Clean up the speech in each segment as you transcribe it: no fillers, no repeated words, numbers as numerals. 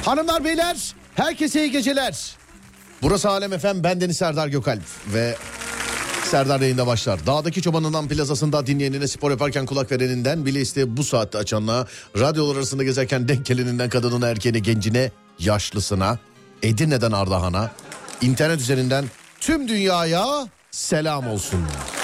Hanımlar beyler, herkese iyi geceler. Burası Alem FM, bendeniz Serdar Gökalp ve Serdar yayında başlar. Dağdaki çobanından plazasında dinleyenine, spor yaparken kulak vereninden, bile isteye bu saatte açanına, radyolar arasında gezerken denk geleninden kadınına, erkeğine, gencine, yaşlısına, Edirne'den Ardahan'a, internet üzerinden tüm dünyaya selam olsun.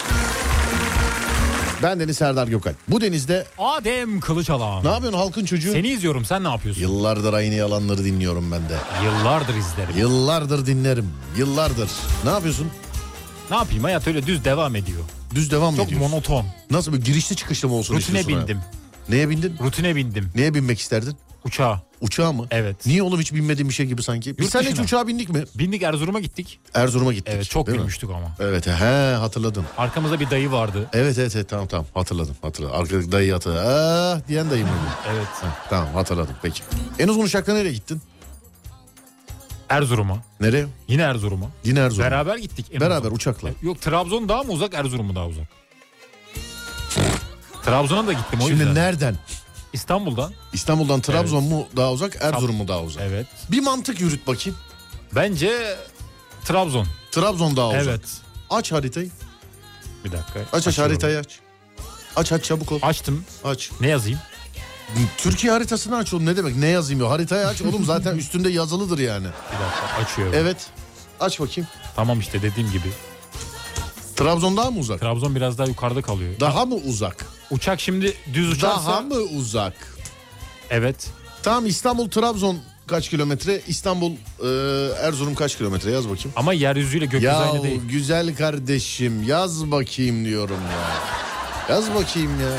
Bendeniz Serdar Gökalp. Bu denizde Adem Kılıçalan. Ne yapıyorsun halkın çocuğu? Seni izliyorum, sen ne yapıyorsun? Yıllardır aynı yalanları dinliyorum ben de. Yıllardır izlerim. Yıllardır dinlerim. Yıllardır. Ne yapıyorsun? Ne yapayım, hayat öyle düz devam ediyor. Düz devam mı Çok ediyorsun? monoton. Nasıl, bir girişli çıkışlı mı olsun Rutine istiyorsun? bindim. Neye bindin? Rutine bindim. Neye binmek isterdin? Uçağa. Uçağa mı? Evet. Niye oğlum, hiç binmediğin bir şey gibi sanki? Biz Yurt seninle hiç dışına. uçağa bindik mi? Bindik, Erzurum'a gittik. Erzurum'a gittik. Evet, çok değil mi? gülmüştük ama. Evet, hatırladım. Arkamızda bir dayı vardı. Evet, tamam hatırladım. Arkadaki dayı diyen dayı mı? Evet. Tamam, hatırladım, peki. En uzun uçakla nereye gittin? Erzurum'a. Nereye? Yine Erzurum'a. Yine Erzurum. Beraber gittik. en Beraber uzun. uçakla. Yok, Trabzon daha mı uzak, Erzurum mu daha uzak? Trabzon'a da gittim o Şimdi yüzden. nereden? İstanbul'dan. İstanbul'dan Trabzon mu daha uzak, Erzurum mu daha uzak? Evet. Bir mantık yürüt bakayım. Bence Trabzon. Trabzon daha uzak. Evet. Aç haritayı. Bir dakika. Aç açıyorum. haritayı aç. Aç çabuk ol. Açtım. Aç. Ne yazayım? Türkiye haritasını aç oğlum, ne demek ne yazayım ya? Haritayı aç oğlum, zaten üstünde yazılıdır yani. Bir dakika, açıyorum. Evet. Aç bakayım. Tamam, işte dediğim gibi. Trabzon daha mı uzak? Trabzon biraz daha yukarıda kalıyor. Daha mı uzak? Uçak şimdi düz uçarsa... Daha mı uzak? Evet. Tamam, İstanbul Trabzon kaç kilometre? İstanbul Erzurum kaç kilometre? Yaz bakayım. Ama yeryüzüyle gökyüzü Ya aynı değil. güzel kardeşim, yaz bakayım diyorum ya. Yaz bakayım ya.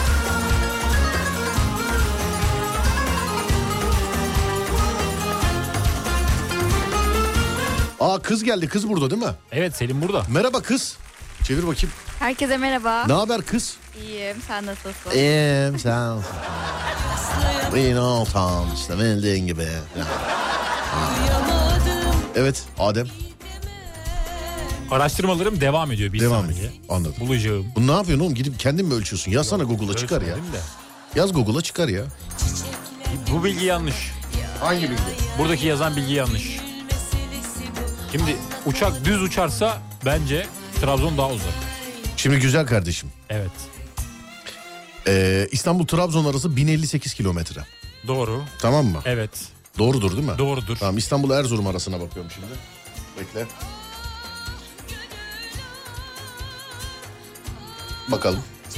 Aa, kız geldi. Kız burada değil mi? Evet, Selim burada. Merhaba kız. Çevir bakayım. Herkese merhaba. Ne haber kız? İyiyim, sen nasılsın? İyiyim, sen. Yine oltan işte, bildiğin gibi. Evet, Adem. Araştırmalarım devam ediyor. Devam saniye. ediyor. Anladım. Bulacağım. Bunu ne yapıyorsun oğlum? Gidip kendin mi ölçüyorsun? Yazsana Google'a, çıkar ya. Ölçmedim de. Yaz Google'a, çıkar ya. Bu bilgi yanlış. Hangi bilgi? Buradaki yazan bilgi yanlış. Şimdi uçak düz uçarsa bence Trabzon daha uzak. Şimdi güzel kardeşim. Evet. İstanbul-Trabzon arası 1058 kilometre. Doğru. Tamam mı? Evet. Doğrudur değil mi? Doğrudur. Tamam, İstanbul-Erzurum arasına bakıyorum şimdi. Bekle. Bakalım.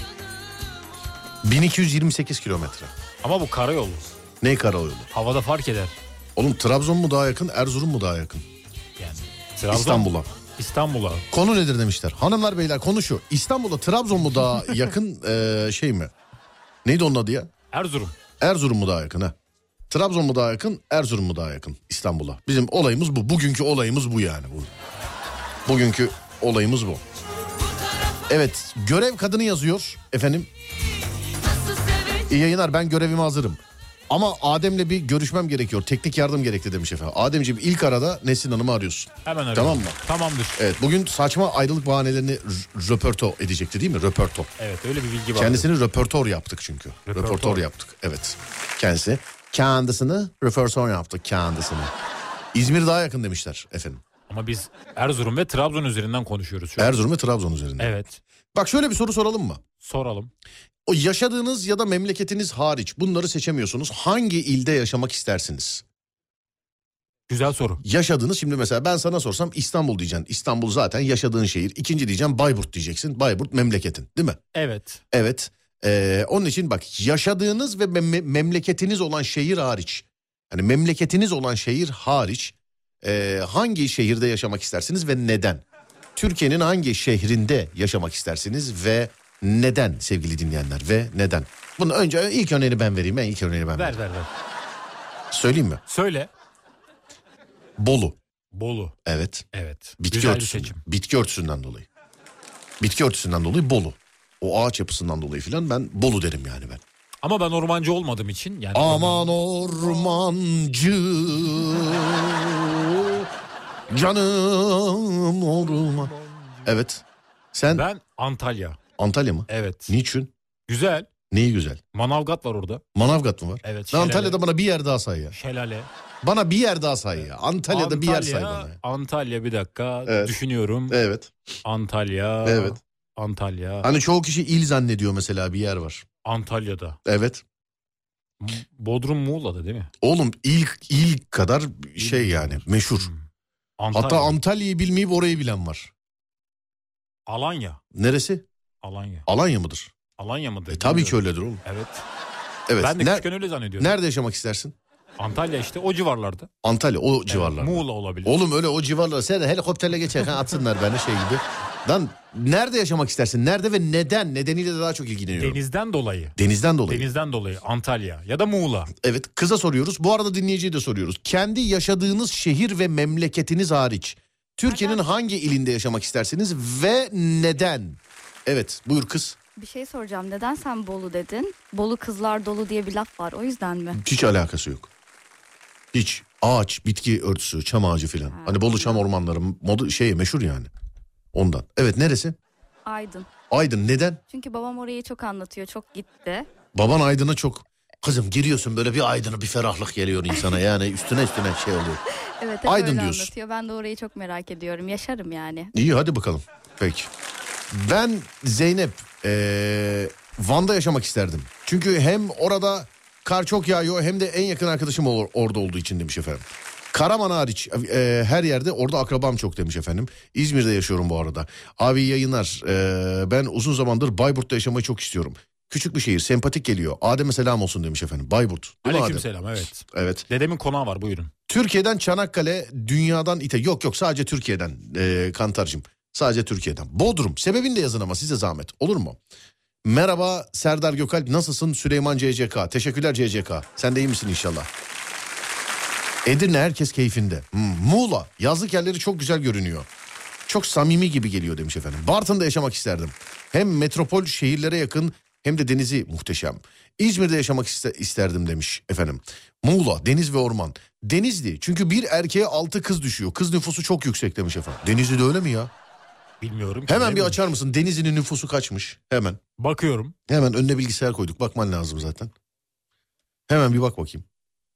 1228 kilometre. Ama bu karayolu. Ne karayolu? Havada fark eder. Oğlum, Trabzon mu daha yakın, Erzurum mu daha yakın? Yani Trabzon, İstanbul'a. İstanbul'a. Konu nedir demişler. Hanımlar beyler, konu şu. İstanbul'a Trabzon mu daha yakın şey mi? Neydi onun adı ya? Erzurum. Erzurum mu daha yakın ha? Trabzon mu daha yakın, Erzurum mu daha yakın İstanbul'a? Bizim olayımız bu. Bugünkü olayımız bu yani. Bugünkü olayımız bu. Evet, görev kadını yazıyor efendim. İyi yayınlar, ben görevime hazırım. Ama Adem'le bir görüşmem gerekiyor. Teknik yardım gerekli demiş efendim. Ademciğim, ilk arada Nesrin Hanım'ı arıyorsun. Hemen arıyorum. Tamam mı? Tamamdır. Evet, bugün saçma ayrılık bahanelerini röporto edecekti değil mi? Röporto. Evet, öyle bir bilgi var. Kendisini röportor yaptık çünkü. Röportor yaptık, evet. Kendisini röportor yaptık kendisini. İzmir daha yakın demişler efendim. Ama biz Erzurum ve Trabzon üzerinden konuşuyoruz şu an. Erzurum ve Trabzon üzerinden. Evet. Bak, şöyle bir soru soralım mı? Soralım. O yaşadığınız ya da memleketiniz hariç, bunları seçemiyorsunuz. Hangi ilde yaşamak istersiniz? Güzel soru. Yaşadığınız, şimdi mesela ben sana sorsam İstanbul diyeceksin. İstanbul zaten yaşadığın şehir. İkinci diyeceğim Bayburt diyeceksin. Bayburt memleketin, değil mi? Evet. Evet. Onun için bak, yaşadığınız ve memleketiniz olan şehir hariç. Hani memleketiniz olan şehir hariç hangi şehirde yaşamak istersiniz ve neden? Türkiye'nin hangi şehrinde yaşamak istersiniz ve neden sevgili dinleyenler, ve neden? Bunu önce ilk örneğini ben vereyim. İlk örneğini ben vereyim. Ver. Söyleyeyim mi? Söyle. Bolu. Bolu. Evet. Evet. Bitki Güzel bir örtüsü. seçim. Bitki örtüsünden dolayı. Bitki örtüsünden dolayı Bolu. O ağaç yapısından dolayı filan ben Bolu derim yani ben. Ama ben ormancı olmadığım için yani. Aman ormancı canım orman. Evet. Sen Ben Antalya. Antalya mı? Evet. Niçin? Güzel. Neyi güzel? Manavgat var orada. Manavgat mı var? Evet. Antalya'da bana bir yer daha say ya. Şelale. Bana bir yer daha say ya. Antalya'da bir yer say bana. Antalya bir dakika Evet. Düşünüyorum. Evet. Antalya. Evet. Antalya. Hani çoğu kişi il zannediyor mesela, bir yer var. Antalya'da. Evet. Bodrum Muğla'da değil mi? Oğlum il kadar şey yani meşhur. Antalya. Hatta Antalya'yı bilmeyip orayı bilen var. Alanya. Neresi? Alanya. Alanya mıdır? Alanya mıdır? Tabii ki Bilmiyorum. öyledir oğlum. Evet. Evet. Ben de küçükken öyle zannediyordum. Nerede yaşamak istersin? Antalya işte o civarlarda. Antalya o civarlarda. Muğla olabilir. Oğlum öyle o civarlarda. Sen de helikopterle geçerken atsınlar beni şey gibi. Lan nerede yaşamak istersin? Nerede ve neden? Nedeniyle de daha çok ilgileniyorum. Denizden dolayı. Denizden dolayı. Denizden dolayı Antalya ya da Muğla. Evet, kıza soruyoruz. Bu arada dinleyiciye de soruyoruz. Kendi yaşadığınız şehir ve memleketiniz hariç Türkiye'nin hangi ilinde yaşamak istersiniz ve neden? Evet, buyur kız. Bir şey soracağım. Neden sen Bolu dedin? Bolu kızlar dolu diye bir laf var. O yüzden mi? Hiç alakası yok. Hiç. Ağaç, bitki örtüsü, çam ağacı filan. Hani Bolu çam ormanları meşhur yani. Ondan. Evet, neresi? Aydın. Aydın. Neden? Çünkü babam orayı çok anlatıyor. Çok gitti. Baban Aydın'a çok... Kızım giriyorsun böyle bir Aydın'a, bir ferahlık geliyor insana yani üstüne şey oluyor. Evet, hep Aydın öyle diyorsun. anlatıyor. Ben de orayı çok merak ediyorum. Yaşarım yani. İyi, hadi bakalım. Peki. Ben Zeynep Van'da yaşamak isterdim. Çünkü hem orada kar çok yağıyor hem de en yakın arkadaşım orada olduğu için demiş efendim. Karaman hariç her yerde orada akrabam çok demiş efendim. İzmir'de yaşıyorum bu arada. Abi yayınlar. Ben uzun zamandır Bayburt'ta yaşamayı çok istiyorum. Küçük bir şehir, sempatik geliyor. Adem'e selam olsun demiş efendim. Bayburt. Aleykümselam, evet. Evet. Dedemin konağı var, buyurun. Türkiye'den Çanakkale, dünyadan Yok sadece Türkiye'den Kantarcığım. Sadece Türkiye'den. Bodrum. Sebebini de yazın ama size zahmet. Olur mu? Merhaba Serdar Gökalp, nasılsın? Süleyman CCK. Teşekkürler CCK. Sen de iyi misin inşallah? Edirne, herkes keyfinde. Muğla. Yazlık yerleri çok güzel görünüyor. Çok samimi gibi geliyor demiş efendim. Bartın'da yaşamak isterdim. Hem metropol şehirlere yakın hem de denizi muhteşem. İzmir'de yaşamak isterdim demiş efendim. Muğla, deniz ve orman. Denizli, çünkü bir erkeğe 6 kız düşüyor. Kız nüfusu çok yüksek demiş efendim. Denizli'de öyle mi ya? Bilmiyorum ki. Hemen bir açar mısın? Denizli'nin nüfusu kaçmış? Hemen. Bakıyorum. Hemen önüne bilgisayar koyduk. Bakman lazım zaten. Hemen bir bak bakayım.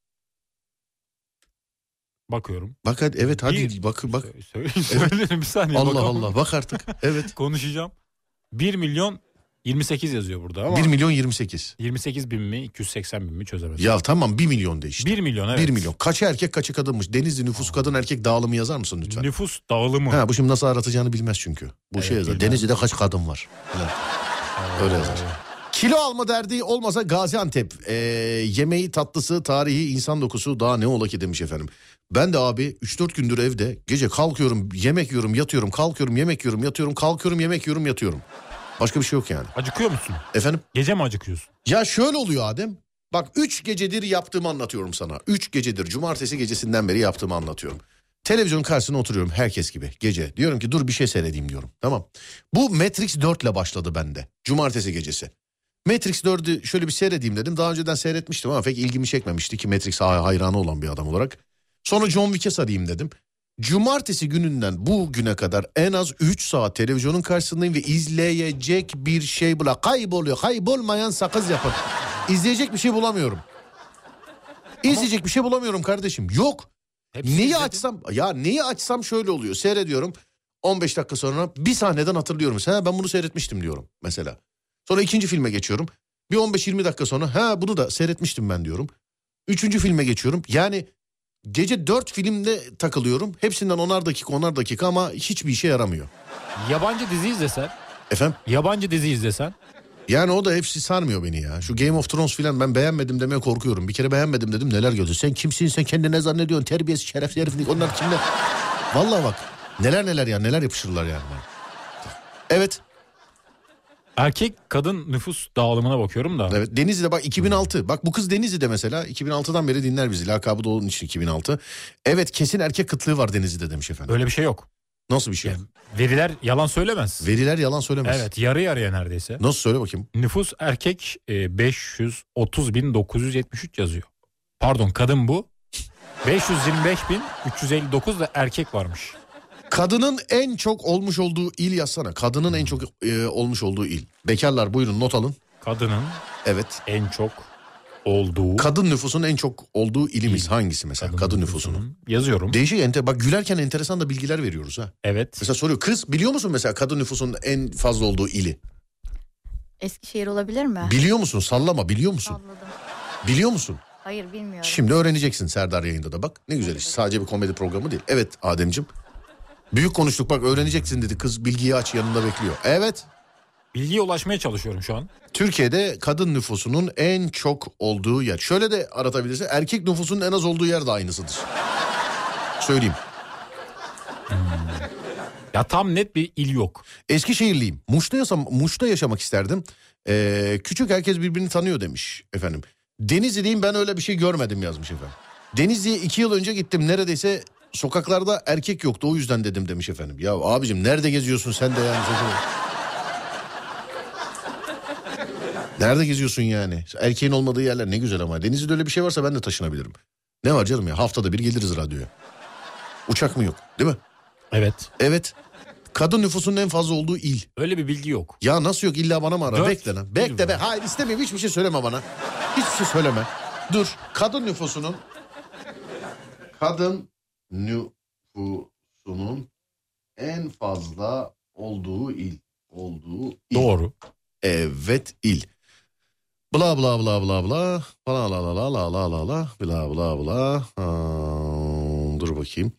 Bakıyorum. Bak hadi, evet hadi bak. Söylerim bir saniye. Allah bakalım. Allah, bak artık. Evet. Konuşacağım. 1 milyon 28 yazıyor burada ama. 1 milyon 28. 28 bin mi 280 bin mi çözemez. Ya tamam, 1 milyon de işte. 1 milyon, evet. 1 milyon. Kaçı erkek kaçı kadınmış? Denizli nüfusu kadın erkek dağılımı yazar mısın lütfen? Nüfus dağılımı. Ha, bu şimdi nasıl aratacağını bilmez çünkü. Bu şey yazar. bilmem. Denizli'de kaç kadın var? Öyle yazar. Kilo alma derdi olmasa Gaziantep. Yemeği, tatlısı, tarihi, insan dokusu, daha ne ola ki demiş efendim. Ben de abi 3-4 gündür evde gece kalkıyorum, yemek yiyorum, yatıyorum, kalkıyorum, yemek yiyorum, yatıyorum, kalkıyorum, yemek yiyorum, yatıyorum. Başka bir şey yok yani. Acıkıyor musun? Efendim? Gece mi acıkıyorsun? Ya şöyle oluyor Adem. Bak 3 gecedir yaptığımı anlatıyorum sana. 3 gecedir, cumartesi gecesinden beri yaptığımı anlatıyorum. Televizyonun karşısına oturuyorum herkes gibi gece. Diyorum ki dur bir şey seyredeyim diyorum. Tamam. Bu Matrix 4 ile başladı bende. Cumartesi gecesi. Matrix 4'ü şöyle bir seyredeyim dedim. Daha önceden seyretmiştim ama pek ilgimi çekmemişti ki Matrix hayranı olan bir adam olarak. Sonra John Wick'e sarayım dedim. Cumartesi gününden bugüne kadar en az 3 saat televizyonun karşısındayım ve izleyecek bir şey kayboluyor. Kaybolmayan sakız yapın. İzleyecek bir şey bulamıyorum. İzleyecek bir şey bulamıyorum kardeşim. Yok. Neyi açsam şöyle oluyor. Seyrediyorum. 15 dakika sonra bir sahneden hatırlıyorum. Ben bunu seyretmiştim diyorum mesela. Sonra ikinci filme geçiyorum. Bir 15-20 dakika sonra bunu da seyretmiştim ben diyorum. Üçüncü filme geçiyorum. Yani gece 4 filmde takılıyorum. Hepsinden 10'ar dakika ama hiçbir işe yaramıyor. Yabancı dizi izlesen. Efendim? Yabancı dizi izlesen. Yani o da hepsi sarmıyor beni ya. Şu Game of Thrones filan ben beğenmedim demeye korkuyorum. Bir kere beğenmedim dedim, neler gördün. Sen kimsin, sen kendine ne zannediyorsun? Terbiyesiz, şerefli herif. Onlar kimler? Vallahi bak. Neler ya, neler yapışırlar yani. Evet. Erkek kadın nüfus dağılımına bakıyorum da. Evet, Denizli'de bak 2006. Bak bu kız Denizli'de mesela 2006'dan beri dinler bizi. Lakabı da onun için 2006. Evet, kesin erkek kıtlığı var Denizli'de demiş efendim. Öyle bir şey yok. Nasıl bir şey? Yani veriler yalan söylemez. Veriler yalan söylemez. Evet, yarı yarıya neredeyse. Nasıl, söyle bakayım. Nüfus erkek 530.973 yazıyor. Pardon, kadın bu. 525.359 da erkek varmış. Kadının en çok olmuş olduğu il yazsana. Kadının en çok olmuş olduğu il. Bekarlar buyurun not alın. Kadının evet en çok Olduğu. Kadın nüfusun en çok olduğu ilimiz hangisi mesela? Kadın nüfusunun. Yazıyorum. Değişik, bak gülerken enteresan da bilgiler veriyoruz ha. Evet. Mesela soruyor, kız biliyor musun mesela kadın nüfusunun en fazla olduğu ili? Eskişehir olabilir mi? Biliyor musun? Sallama, biliyor musun? Salladım. Biliyor musun? Hayır bilmiyorum. Şimdi öğreneceksin Serdar yayında da bak. Ne güzel iş. Sadece bir komedi programı değil. Evet Ademciğim. Büyük konuştuk bak, öğreneceksin dedi. Kız bilgiyi aç, yanında bekliyor. Evet. Bilgiye ulaşmaya çalışıyorum şu an. Türkiye'de kadın nüfusunun en çok olduğu yer. Şöyle de aratabilirsin. Erkek nüfusunun en az olduğu yer de aynısıdır. Söyleyeyim. Ya tam net bir il yok. Eskişehirliyim. Muş'ta yaşamak isterdim. Küçük herkes birbirini tanıyor demiş efendim. Denizli'deyim, ben öyle bir şey görmedim yazmış efendim. Denizli'ye 2 yıl önce gittim, neredeyse sokaklarda erkek yoktu, o yüzden dedim demiş efendim. Ya abicim nerede geziyorsun sen de yani? Nerede geziyorsun yani? Erkeğin olmadığı yerler ne güzel ama. Denizli'de öyle bir şey varsa ben de taşınabilirim. Ne var canım ya, haftada bir geliriz radyoya. Uçak mı yok değil mi? Evet. Evet. Kadın nüfusunun en fazla olduğu il. Öyle bir bilgi yok. Ya nasıl yok, illa bana mı ara? 4 Bekle lan. Bekle be. Hayır istemiyorum, hiçbir şey söyleme bana. Hiçbir şey söyleme. Dur. Kadın nüfusunun en fazla olduğu il. Doğru. Evet, il. Bla bla bla bla bla. Bla la la la la la la la. Bla bla bla. Dur bakayım.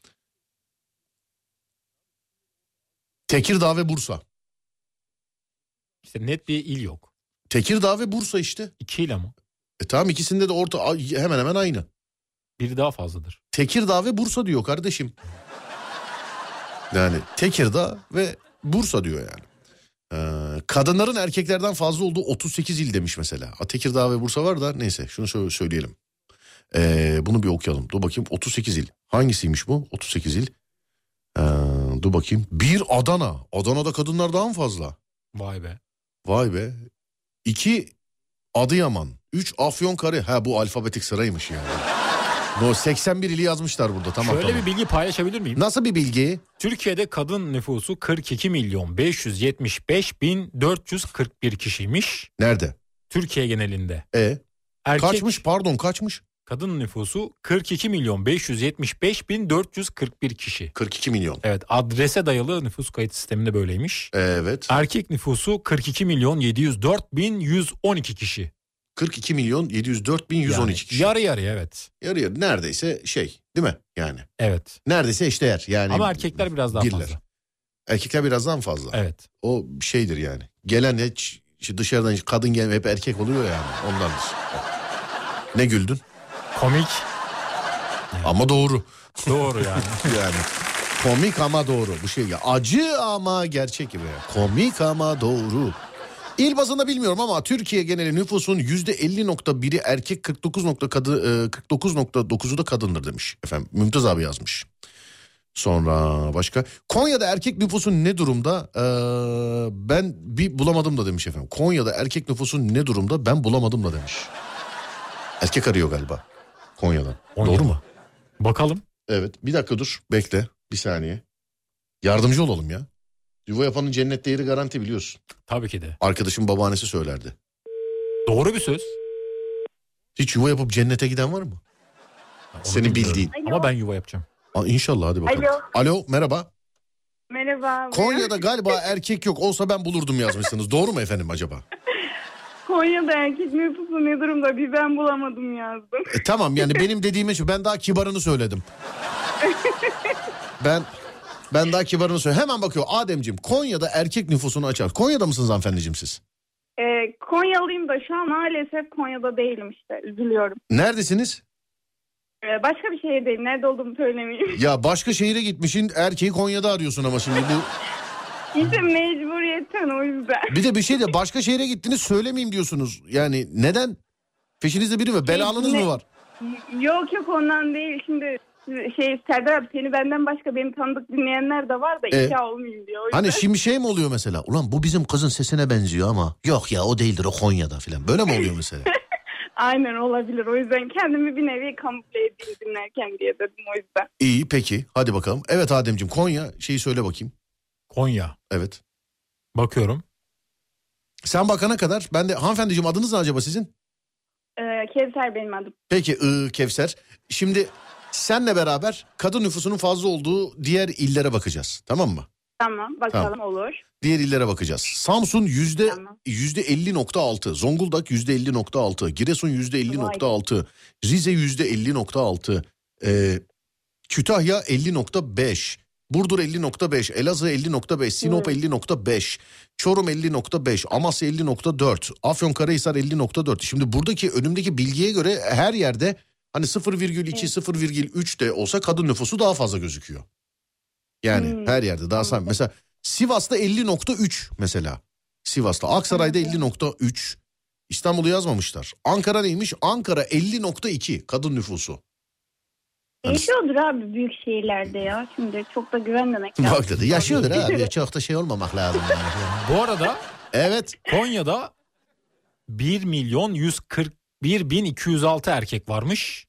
Tekirdağ ve Bursa. İşte net bir il yok. Tekirdağ ve Bursa işte. 2 il ama. Tamam, ikisinde de hemen hemen aynı. Biri daha fazladır. Tekirdağ ve Bursa diyor kardeşim. Yani Tekirdağ ve Bursa diyor yani. Kadınların erkeklerden fazla olduğu 38 il demiş mesela. Tekirdağ ve Bursa var da neyse şunu söyleyelim. Bunu bir okuyalım. Dur bakayım, 38 il. Hangisiymiş bu? 38 il. Dur bakayım. 1 Adana. Adana'da kadınlar daha mı fazla? Vay be. Vay be. 2 Adıyaman. 3 Afyonkarahisar. Ha bu alfabetik sıraymış yani. No 81 ili yazmışlar burada. Tamam. Şöyle bir bilgi paylaşabilir miyim? Nasıl bir bilgi? Türkiye'de kadın nüfusu 42 milyon 575 bin 441 kişiymiş. Nerede? Türkiye genelinde. Kaçmış? Pardon, kaçmış? Kadın nüfusu 42 milyon 575 bin 441 kişi. 42 milyon. Evet, adrese dayalı nüfus kayıt sisteminde böyleymiş. Evet. Erkek nüfusu 42 milyon 704 bin 112 kişi. 42 milyon 704 bin 112 kişi. Yarı yarıya evet. Yarı yarı neredeyse değil mi yani? Evet. Neredeyse eşdeğer yani. Ama erkekler biraz daha fazla. Erkekler biraz daha fazla. Evet. O şeydir yani. Gelen hiç dışarıdan kadın gelme hep erkek oluyor yani, ondandır. Ne güldün? Komik. Ama doğru. Doğru yani. Yani komik ama doğru. Bu şey ya, acı ama gerçek gibi. Komik ama doğru. İl bazında bilmiyorum ama Türkiye geneli nüfusun %50.1'i erkek, 49.9'u da kadındır demiş. Efendim Mümtaz abi yazmış. Sonra başka. Konya'da erkek nüfusun ne durumda? Ben bir bulamadım da demiş efendim. Konya'da erkek nüfusun ne durumda? Ben bulamadım da demiş. Erkek arıyor galiba Konya'dan. Doğru mu? Bakalım. Evet, bir dakika dur, bekle bir saniye. Yardımcı olalım ya. Yuva yapanın cennette yeri garanti, biliyorsun. Tabii ki de. Arkadaşım babaannesi söylerdi. Doğru bir söz. Hiç yuva yapıp cennete giden var mı? Senin bildiğin. Ama ben yuva yapacağım. İnşallah, hadi bakalım. Alo, merhaba. Merhaba. Konya'da galiba erkek yok, olsa ben bulurdum yazmışsınız. Doğru mu efendim acaba? Konya'da erkek nüfusu ne durumda? Bir ben bulamadım yazdım. Tamam yani benim dediğime şu, ben daha kibarını söyledim. Ben daha kibarını söyledim. Hemen bakıyor Ademciğim, Konya'da erkek nüfusunu açar. Konya'da mısınız hanımefendiciğim siz? Konyalıyım da şu an maalesef Konya'da değilim işte. Üzülüyorum. Neredesiniz? Başka bir şehirdeyim. Nerede olduğumu söylemeyeyim. Ya başka şehire gitmişsin, erkeği Konya'da arıyorsun ama şimdi bu... İşte mecburiyetten, o yüzden. Bir de bir şey de, başka şehire gittiniz söylemeyeyim diyorsunuz. Yani neden? Peşinizde biri mi? Belalınız mı var? Yok ondan değil. Şimdi Serdar abi, seni benden başka benim tanıdık dinleyenler de var da ifşa olmayayım diyor. Hani şimdi şey mi oluyor mesela? Ulan bu bizim kızın sesine benziyor ama yok ya o değildir, o Konya'da falan. Böyle mi oluyor mesela? Aynen, olabilir. O yüzden kendimi bir nevi kamufle edeyim dinlerken diye dedim, o yüzden. İyi peki, hadi bakalım. Evet Ademciğim, Konya şeyi söyle bakayım. Konya. Evet. Bakıyorum. Sen bakana kadar ben de, hanımefendiciğim adınız ne acaba sizin? Kevser benim adım. Peki Kevser. Şimdi senle beraber kadın nüfusunun fazla olduğu diğer illere bakacağız. Tamam mı? Tamam bakalım olur. Diğer illere bakacağız. Samsun Tamam. %50.6, Zonguldak %50.6, Giresun %50.6, Rize %50.6, Kütahya 50.5, Burdur 50.5, Elazığ 50.5, Sinop 50.5, Çorum 50.5, Amasya 50.4, Afyonkarahisar 50.4. Şimdi buradaki önümdeki bilgiye göre her yerde hani 0,2, 0,3 de olsa kadın nüfusu daha fazla gözüküyor. Yani her yerde daha samimi. Mesela Sivas'ta 50.3 mesela. Sivas'ta. Aksaray'da 50.3. İstanbul'u yazmamışlar. Ankara neymiş? Ankara 50.2 kadın nüfusu. Yaşıyordur abi büyük şehirlerde ya. Şimdi çok da güvenmemek lazım. Bak dedi yaşıyordur abi. Çok da şey olmamak lazım. Yani. Bu arada Evet. Konya'da 1.141.206 erkek varmış.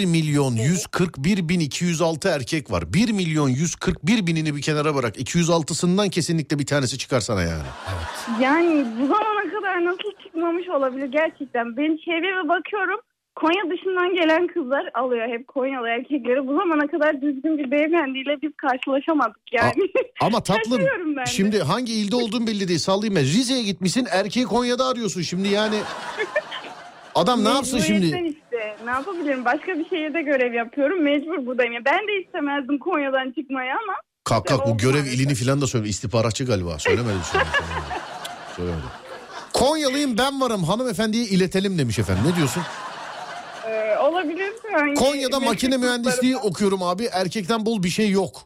1.141.206 erkek var. 1.141.000'ini bir kenara bırak. 206'sından kesinlikle bir tanesi çıkar sana yani. Yani bu zamana kadar nasıl çıkmamış olabilir gerçekten. Ben çevreme bakıyorum. Konya dışından gelen kızlar alıyor hep Konyalı erkekleri. Bu zamana kadar düzgün bir beyefendiyle biz karşılaşamadık yani. Ama tatlım Şaşırıyorum ben de. şimdi hangi ilde olduğun belli değil. Sallayayım ben. Rize'ye gitmişsin, erkeği Konya'da arıyorsun şimdi yani. Adam ne yapsın Mecburiyetten şimdi? işte. Ne yapabilirim? Başka bir şehirde görev yapıyorum. Mecbur buradayım. Ya ben de istemezdim Konya'dan çıkmayı ama. Kalk bu oldu görev maalesef. ilini falan da söyle. İstihbaratçı galiba. Söylemedim şimdi. Söylemedim. Konyalıyım ben varım hanımefendiye iletelim demiş efendim. Ne diyorsun? Olabilir. Hangi Konya'da makine meslek mühendisliği gruplarında? okuyorum abi. Erkekten bol bir şey yok.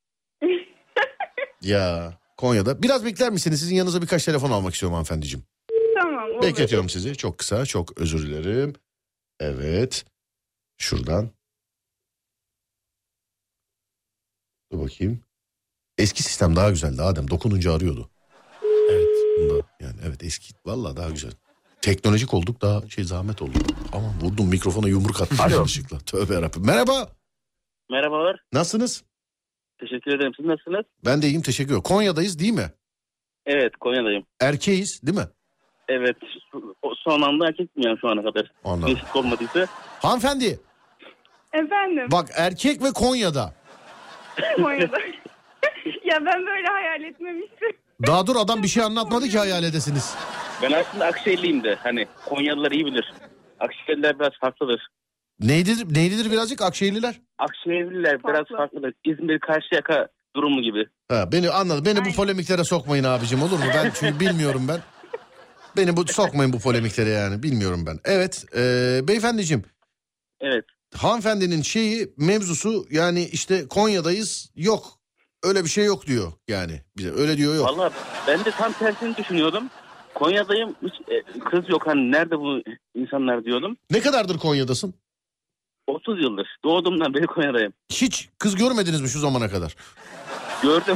Ya Konya'da. Biraz bekler misiniz? Sizin yanınıza birkaç telefon almak istiyorum hanımefendiciğim. Tamam olur. Bekletiyorum sizi. Çok kısa. Çok özür dilerim. Evet. Şuradan. Dur bakayım. Eski sistem daha güzeldi Adem. Dokununca arıyordu. Evet. Bunda yani evet eski. Vallahi daha güzel. Teknolojik olduk daha zahmet oldu. Aman vurdum mikrofona yumruk attım yanlışlıkla. Tövbe yarabbim. Merhaba. Merhabalar. Nasılsınız? Teşekkür ederim. Siz nasılsınız? Ben de iyiyim teşekkür ederim. Konya'dayız değil mi? Evet, Konya'dayım. Erkeğiz değil mi? Evet. Son anda erkektim şu ana kadar. Anladım. Değişik olmadıysa. Hanımefendi Efendim. bak erkek ve Konya'da. Konya'da. Ya ben böyle hayal etmemiştim. Daha dur adam bir şey anlatmadı ki hayal edesiniz. Ben aslında Akşehirliyim de. Hani Konyalılar iyi bilir. Akşehirliler biraz farklıdır. Neydidir birazcık Akşehirliler? Akşehirliler biraz Farklı. farklıdır. İzmir Karşıyaka durumu gibi. Ha, beni anladım. Beni bu Aynen. polemiklere sokmayın abicim olur mu? Ben çünkü bilmiyorum ben. Beni sokmayın bu polemiklere yani bilmiyorum ben. Evet beyefendiciğim Evet. hanımefendinin mevzusu yani işte Konya'dayız yok. Öyle bir şey yok diyor yani bize öyle diyor yok. Vallahi ben de tam tersini düşünüyordum. Konya'dayım. Hiç, kız yok. Hani nerede bu insanlar diyordum. Ne kadardır Konya'dasın? 30 yıldır. Doğduğumdan beri Konya'dayım. Hiç kız görmediniz mi şu zamana kadar? Gördüm.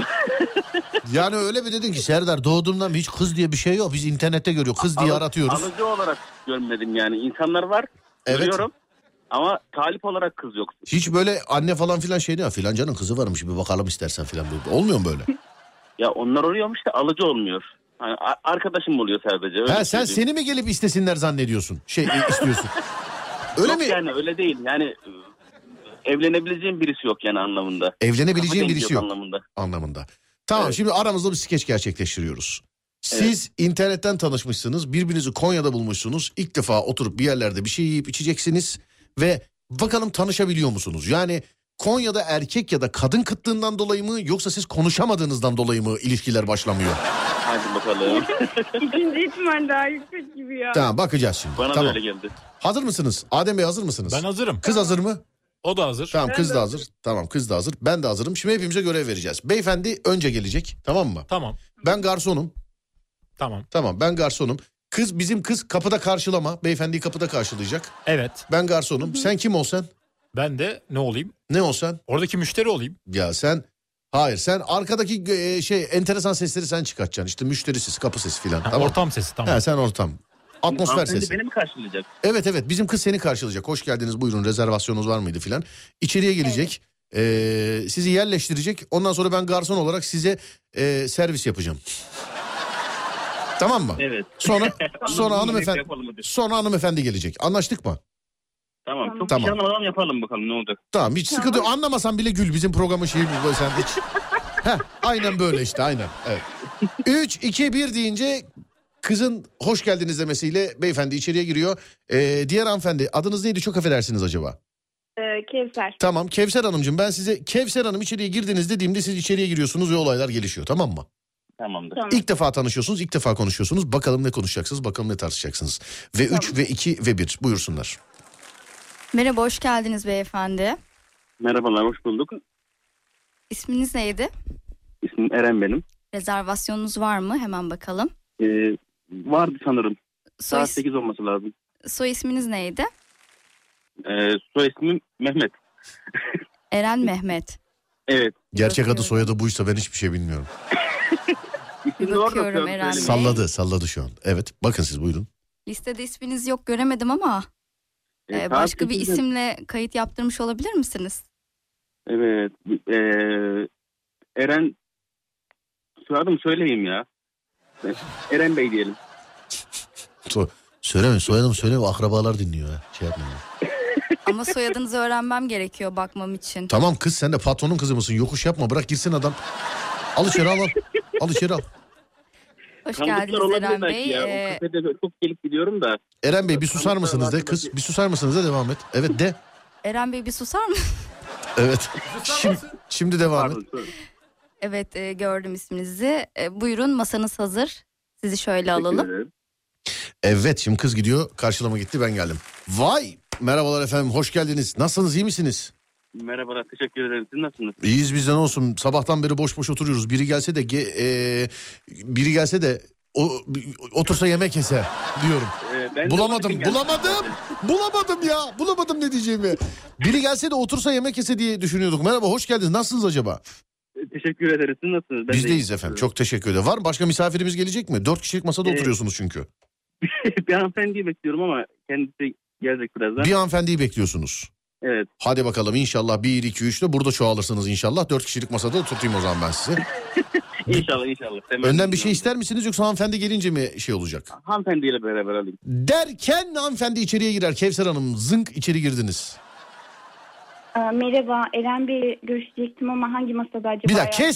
Yani öyle bir dedin ki Serdar doğduğumdan beri hiç kız diye bir şey yok. Biz internette görüyoruz kız diye aratıyoruz. Alıcı olarak görmedim yani. İnsanlar var. Evet. Görüyorum. Ama talip olarak kız yok. Hiç böyle anne falan filan şey diyor. Filancanın kızı varmış bir bakalım istersen filan. Olmuyor mu böyle? Ya onlar oluyormuş da alıcı olmuyor. Hani arkadaşım oluyor sadece. Öyle Ha sen söyleyeyim. seni mi gelip istesinler zannediyorsun? istiyorsun. Öyle Yok mi? yani öyle değil. Yani evlenebileceğim birisi yok yani anlamında. Evlenebileceğin Kafa birisi dengi yok anlamında. Tamam Evet. şimdi aramızda bir skeç gerçekleştiriyoruz. Siz internetten tanışmışsınız. Birbirinizi Konya'da bulmuşsunuz. İlk defa oturup bir yerlerde bir şey yiyip içeceksiniz. Ve bakalım tanışabiliyor musunuz? Yani Konya'da erkek ya da kadın kıtlığından dolayı mı yoksa siz konuşamadığınızdan dolayı mı ilişkiler başlamıyor? Hadi bakalım. İkinci ihtimal daha yüksek gibi ya. Tamam bakacağız şimdi. Bana Tamam. da öyle geldi. Hazır mısınız? Adem Bey hazır mısınız? Ben hazırım. Kız hazır mı? O da hazır. Tamam kız da hazır. Tamam kız da hazır. Ben de hazırım. Şimdi hepimize görev vereceğiz. Beyefendi önce gelecek. Tamam mı? Tamam. Ben garsonum. Tamam. Tamam ben garsonum. Bizim kız kapıda karşılama. Beyefendiyi kapıda karşılayacak. Evet. Ben garsonum. Sen kim olsan? Ben de ne olayım? Ne olsan? Oradaki müşteri olayım. Ya sen... Hayır sen arkadaki enteresan sesleri sen çıkartacaksın. İşte müşteri sesi, kapı sesi filan. Ha, Tamam. Ortam sesi tamam. Ha, sen ortam. Atmosfer Hanımefendi sesi. beni mi karşılayacak? Evet bizim kız seni karşılayacak. Hoş geldiniz buyurun rezervasyonunuz var mıydı filan. İçeriye gelecek. Sizi yerleştirecek. Ondan sonra ben garson olarak size servis yapacağım. Tamam mı? Evet. Sonra Tamam, hanımefendi yapalım hadi. sonra hanımefendi gelecek. Anlaştık mı? Tamam. Çok Tamam. bir şey anlamadan yapalım bakalım ne olacak. Tamam, hiç sıkıntı yok. Anlamasan bile gül, bizim programın şeyi bu, sen hiç. Heh, aynen böyle işte, aynen. Evet. 3, 2, 1 deyince kızın hoş geldiniz demesiyle beyefendi içeriye giriyor. Diğer hanımefendi, adınız neydi, çok affedersiniz acaba? Kevser. Tamam Kevser Hanımcığım, ben size Kevser Hanım içeriye girdiniz dediğimde siz içeriye giriyorsunuz ve olaylar gelişiyor, tamam mı? Tamamdır. Tamam. İlk defa tanışıyorsunuz, ilk defa konuşuyorsunuz. Bakalım ne konuşacaksınız, bakalım ne tartışacaksınız. Ve 3 ve 2 ve 1 buyursunlar. Merhaba, hoş geldiniz beyefendi. Merhabalar, hoş bulduk. İsminiz neydi? İsmim Eren benim. Rezervasyonunuz var mı? Hemen bakalım. Vardı sanırım. Soy, Saat 8 olması lazım. soy isminiz neydi? Soy ismim Mehmet. Eren Mehmet. Evet. Gerçek adı Bakıyorum. soyadı buysa ben hiçbir şey bilmiyorum. İsmini orada Bakıyorum söyleyeyim. Eren Bey. Salladı şu an. Evet, bakın siz buyurun. Listede isminiz yok, göremedim ama Saat başka bir 8'de isimle kayıt yaptırmış olabilir misiniz? Evet. Eren, soyadım söyleyeyim ya. Eren Bey diyelim. Söyleme, soyadımı söyleme, akrabalar dinliyor ha. Şey yapmayın. Ama soyadınızı öğrenmem gerekiyor bakmam için. Tamam kız, sen de patronun kızı mısın? Yokuş yapma, bırak girsin adam. Al içeri al. Al içeri al. Hoş Tanıdıklar geldiniz olabilir Eren belki Bey. ya. O kafede çok gelip gidiyorum da. Eren Bey bir susar mısınız de kız, bir susar mısınız de devam et. Evet de. Eren Bey bir susar mı? Evet. Şimdi devam et. Pardon, sorry. Evet, gördüm isminizi. Buyurun, masanız hazır. Sizi şöyle Teşekkür alalım. ederim. Evet, şimdi kız gidiyor, karşılama gitti, ben geldim. Vay, merhabalar efendim, hoş geldiniz. Nasılsınız, iyi misiniz? Merhabalar, teşekkür ederim. Siz nasılsınız? İyiyiz biz de, ne olsun. Sabahtan beri boş boş oturuyoruz. Biri gelse de otursa yemek yese diyorum. Ben de Bulamadım onun için ya. Bulamadım ne diyeceğimi. Biri gelse de otursa yemek yese diye düşünüyorduk. Merhaba, hoş geldiniz. Nasılsınız acaba? Teşekkür ederiz. Siz nasılsınız? Biz deyiz efendim. Çok teşekkür ederim. Var mı başka misafirimiz gelecek mi? 4 kişilik masada oturuyorsunuz çünkü. Bir hanımefendiyi bekliyorum ama kendisi gelecek birazdan. Bir hanımefendiyi bekliyorsunuz. Evet. Hadi bakalım, inşallah 1, 2, 3'te burada çoğalırsınız inşallah. 4 kişilik masada oturtayım o zaman ben sizi. İnşallah. Önden bir şey ister misiniz, yoksa hanımefendi gelince mi şey olacak? Hanımefendiyle beraber alayım. Derken hanımefendi içeriye girer. Kevser Hanım zınk içeri girdiniz. Merhaba, Eren Bey'le görüşecektim ama hangi masada acaba? Bir dakika,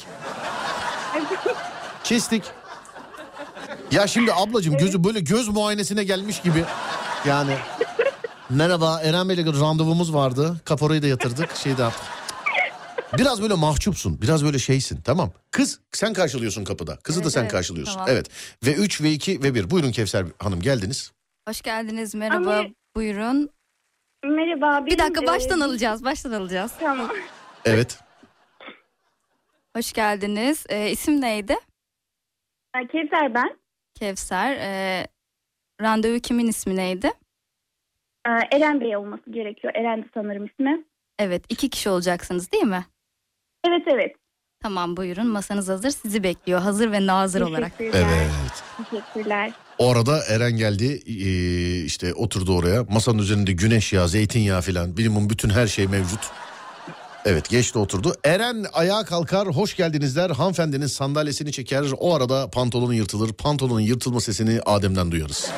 kestik. Ya şimdi ablacığım, gözü böyle göz muayenesine gelmiş gibi. Yani merhaba, Eren Bey'le randevumuz vardı. Kaporayı da yatırdık. Şey de yaptık. Biraz böyle mahcupsun. Biraz böyle şeysin, tamam. Kız sen karşılıyorsun kapıda. Kızı da sen Evet, karşılıyorsun. tamam. Evet. Ve 3 ve 2 ve 1. Buyurun Kevser Hanım, geldiniz. Hoş geldiniz, merhaba. Ama- Buyurun. Merhaba. Bir dakika, baştan alacağız. alacağız. Tamam. Evet. Hoş geldiniz. İsim neydi? Kevser ben. Kevser. Randevu kimin ismi neydi? Eren Bey olması gerekiyor. Eren'di sanırım ismi. Evet, 2 kişi olacaksınız değil mi? Evet. Tamam, buyurun, masanız hazır, sizi bekliyor. Hazır ve nazır olarak. Teşekkürler. Evet. Teşekkürler. O arada Eren geldi, işte oturdu oraya. Masanın üzerinde güneş yağı, zeytinyağı filan, minimum bütün her şey mevcut. Evet, geçti oturdu. Eren ayağa kalkar, hoş geldiniz der. Hanımefendinin sandalyesini çeker. O arada pantolonu yırtılır. Pantolonun yırtılma sesini Adem'den duyarız.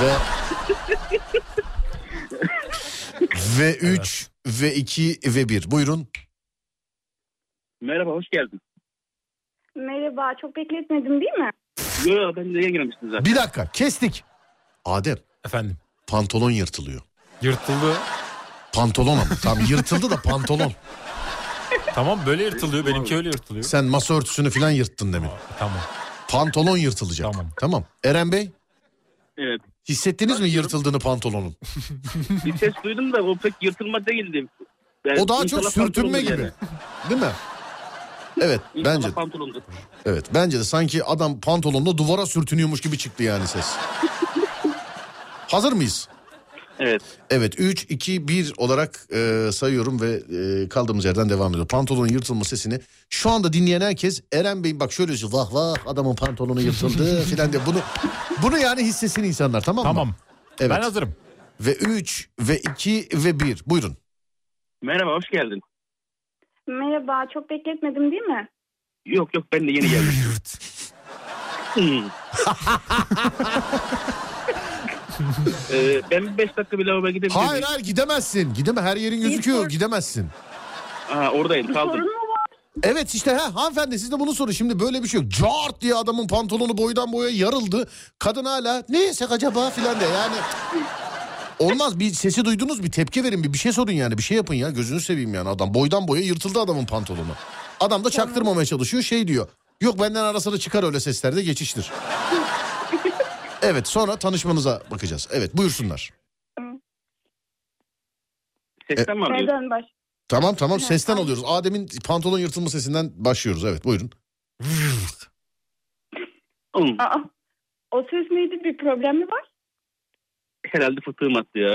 Ve 3 ve 2 ve 1. Buyurun. Merhaba, hoş geldin. Merhaba, çok bekletmedim değil mi? Yok, ben de yeni gelmiştim zaten. Bir dakika, kestik. Adem, Efendim, pantolon yırtılıyor. yırtıldı. Pantolon ama. Tam yırtıldı da pantolon. Tamam, böyle yırtılıyor. Benimki öyle yırtılıyor. Sen masa örtüsünü filan yırttın demin. Tamam. Pantolon yırtılacak. Tamam. Eren Bey, Evet. hissettiniz mi yırtıldığını pantolonun? Bir ses duydum da o pek yırtılma değildi. O daha çok sürtünme gibi. Değil mi? Evet, bence de. Pantolondu. Evet, bence de sanki adam pantolonla duvara sürtünüyormuş gibi çıktı yani ses. Hazır mıyız? Evet. Evet, 3, 2, 1 olarak sayıyorum ve kaldığımız yerden devam ediyor. Pantolonun yırtılma sesini şu anda dinleyen herkes Eren Bey'in bak şöyle diyor, vah vah adamın pantolonu yırtıldı filan diye bunu yani hissetsin insanlar, tamam mı? Tamam. Evet. Ben hazırım. Ve 3 ve 2 ve 1 buyurun. Merhaba, hoş geldin. Merhaba, çok bekletmedim değil mi? Yok, ben de yeni geldim. Ben 5 dakika bir lavaboya gidebilir miyim? Hayır gidemezsin. Her yerin gözüküyor, gidemezsin. Oradayım, kaldım. Sorun mu var? Evet işte hanımefendi siz de bunu sorun. Şimdi böyle bir şey yok. Cart diye adamın pantolonu boydan boya yarıldı. Kadın hala ne yesek acaba filan de yani. Olmaz, bir sesi duydunuz, bir tepki verin, bir şey sorun yani, bir şey yapın ya, gözünü seveyim yani. Adam boydan boya yırtıldı adamın pantolonu. Adam da çaktırmamaya çalışıyor, şey diyor. Yok benden ara sıra çıkar öyle seslerde, geçiştir. Evet, sonra tanışmanıza bakacağız. Evet, buyursunlar. Sesten mi alıyorsun? Neden baş? Tamam sesten alıyoruz. Adem'in pantolon yırtılma sesinden başlıyoruz. Evet, buyurun. Aa, o ses neydi? Bir problem mi var? Herhalde fıtığım attı ya.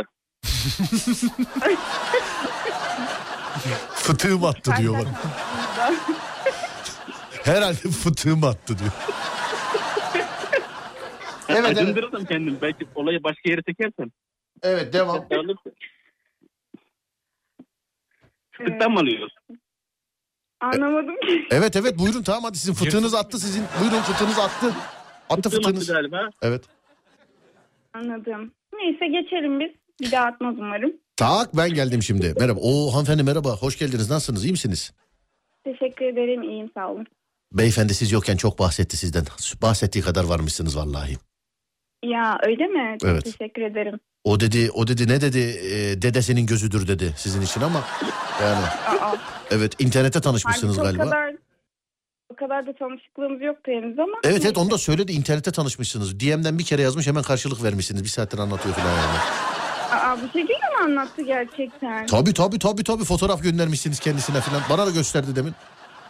Fıtığım attı diyor bak. Herhalde fıtığım attı diyor. Evet. Acındırırsam kendim. Belki olayı başka yere çekersem. Evet, devam. Fıtıktan mı alıyoruz? Anlamadım ki. Evet buyurun, tamam hadi sizin fıtığınız attı sizin. Buyurun, fıtığınız attı. Attı Fıtığım fıtığınız. attı galiba. Evet. Anladım. Neyse geçelim biz. Bir daha atmaz umarım. Tak, ben geldim şimdi. Merhaba. Oo hanımefendi merhaba. Hoş geldiniz. Nasılsınız? İyi misiniz? Teşekkür ederim. İyiyim, sağ olun. Beyefendi siz yokken çok bahsetti sizden. Bahsettiği kadar varmışsınız vallahi. Ya öyle mi? Çok Evet. teşekkür ederim. O dedi ne dedi? Dedesinin gözüdür dedi sizin için ama yani. Evet, internette tanışmışsınız Halbuki galiba. O kadar da tanışıklığımız yoktu henüz ama. Evet onu da söyledi, internette tanışmışsınız. DM'den bir kere yazmış, hemen karşılık vermişsiniz. Bir saattir anlatıyor falan yani. Bu şekilde mi anlattı gerçekten? Tabii fotoğraf göndermişsiniz kendisine falan. Bana da gösterdi demin.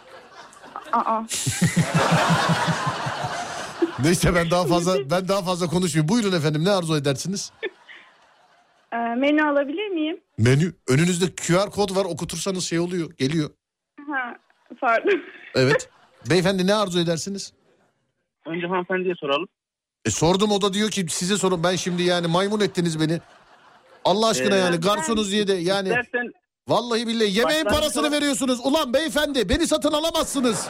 Neyse ben daha fazla konuşmayayım. Buyurun efendim, ne arzu edersiniz? Menü alabilir miyim? Menü. Önünüzde QR kod var, okutursanız şey oluyor, geliyor. Pardon. Evet. Beyefendi ne arzu edersiniz? Önce hanımefendiye soralım. Sordum, o da diyor ki size sorun. Ben şimdi yani maymun ettiniz beni. Allah aşkına yani garsonuz diye de yani. İstersen Vallahi billahi yemeğin parasını sonra... veriyorsunuz. Ulan beyefendi, beni satın alamazsınız.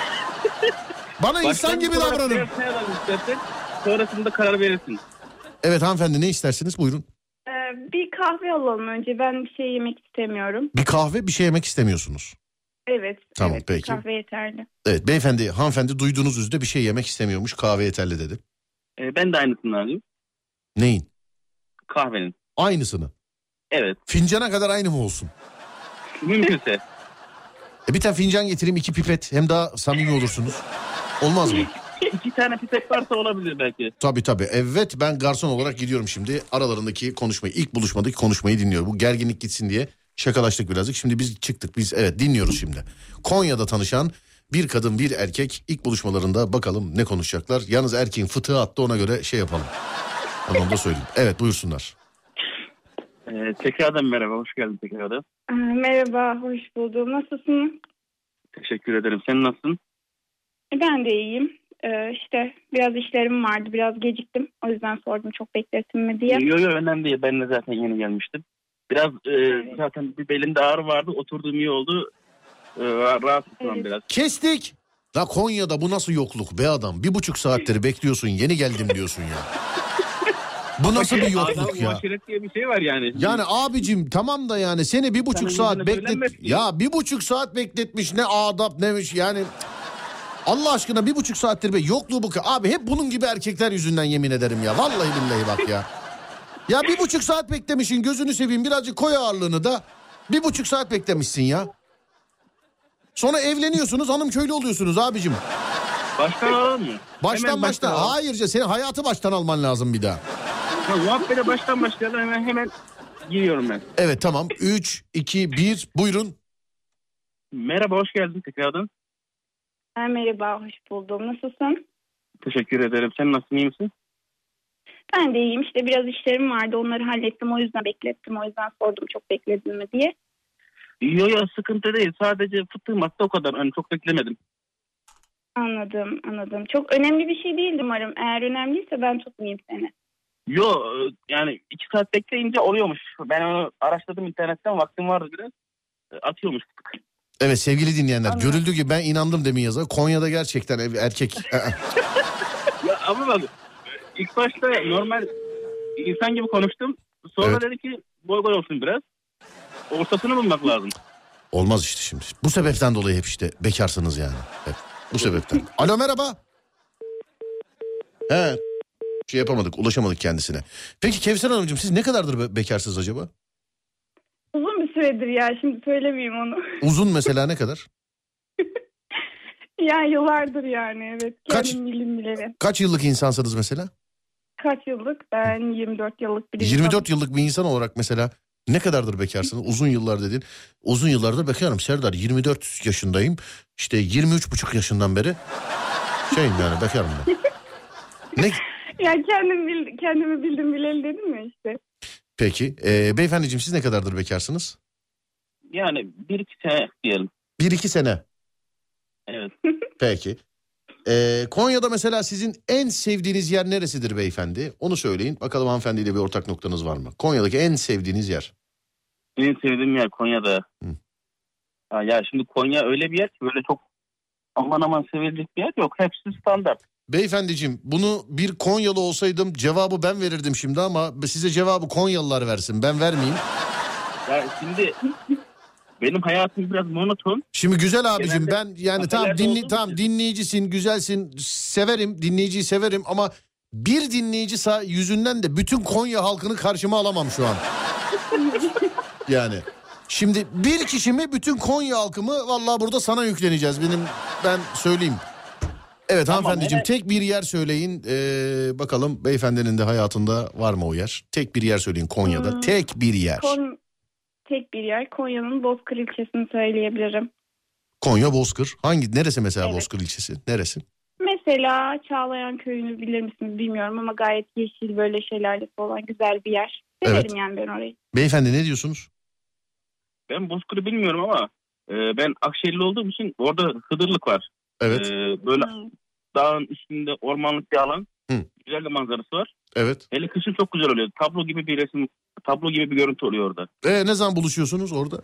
Bana insan gibi davranın. İstersen, sonrasında karar verirsin. Evet hanımefendi, ne istersiniz? Buyurun. Bir kahve alalım önce. Ben bir şey yemek istemiyorum. Bir kahve, bir şey yemek istemiyorsunuz. Evet. Tamam, evet, peki. Kahve yeterli. Evet beyefendi, hanımefendi duyduğunuz üzere bir şey yemek istemiyormuş. Kahve yeterli dedi. Ben de aynısını alayım. Neyin? Kahvenin. Aynısını. Evet. Fincana kadar aynı mı olsun? Mümkünse. Bir tane fincan getireyim, 2 pipet, hem daha samimi olursunuz. Olmaz mı? 2 tane pipet varsa olabilir belki. Tabii. Evet, ben garson olarak gidiyorum şimdi. Aralarındaki konuşmayı, ilk buluşmadaki konuşmayı dinliyorum. Bu gerginlik gitsin diye şakalaştık birazcık. Şimdi biz çıktık. Biz dinliyoruz şimdi. Konya'da tanışan bir kadın bir erkek ilk buluşmalarında bakalım ne konuşacaklar. Yalnız erkeğin fıtığı attı, ona göre şey yapalım. Onu da söyleyeyim. Evet, buyursunlar. Tekrardan merhaba, hoş geldin tekrardan. Merhaba, hoş buldum. Nasılsın? Teşekkür ederim. Sen nasılsın? Ben de iyiyim. İşte biraz işlerim vardı, biraz geciktim. O yüzden sordum, çok beklettin mi diye. Yok önemli değil. Ben de zaten yeni gelmiştim. Biraz zaten bir belimde ağrı vardı. Oturduğum iyi oldu. Rahatsız şu an biraz. Kestik. La Konya'da bu nasıl yokluk be adam? 1,5 saattir bekliyorsun, yeni geldim diyorsun ya. Bu nasıl bir yokluk ya? Muhaşeret diye bir şey var yani. Yani abicim tamam da yani seni 1,5 saat ya 1,5 saat bekletmiş, ne adap neymiş yani. Allah aşkına 1,5 saattir be yokluğu bu. Abi hep bunun gibi erkekler yüzünden, yemin ederim ya. Vallahi billahi bak ya. Ya 1,5 saat beklemişsin, gözünü seveyim, birazcık koy ağırlığını da. 1,5 saat beklemişsin ya. Sonra evleniyorsunuz, hanım köylü oluyorsunuz abicim. Baştan alalım mı? Baştan. Hayır, senin hayatı baştan alman lazım bir daha. Muhabbete baştan başlayalım, hemen giriyorum ben. Evet tamam, 3, 2, 1 buyurun. Merhaba, hoş geldin tekrardan. Merhaba, hoş buldum. Nasılsın? Teşekkür ederim. Sen nasılsın, iyi misin? Ben de iyiyim. İşte biraz işlerim vardı. Onları hallettim. O yüzden beklettim. O yüzden sordum, çok bekledin mi diye. Yok sıkıntı değil. Sadece fıtığım attı, o kadar. Yani çok beklemedim. Anladım. Çok önemli bir şey değil umarım. Eğer önemliyse ben tutmayayım seni. Yok yani 2 saat bekleyince oluyormuş. Ben onu araştırdım internetten. Vaktim vardı biraz. Atıyormuş. Evet sevgili dinleyenler, Anladım. görüldüğü gibi ben inandım demin yaza. Konya'da gerçekten erkek... Ama bak ilk başta normal insan gibi konuştum. Sonra Evet. dedi ki boy boy olsun biraz. Ortasını bulmak lazım. Olmaz işte şimdi. Bu sebepten dolayı hep işte bekarsınız yani. Hep. Bu sebepten. Alo merhaba. He. Şey yapamadık, ulaşamadık kendisine. Peki Kevser Hanımcığım siz ne kadardır bekarsınız acaba? Uzun bir süredir ya, şimdi söylemeyeyim onu. Uzun mesela ne kadar? Yani yıllardır yani, evet. Kaç? Kendim bildim bileli. Kaç yıllık insansınız mesela? Kaç yıllık? Ben 24 yıllık bir 24 yıllık bir insan olarak mesela ne kadardır bekarsınız? Uzun yıllar dedin. Uzun yıllardır bekarım Serdar. 24 yaşındayım. İşte 23,5 yaşından beri şeyim yani bekarım ben. Ne? Ya kendimi bildim bileli dedim ya işte. Peki. Beyefendiciğim siz ne kadardır bekarsınız? Yani 1-2 sene diyelim. 1-2 sene. Evet. Peki. Konya'da mesela sizin en sevdiğiniz yer neresidir beyefendi? Onu söyleyin. Bakalım hanımefendiyle bir ortak noktanız var mı? Konya'daki en sevdiğiniz yer. En sevdiğim yer Konya'da. Hı. Ha, ya şimdi Konya öyle bir yer ki böyle çok aman sevilecek bir yer yok. Hepsi standart. Beyefendiciğim bunu bir Konyalı olsaydım cevabı ben verirdim şimdi ama size cevabı Konyalılar versin. Ben vermeyeyim. Ya şimdi benim hayatım biraz monoton. Şimdi güzel abicim Genelde ben yani kafelerde olduğum tamam için. dinleyicisin, güzelsin, severim, dinleyiciyi severim ama bir dinleyici yüzünden de bütün Konya halkını karşıma alamam şu an. Yani şimdi bir kişi mi bütün Konya halkımı vallahi burada sana yükleneceğiz. Ben söyleyeyim. Evet Tamam, hanımefendiciğim evet. tek bir yer söyleyin. Bakalım beyefendinin de hayatında var mı o yer? Tek bir yer söyleyin Konya'da. Tek bir yer. Tek bir yer, Konya'nın Bozkır ilçesini söyleyebilirim. Konya Bozkır. Neresi mesela Evet. Bozkır ilçesi? Neresi? Mesela Çağlayan Köyü'nü bilir misiniz bilmiyorum ama gayet yeşil, böyle şelalesi olan güzel bir yer. Severim Evet. yani ben orayı. Beyefendi ne diyorsunuz? Ben Bozkır'ı bilmiyorum ama ben Akşehirli olduğum için orada Hıdırlık var. Evet. Böyle Hmm. dağın üstünde ormanlık bir alan. Hı. Güzel de manzarası var. Evet. Hele kışın çok güzel oluyor. Tablo gibi bir görüntü oluyor orada. Ne zaman buluşuyorsunuz orada?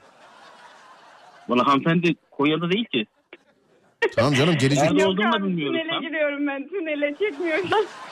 Valla hanımefendi Konya'da değil ki. Tamam canım gelecek. Nerede Yok olduğunu da abi, bilmiyoruz. tünele giriyorum ben. Tünele çekmiyorum.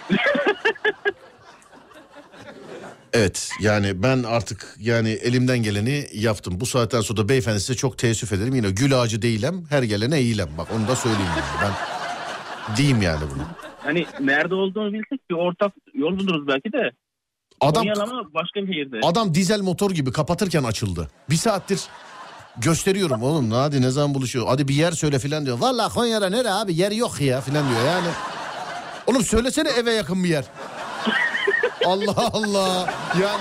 Evet yani ben artık yani elimden geleni yaptım. Bu saatten sonra da beyefendi size çok teessüf ederim. Yine gül ağacı değilim, her gelene eğilem. Bak onu da söyleyeyim yani. Ben diyeyim yani bunu. Hani nerede olduğunu bilsek bir ortak yol buluruz belki de. Konya'da ama başka bir şehirde. Adam dizel motor gibi kapatırken açıldı. Bir saattir gösteriyorum oğlum hadi ne zaman buluşuyor. Hadi bir yer söyle filan diyor. Vallahi Konya'da nere abi yer yok ya filan diyor yani. Oğlum söylesene eve yakın bir yer. Allah Allah yani.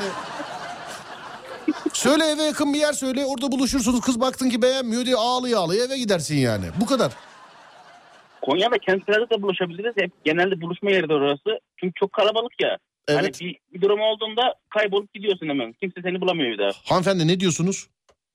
Söyle eve yakın bir yer söyle orada buluşursunuz. Kız baktın ki beğenmiyor diye ağlaya eve gidersin yani. Bu kadar. Konya'da kentlerde de buluşabiliriz. Hep genelde buluşma yeri de orası. Çünkü çok kalabalık ya. Evet. Hani bir durum olduğunda kaybolup gidiyorsun hemen. Kimse seni bulamıyor bir daha. Hanımefendi ne diyorsunuz?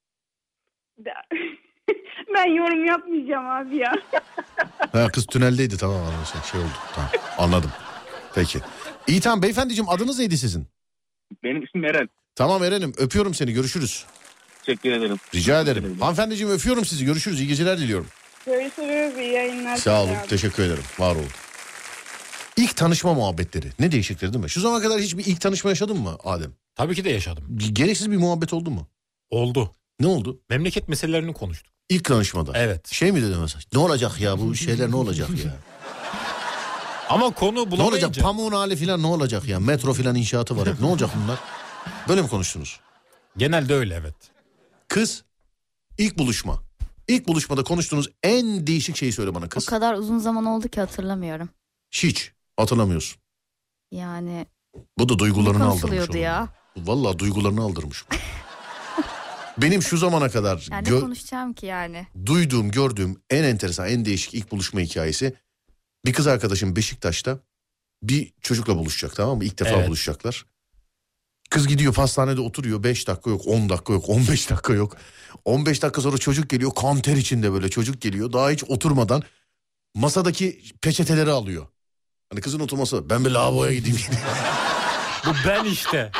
Ben yorum yapmayacağım abi ya. Ha, kız tüneldeydi tamam anladım. Şey oldu tamam anladım. Peki. İyi tamam beyefendiciğim adınız neydi sizin? Benim ismim Eren. Tamam Eren'im öpüyorum seni görüşürüz. Teşekkür ederim. Rica ederim. Hanımefendiciğim öpüyorum sizi görüşürüz iyi geceler diliyorum. Görüşürüz, iyi yayınlar. Sağ olun Abi. teşekkür ederim var olun. İlk tanışma muhabbetleri ne değişiktir değil mi? Şu zamana kadar hiçbir ilk tanışma yaşadın mı Adem? Tabii ki de yaşadım. Gereksiz bir muhabbet oldu mu? Oldu. Ne oldu? Memleket meselelerini konuştuk. İlk tanışmada. Evet. Şey mi dedi mesela? Ne olacak ya bu şeyler ne olacak ya? Ama konu Ne olacak bulamayınca. pamuğun hali filan ne olacak ya? Metro filan inşaatı var hep. Ne olacak bunlar? Böyle mi konuştunuz? Genelde öyle evet. Kız ilk buluşma. İlk buluşmada konuştuğunuz en değişik şeyi söyle bana O kız. kadar uzun zaman oldu ki hatırlamıyorum. Hiç hatırlamıyorsun. Yani Bu da ne duygularını aldırmış. konuşuluyordu onu. ya? Vallahi duygularını aldırmış. Benim şu zamana kadar Yani ne konuşacağım ki yani? duyduğum, gördüğüm en enteresan, en değişik ilk buluşma hikayesi. Bir kız arkadaşım Beşiktaş'ta bir çocukla buluşacak tamam mı? İlk defa Evet. buluşacaklar. Kız gidiyor pastanede oturuyor 5 dakika yok 10 dakika yok 15 dakika yok. 15 dakika sonra çocuk geliyor kan ter içinde böyle çocuk geliyor. Daha hiç oturmadan masadaki peçeteleri alıyor. Hani kızın oturması ben bir lavaboya gideyim. Bu ben işte.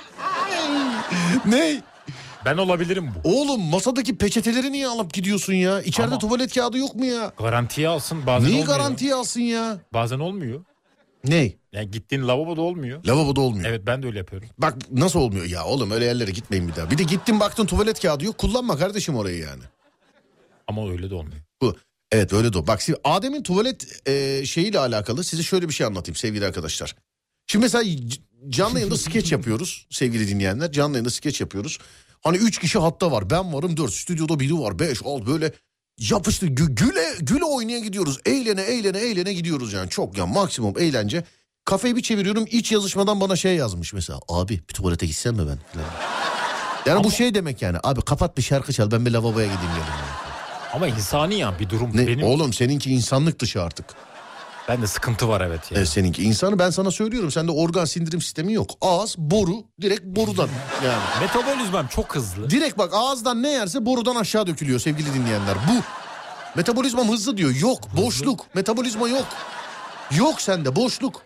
Ne? Ben olabilirim bu. Oğlum masadaki peçeteleri niye alıp gidiyorsun ya? İçeride Ama- tuvalet kağıdı yok mu ya? Garantiye alsın bazen Neyi olmuyor. garantiye alsın ya? Bazen olmuyor. Ney? Yani gittiğin lavaboda olmuyor. Lavaboda olmuyor. Evet, ben de öyle yapıyorum. Bak nasıl olmuyor ya oğlum, öyle yerlere gitmeyin bir daha. Bir de gittin baktın tuvalet kağıdı yok, kullanma kardeşim orayı yani. Ama öyle de olmuyor. Evet öyle de. Bak şimdi Adem'in tuvalet şeyiyle alakalı size şöyle bir şey anlatayım sevgili arkadaşlar. Şimdi mesela canlı yayında skeç yapıyoruz sevgili dinleyenler. Canlı yayında skeç yapıyoruz. Hani 3 kişi hatta var, ben varım 4, stüdyoda biri var 5, 6, böyle yapıştı güle oynaya gidiyoruz. Eğlene gidiyoruz yani, çok ya, maksimum eğlence. Kafayı bir çeviriyorum, iç yazışmadan bana şey yazmış mesela. Abi bir tuvalete gitsem mi ben falan. Yani ama bu şey demek yani, abi kapat bir şarkı çal, ben bir lavaboya gideyim yani. Ama insani ya bir durum. Ne? Benim... Oğlum seninki insanlık dışı artık. Bende sıkıntı var evet ya. Seninki insanı, ben sana söylüyorum, sende organ sindirim sistemi yok. Ağız, boru, direkt borudan yani. Metabolizmam çok hızlı. Direkt bak, ağızdan ne yerse borudan aşağı dökülüyor sevgili dinleyenler. Bu metabolizmam hızlı diyor. Yok, hızlı. Boşluk, metabolizma yok. Yok sende boşluk.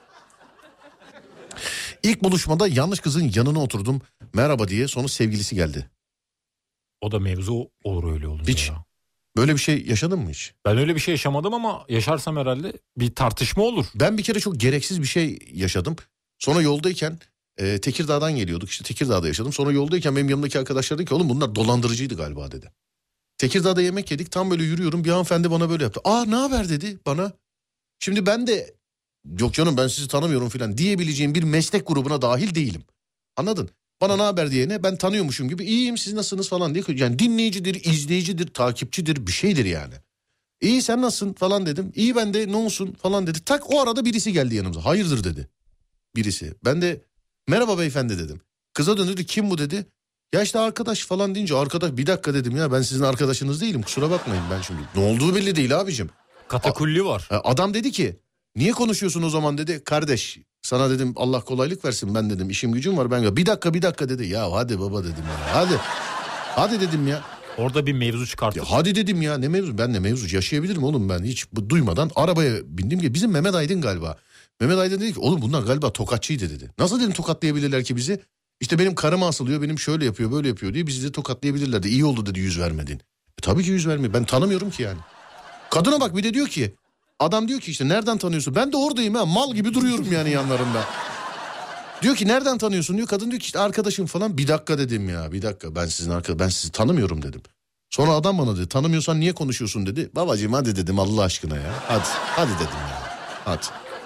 İlk buluşmada yanlış kızın yanına oturdum. Merhaba diye, sonra sevgilisi geldi. O da mevzu olur öyle olunca. Hiç. Ya. Böyle bir şey yaşadın mı hiç? Ben öyle bir şey yaşamadım ama yaşarsam herhalde bir tartışma olur. Ben bir kere çok gereksiz bir şey yaşadım. Sonra yoldayken Tekirdağ'dan geliyorduk. İşte Tekirdağ'da yaşadım. Sonra yoldayken benim yanımdaki arkadaşlar dedi ki oğlum bunlar dolandırıcıydı galiba dedi. Tekirdağ'da yemek yedik, tam böyle yürüyorum, bir hanımefendi bana böyle yaptı. Aa ne haber dedi bana. Şimdi ben de yok canım ben sizi tanımıyorum falan diyebileceğim bir meslek grubuna dahil değilim. Anladın? Bana ne haber diyene ben tanıyormuşum gibi iyiyim siz nasılsınız falan diye. Yani dinleyicidir, izleyicidir, takipçidir, bir şeydir yani. İyi sen nasılsın falan dedim. İyi ben de, ne olsun falan dedi. Tak o arada birisi geldi yanımıza. Hayırdır dedi birisi. Ben de merhaba beyefendi dedim. Kıza döndü, kim bu dedi. Ya işte arkadaş falan deyince, arkadaş bir dakika dedim ya, ben sizin arkadaşınız değilim, kusura bakmayın ben şimdi. Ne olduğu belli değil abicim. Katakulli var. Adam dedi ki niye konuşuyorsun o zaman dedi. Kardeş sana dedim Allah kolaylık versin, ben dedim işim gücüm var. Ben bir dakika dedi. Ya hadi baba dedim ya, hadi dedim ya. Orada bir mevzu çıkarttı. Hadi dedim ya, ne mevzu, ben ne mevzu yaşayabilirim oğlum, ben hiç duymadan arabaya bindim ki bizim Mehmet Aydın galiba. Mehmet Aydın dedi ki oğlum bunlar galiba tokatçıydı dedi. Nasıl dedim tokatlayabilirler ki bizi? İşte benim karım asılıyor, benim şöyle yapıyor böyle yapıyor diye bizi de tokatlayabilirlerdi. İyi oldu dedi yüz vermedin. Tabii ki yüz vermiyor, ben tanımıyorum ki yani. Kadına bak bir de diyor ki, adam diyor ki işte nereden tanıyorsun? Ben de oradayım ha, mal gibi duruyorum yani yanlarında. Diyor ki nereden tanıyorsun diyor. Kadın diyor ki işte arkadaşım falan. Bir dakika dedim ya, bir dakika, ben sizi tanımıyorum dedim. Sonra adam bana dedi tanımıyorsan niye konuşuyorsun dedi. Babacığım hadi dedim Allah aşkına ya. Hadi dedim ya. Hadi.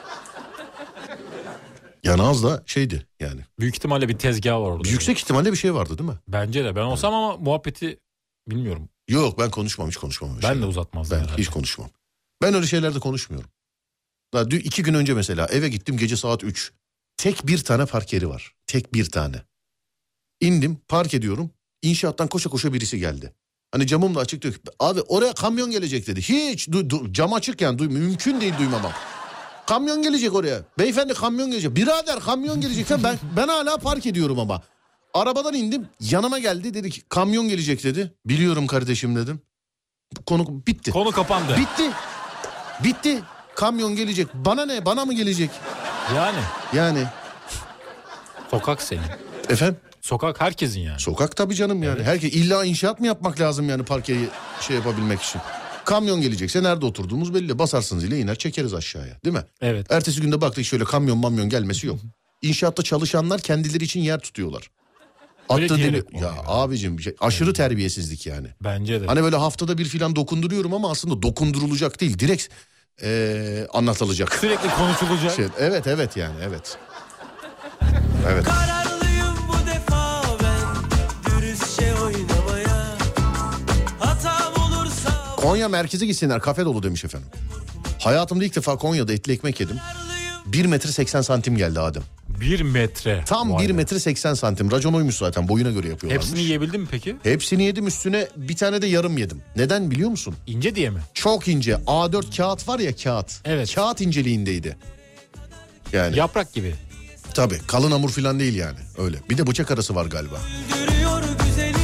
Yani az da şeydi yani. Büyük ihtimalle bir tezgah var orada. Yüksek ihtimalle bir şey vardı değil mi? Bence de. Ben olsam ama muhabbeti bilmiyorum. Yok ben konuşmam. Ben de uzatmazdım Ben herhalde. hiç konuşmam. Ben öyle şeylerde konuşmuyorum. Daha 2 gün önce mesela eve gittim gece saat 3. Tek bir tane park yeri var. Tek bir tane. İndim park ediyorum. İnşaattan koşa koşa birisi geldi. Hani camım da açık diyor. Abi oraya kamyon gelecek dedi. Hiç cam açık yani mümkün değil duymamam. Kamyon gelecek oraya. Beyefendi kamyon gelecek. Birader kamyon gelecek. Ben hala park ediyorum ama. Arabadan indim yanıma geldi dedi ki kamyon gelecek dedi. Biliyorum kardeşim dedim. Konu bitti. Konu kapandı. Bitti. Kamyon gelecek. Bana ne? Bana mı gelecek? Yani. Sokak senin. Efendim? Sokak herkesin yani. Sokak tabii canım yani. Evet. Herkes illa inşaat mı yapmak lazım yani parkeyi şey yapabilmek için? Kamyon gelecekse nerede oturduğumuz belli. Basarsınız ile iner çekeriz aşağıya değil mi? Evet. Ertesi günde baktık şöyle kamyon gelmesi yok. İnşaatta çalışanlar kendileri için yer tutuyorlar. Attığı demir. Ya abicim aşırı terbiyesizlik yani. Bence de. Hani böyle haftada bir filan dokunduruyorum ama aslında dokundurulacak değil. Direkt anlatılacak. Sürekli konuşulacak. Evet yani evet. Evet. Kararlıyım bu defa ben dürüstçe oynamaya. Hatam olursa Konya merkeze gitsinler, kafe dolu demiş efendim. Hayatımda ilk defa Konya'da etli ekmek yedim. 1 metre 80 santim geldi Adem. 1 metre. Tam 1 metre 80 santim. Racon oymuş zaten, boyuna göre yapıyorlarmış. Hepsini yiyebildin mi peki? Hepsini yedim, üstüne bir tane de yarım yedim. Neden biliyor musun? İnce diye mi? Çok ince. A4 kağıt var ya, kağıt. Evet. Kağıt inceliğindeydi. Yani. Yaprak gibi. Tabii kalın hamur falan değil yani öyle. Bir de bıçak arası var galiba. öldürüyor güzeli.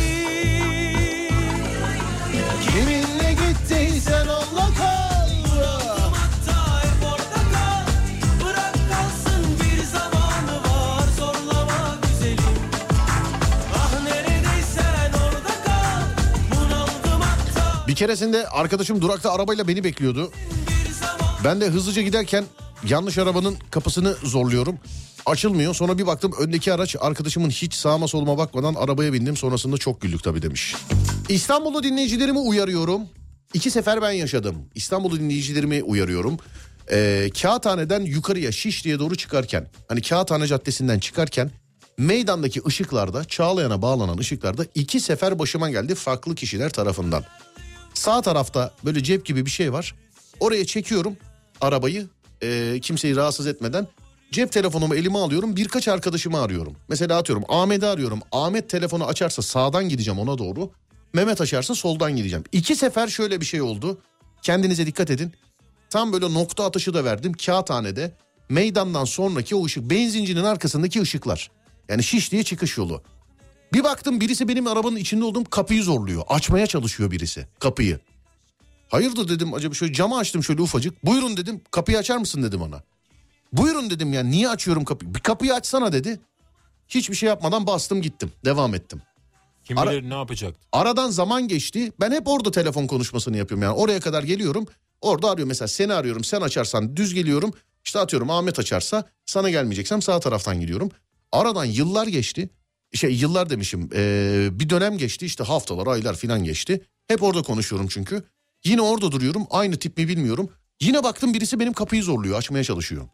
Kiminle gittiysen onunla kal. Hatta hep orada kal. Bırak kalsın, bir zamanı var. Zorlama güzelim. Ah neredeysen orada kal. Bunaldım hatta Bir keresinde arkadaşım durakta arabayla beni bekliyordu. bir zaman. Ben de hızlıca giderken yanlış arabanın kapısını zorluyorum. Açılmıyor. Sonra bir baktım öndeki araç arkadaşımın, hiç sağıma soluma bakmadan arabaya bindim. Sonrasında çok güldük tabii demiş. İstanbul'da dinleyicilerimi uyarıyorum. 2 sefer ben yaşadım. İstanbul'da dinleyicilerimi uyarıyorum. Kağıthane'den yukarıya Şişli'ye doğru çıkarken, hani Kağıthane Caddesi'nden çıkarken meydandaki ışıklarda, Çağlayan'a bağlanan ışıklarda 2 sefer başıma geldi farklı kişiler tarafından. Sağ tarafta böyle cep gibi bir şey var. Oraya çekiyorum arabayı, kimseyi rahatsız etmeden. Cep telefonumu elime alıyorum, birkaç arkadaşımı arıyorum. Mesela atıyorum Ahmet'i arıyorum. Ahmet telefonu açarsa sağdan gideceğim ona doğru. Mehmet açarsa soldan gideceğim. 2 sefer şöyle bir şey oldu. Kendinize dikkat edin. Tam böyle nokta atışı da verdim. Kağıthane'de meydandan sonraki o ışık, benzincinin arkasındaki ışıklar. Yani Şişli'ye çıkış yolu. Bir baktım birisi benim arabanın içinde olduğum kapıyı zorluyor. Açmaya çalışıyor birisi kapıyı. Hayırdır dedim, acaba şöyle camı açtım şöyle ufacık. Buyurun dedim, kapıyı açar mısın dedim ona. Buyurun dedim, yani niye açıyorum kapıyı? Bir kapıyı açsana dedi. Hiçbir şey yapmadan bastım gittim, devam ettim. Kim bilir ne yapacaktı? Aradan zaman geçti. Ben hep orada telefon konuşmasını yapıyorum. Yani oraya kadar geliyorum. Orada arıyorum. Mesela seni arıyorum. Sen açarsan düz geliyorum. İşte atıyorum Ahmet açarsa, sana gelmeyeceksem sağ taraftan gidiyorum. Aradan yıllar geçti. Yıllar demişim. Bir dönem geçti. İşte haftalar, aylar falan geçti. Hep orada konuşuyorum çünkü. Yine orada duruyorum. Aynı tip mi bilmiyorum. Yine baktım birisi benim kapıyı zorluyor. Açmaya çalışıyor.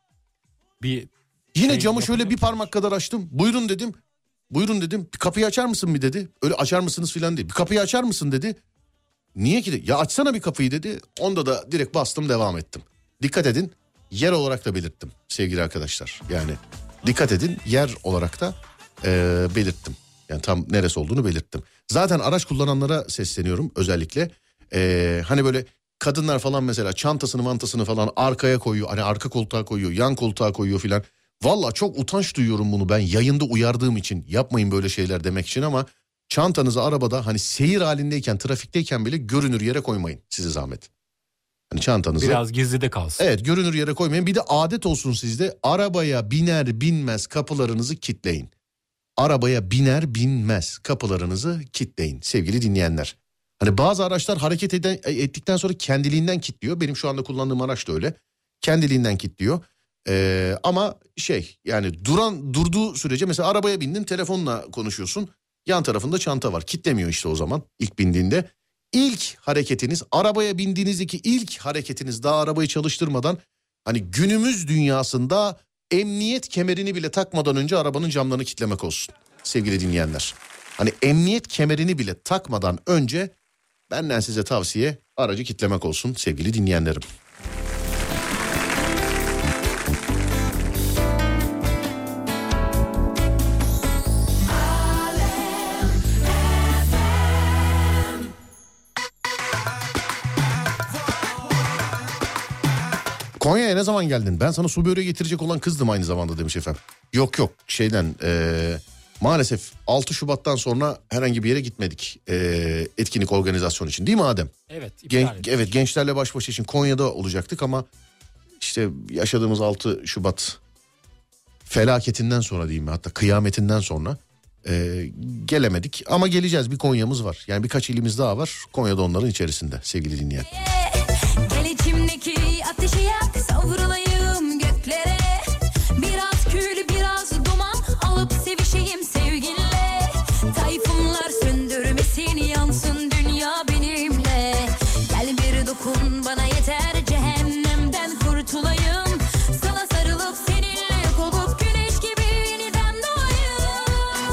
Yine camı şöyle bir parmak kadar açtım. Buyurun dedim. Buyurun dedim. Bir kapıyı açar mısın bir dedi. Öyle açar mısınız filan değil. Bir kapıyı açar mısın dedi. Niye ki dedi. Ya açsana bir kapıyı dedi. Onda da direkt bastım, devam ettim. Dikkat edin. Yer olarak da belirttim sevgili arkadaşlar. Yani dikkat edin, yer olarak da belirttim. Yani tam neresi olduğunu belirttim. Zaten araç kullananlara sesleniyorum özellikle. Hani böyle kadınlar falan mesela çantasını mantasını falan arkaya koyuyor. Hani arka koltuğa koyuyor, yan koltuğa koyuyor filan. Valla çok utanç duyuyorum bunu ben yayında uyardığım için. Yapmayın böyle şeyler demek için, ama çantanızı arabada hani seyir halindeyken, trafikteyken bile görünür yere koymayın, size zahmet. Hani çantanızı biraz gizli de kalsın. Evet, görünür yere koymayın. Bir de adet olsun sizde, arabaya biner binmez kapılarınızı kilitleyin. Arabaya biner binmez kapılarınızı kilitleyin sevgili dinleyenler. Hani bazı araçlar hareket ettikten sonra kendiliğinden kilitliyor. Benim şu anda kullandığım araç da öyle. Kendiliğinden kilitliyor. Ama yani durduğu sürece, mesela arabaya bindin, telefonla konuşuyorsun. Yan tarafında çanta var. Kitlemiyor işte o zaman ilk bindiğinde. İlk hareketiniz, arabaya bindiğinizdeki ilk hareketiniz, daha arabayı çalıştırmadan, hani günümüz dünyasında emniyet kemerini bile takmadan önce arabanın camlarını kilitlemek olsun sevgili dinleyenler. Hani emniyet kemerini bile takmadan önce benden size tavsiye, aracı kilitlemek olsun sevgili dinleyenlerim. Konya'ya ne zaman geldin? Ben sana su böreği getirecek olan kızdım aynı zamanda demiş efendim. Yok maalesef 6 Şubat'tan sonra herhangi bir yere gitmedik etkinlik organizasyon için, değil mi Adem? Evet. Evet, gençlerle baş başa için Konya'da olacaktık ama işte yaşadığımız 6 Şubat felaketinden sonra diyeyim mi, hatta kıyametinden sonra gelemedik. Ama geleceğiz, bir Konya'mız var. Yani birkaç ilimiz daha var. Konya'da onların içerisinde sevgili dinleyen. Gel içimdeki ateşi yak, savrulayım göklere. Biraz kül biraz duman alıp sevişeyim sevginle. Tayfunlar söndürmesin, yansın dünya benimle. Gel bir dokun bana yeter, cehennemden kurtulayım. Sana sarılıp seninle yok olup güneş gibi yeniden doğayım.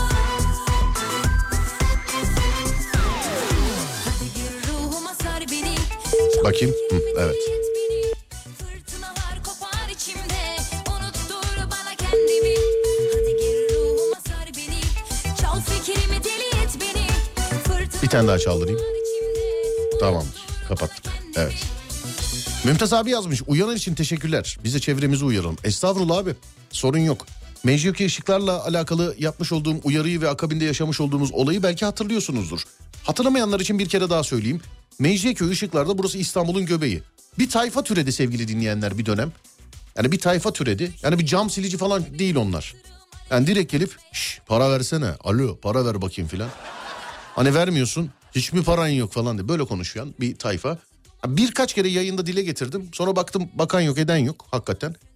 Hadi gir ruhuma sar beni. Bakayım. Evet. Fırtınalar kopar içimde, unuttur bana kendimi. Hadi gir ruhuma sar beni, çal fikrimi deli et beni. Bir tane daha çaldırayım. Tamamdır, kapattık. Evet. Mümtaz abi yazmış, uyanan için teşekkürler. Biz de çevremizi uyaralım. Estağfurullah abi, sorun yok. Mecidiyeköy ışıklarla alakalı yapmış olduğum uyarıyı ve akabinde yaşamış olduğumuz olayı belki hatırlıyorsunuzdur. Hatırlamayanlar için bir kere daha söyleyeyim. Mecidiyeköy ışıklarda, burası İstanbul'un göbeği. Bir tayfa türedi sevgili dinleyenler bir dönem. Yani bir tayfa türedi. Yani bir cam silici falan değil onlar. Yani direkt gelip para versene, alo para ver bakayım filan. Hani vermiyorsun, hiç mi paran yok falan diye böyle konuşuyan bir tayfa. Birkaç kere yayında dile getirdim. Sonra baktım bakan yok eden yok hakikaten.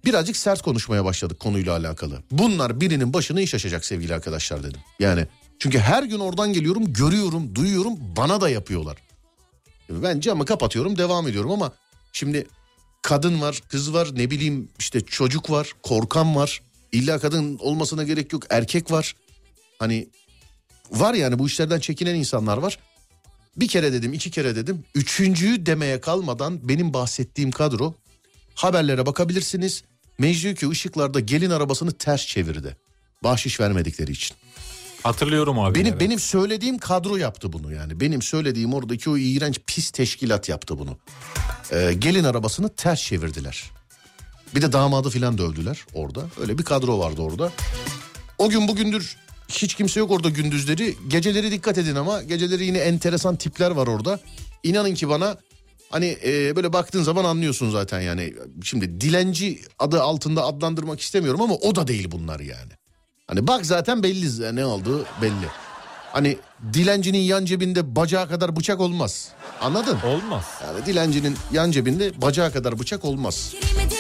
birazcık sert konuşmaya başladık konuyla alakalı. Bunlar birinin başını iş açacak sevgili arkadaşlar dedim. Yani çünkü her gün oradan geliyorum, görüyorum, duyuyorum, bana da yapıyorlar. Ben camı kapatıyorum, devam ediyorum ama şimdi kadın var, kız var, ne bileyim işte çocuk var, korkan var. İlla kadın olmasına gerek yok, erkek var. Hani var yani bu işlerden çekinen insanlar var. Bir kere dedim, 2 kere dedim. 3.'yü demeye kalmadan benim bahsettiğim kadro, haberlere bakabilirsiniz. Mecidiyeköy ışıklarda gelin arabasını ters çevirdi. Bahşiş vermedikleri için. Hatırlıyorum abi. Benim söylediğim kadro yaptı bunu yani. Benim söylediğim oradaki o iğrenç pis teşkilat yaptı bunu. Gelin arabasını ters çevirdiler. Bir de damadı filan dövdüler orada. Öyle bir kadro vardı orada. O gün bugündür hiç kimse yok orada gündüzleri. Geceleri dikkat edin ama geceleri yine enteresan tipler var orada. İnanın ki bana hani böyle baktığın zaman anlıyorsun zaten yani. Şimdi dilenci adı altında adlandırmak istemiyorum ama o da değil bunlar yani. Hani bak zaten belli ne olduğu belli. Hani dilencinin yan cebinde bacağı kadar bıçak olmaz. Anladın? Olmaz. Yani dilencinin yan cebinde bacağı kadar bıçak olmaz.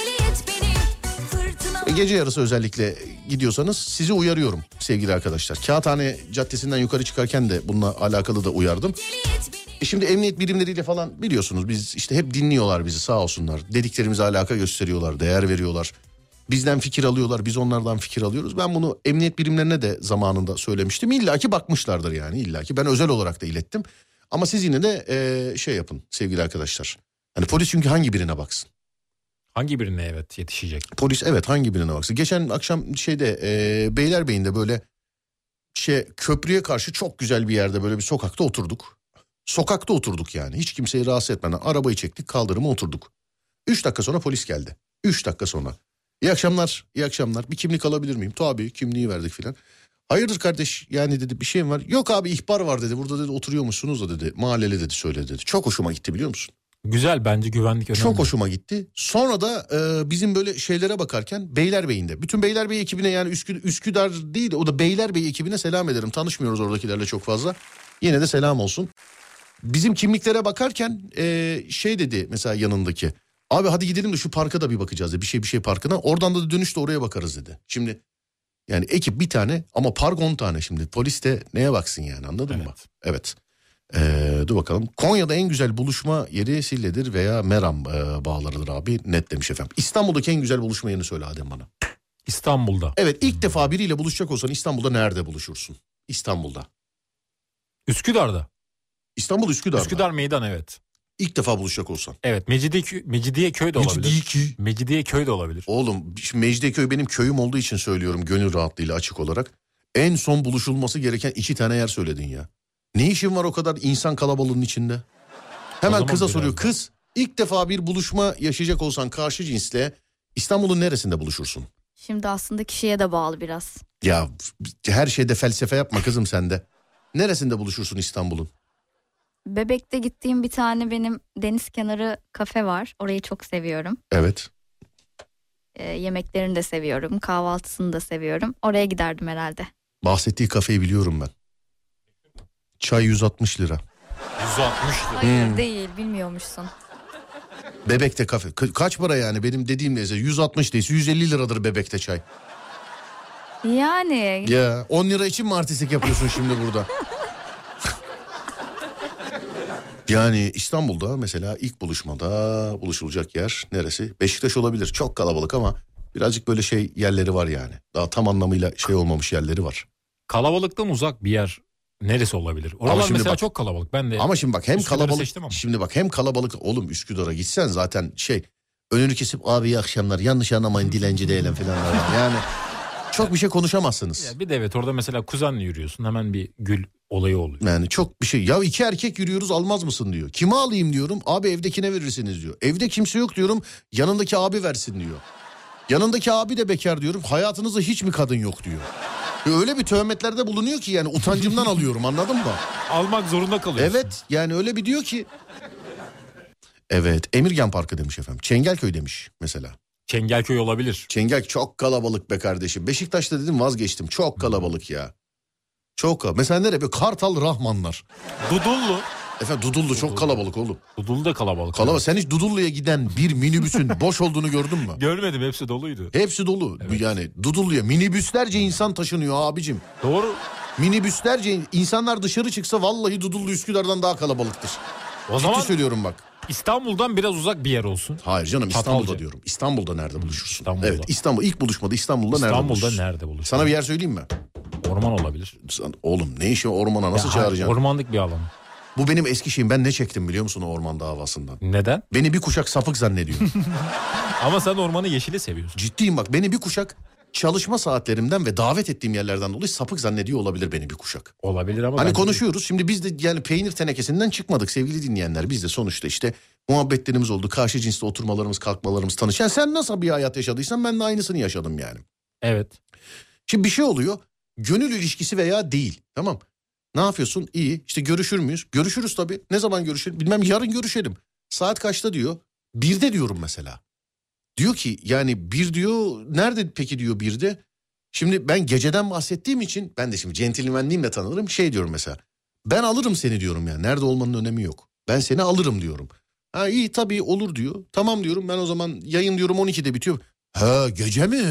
Gece yarısı özellikle gidiyorsanız sizi uyarıyorum sevgili arkadaşlar. Kağıthane Caddesi'nden yukarı çıkarken de bununla alakalı da uyardım. Şimdi emniyet birimleriyle falan biliyorsunuz biz işte hep dinliyorlar bizi sağ olsunlar. Dediklerimize alaka gösteriyorlar, değer veriyorlar. Bizden fikir alıyorlar, biz onlardan fikir alıyoruz. Ben bunu emniyet birimlerine de zamanında söylemiştim. İlla ki bakmışlardır yani, illa ki. Ben özel olarak da ilettim. Ama siz yine de şey yapın sevgili arkadaşlar. Hani polis çünkü hangi birine baksın? Hangi birine evet yetişecek? Polis evet hangi birine baksın? Geçen akşam şeyde Beylerbeyi'nde böyle köprüye karşı çok güzel bir yerde böyle bir sokakta oturduk. Sokakta oturduk yani, hiç kimseyi rahatsız etmeden arabayı çektik, kaldırıma oturduk. 3 dakika sonra polis geldi. 3 dakika sonra. İyi akşamlar, iyi akşamlar. Bir kimlik alabilir miyim? Tabii, kimliği verdik filan. Hayırdır kardeş yani dedi, bir şey mi var? Yok abi, ihbar var dedi. Burada dedi oturuyormuşsunuz da dedi. Mahalleli dedi, söyledi dedi. Çok hoşuma gitti biliyor musun? Güzel, bence güvenlik önemli. Çok hoşuma gitti. Sonra da bizim böyle şeylere bakarken Beylerbeyi'nde. Bütün Beylerbeyi ekibine yani Üsküdar değil, o da Beylerbeyi ekibine selam ederim. Tanışmıyoruz oradakilerle çok fazla. Yine de selam olsun. Bizim kimliklere bakarken şey dedi mesela yanındaki. Abi hadi gidelim de şu parka da bir bakacağız dedi. Bir şey parkına. Oradan da dönüşte oraya bakarız dedi. Şimdi yani ekip bir tane ama park 10 tane şimdi. Polis de neye baksın yani, anladın mı? Evet. Dur bakalım. Konya'da en güzel buluşma yeri Sille'dir veya Meram bağlarıdır abi. Net demiş efendim. İstanbul'daki en güzel buluşma yerini söyle Adem bana. İstanbul'da. Evet, ilk defa biriyle buluşacak olsan İstanbul'da nerede buluşursun? İstanbul'da. Üsküdar'da. İstanbul Üsküdar'da. Üsküdar meydan evet. İlk defa buluşacak olsan. Evet, Mecidiyeköy de olabilir. Mecidiyeköy de olabilir. Oğlum şimdi Mecidiyeköy benim köyüm olduğu için söylüyorum gönül rahatlığıyla, açık olarak. En son buluşulması gereken 2 tane yer söyledin ya. Ne işin var o kadar insan kalabalığının içinde? Hemen kıza soruyor. Kız, ilk defa bir buluşma yaşayacak olsan karşı cinsle İstanbul'un neresinde buluşursun? Şimdi aslında kişiye de bağlı biraz. Ya her şeyde felsefe yapma kızım sen de. Neresinde buluşursun İstanbul'un? Bebek'te gittiğim bir tane benim deniz kenarı kafe var. Orayı çok seviyorum. Evet. Yemeklerini de seviyorum. Kahvaltısını da seviyorum. Oraya giderdim herhalde. Bahsettiği kafeyi biliyorum ben. Çay 160 lira. 160 lira. Hayır değil, bilmiyormuşsun. Bebek'te kafe. Kaç para yani benim dediğim neyse 160 değilse 150 liradır Bebek'te çay. Yani. Ya 10 lira için mi artistlik yapıyorsun şimdi burada? Yani İstanbul'da mesela ilk buluşmada buluşulacak yer neresi? Beşiktaş olabilir. Çok kalabalık ama birazcık böyle şey yerleri var yani. Daha tam anlamıyla şey olmamış yerleri var. Kalabalıktan uzak bir yer neresi olabilir? Oralar mesela bak, çok kalabalık. Ben de. Ama şimdi bak hem Üsküdar'ı kalabalık. Şimdi bak hem kalabalık, oğlum Üsküdar'a gitsen zaten önünü kesip abi iyi akşamlar yanlış anlamayın dilenci değilim falan. Yani çok bir şey konuşamazsınız. Ya bir de evet, orada mesela kuzenle yürüyorsun, hemen bir gül olayı oluyor. Yani çok bir şey. Ya 2 erkek yürüyoruz, almaz mısın diyor. Kime alayım diyorum. Abi evdekine verirsiniz diyor. Evde kimse yok diyorum. Yanındaki abi versin diyor. Yanındaki abi de bekar diyorum. Hayatınızda hiç mi kadın yok diyor. Öyle bir töhmetlerde bulunuyor ki yani utancımdan alıyorum, anladın mı? Almak zorunda kalıyorsun. Evet yani öyle bir diyor ki. Evet, Emirgan Parkı demiş efendim. Çengelköy demiş mesela. Çengelköy olabilir. Çengelköy çok kalabalık be kardeşim. Beşiktaş'ta dedim vazgeçtim. Çok kalabalık ya. Çok kalabalık. Mesela nereye? Kartal Rahmanlar. Dudullu. Efendim Dudullu çok kalabalık oğlum. Dudullu da kalabalık. Kalabalık. Sen hiç Dudullu'ya giden bir minibüsün boş olduğunu gördün mü? Görmedim, hepsi doluydu. Hepsi dolu. Evet. Yani Dudullu'ya minibüslerce insan taşınıyor abicim. Doğru. Minibüslerce insanlar dışarı çıksa vallahi Dudullu Üsküdar'dan daha kalabalıktır. O zaman Ciddi söylüyorum bak. İstanbul'dan biraz uzak bir yer olsun. Hayır canım Çatalca. İstanbul'da diyorum. İstanbul'da nerede buluşursun? İstanbul'da. Evet İstanbul ilk buluşmada İstanbul'da nerede buluşursun? nerede buluşursun? Sana bir yer söyleyeyim mi? Orman olabilir. Oğlum ne işi ormana nasıl Ya, çağıracaksın? Ormanlık bir alan. Bu benim eski şeyim. Ben ne çektim biliyor musun o orman davasından? Neden? Beni bir kuşak sapık zannediyor. Ama sen ormanı, yeşili seviyorsun. Ciddiyim bak, beni bir kuşak çalışma saatlerimden ve davet ettiğim yerlerden dolayı sapık zannediyor olabilir beni bir kuşak. Olabilir ama Hani bence- konuşuyoruz şimdi biz de yani peynir tenekesinden çıkmadık sevgili dinleyenler. Biz de sonuçta işte muhabbetlerimiz oldu. Karşı cinsle oturmalarımız kalkmalarımız tanış. Yani sen nasıl bir hayat yaşadıysan ben de aynısını yaşadım yani. Evet. Şimdi bir şey oluyor. Gönül ilişkisi veya değil, tamam. Ne yapıyorsun? İyi. İşte görüşür müyüz? Görüşürüz tabii. Ne zaman görüşelim? Bilmem, yarın görüşelim. Saat kaçta diyor? 1'de diyorum mesela. Diyor ki yani 1 diyor. Nerede peki diyor 1'de? Şimdi ben geceden bahsettiğim için ben de şimdi centilmenliğimle tanınırım. Şey diyorum mesela. Ben alırım seni diyorum yani. Nerede olmanın önemi yok. Ben seni alırım diyorum. Ha iyi tabii olur diyor. Tamam diyorum, ben o zaman yayın diyorum 12'de bitiyor. Ha gece mi?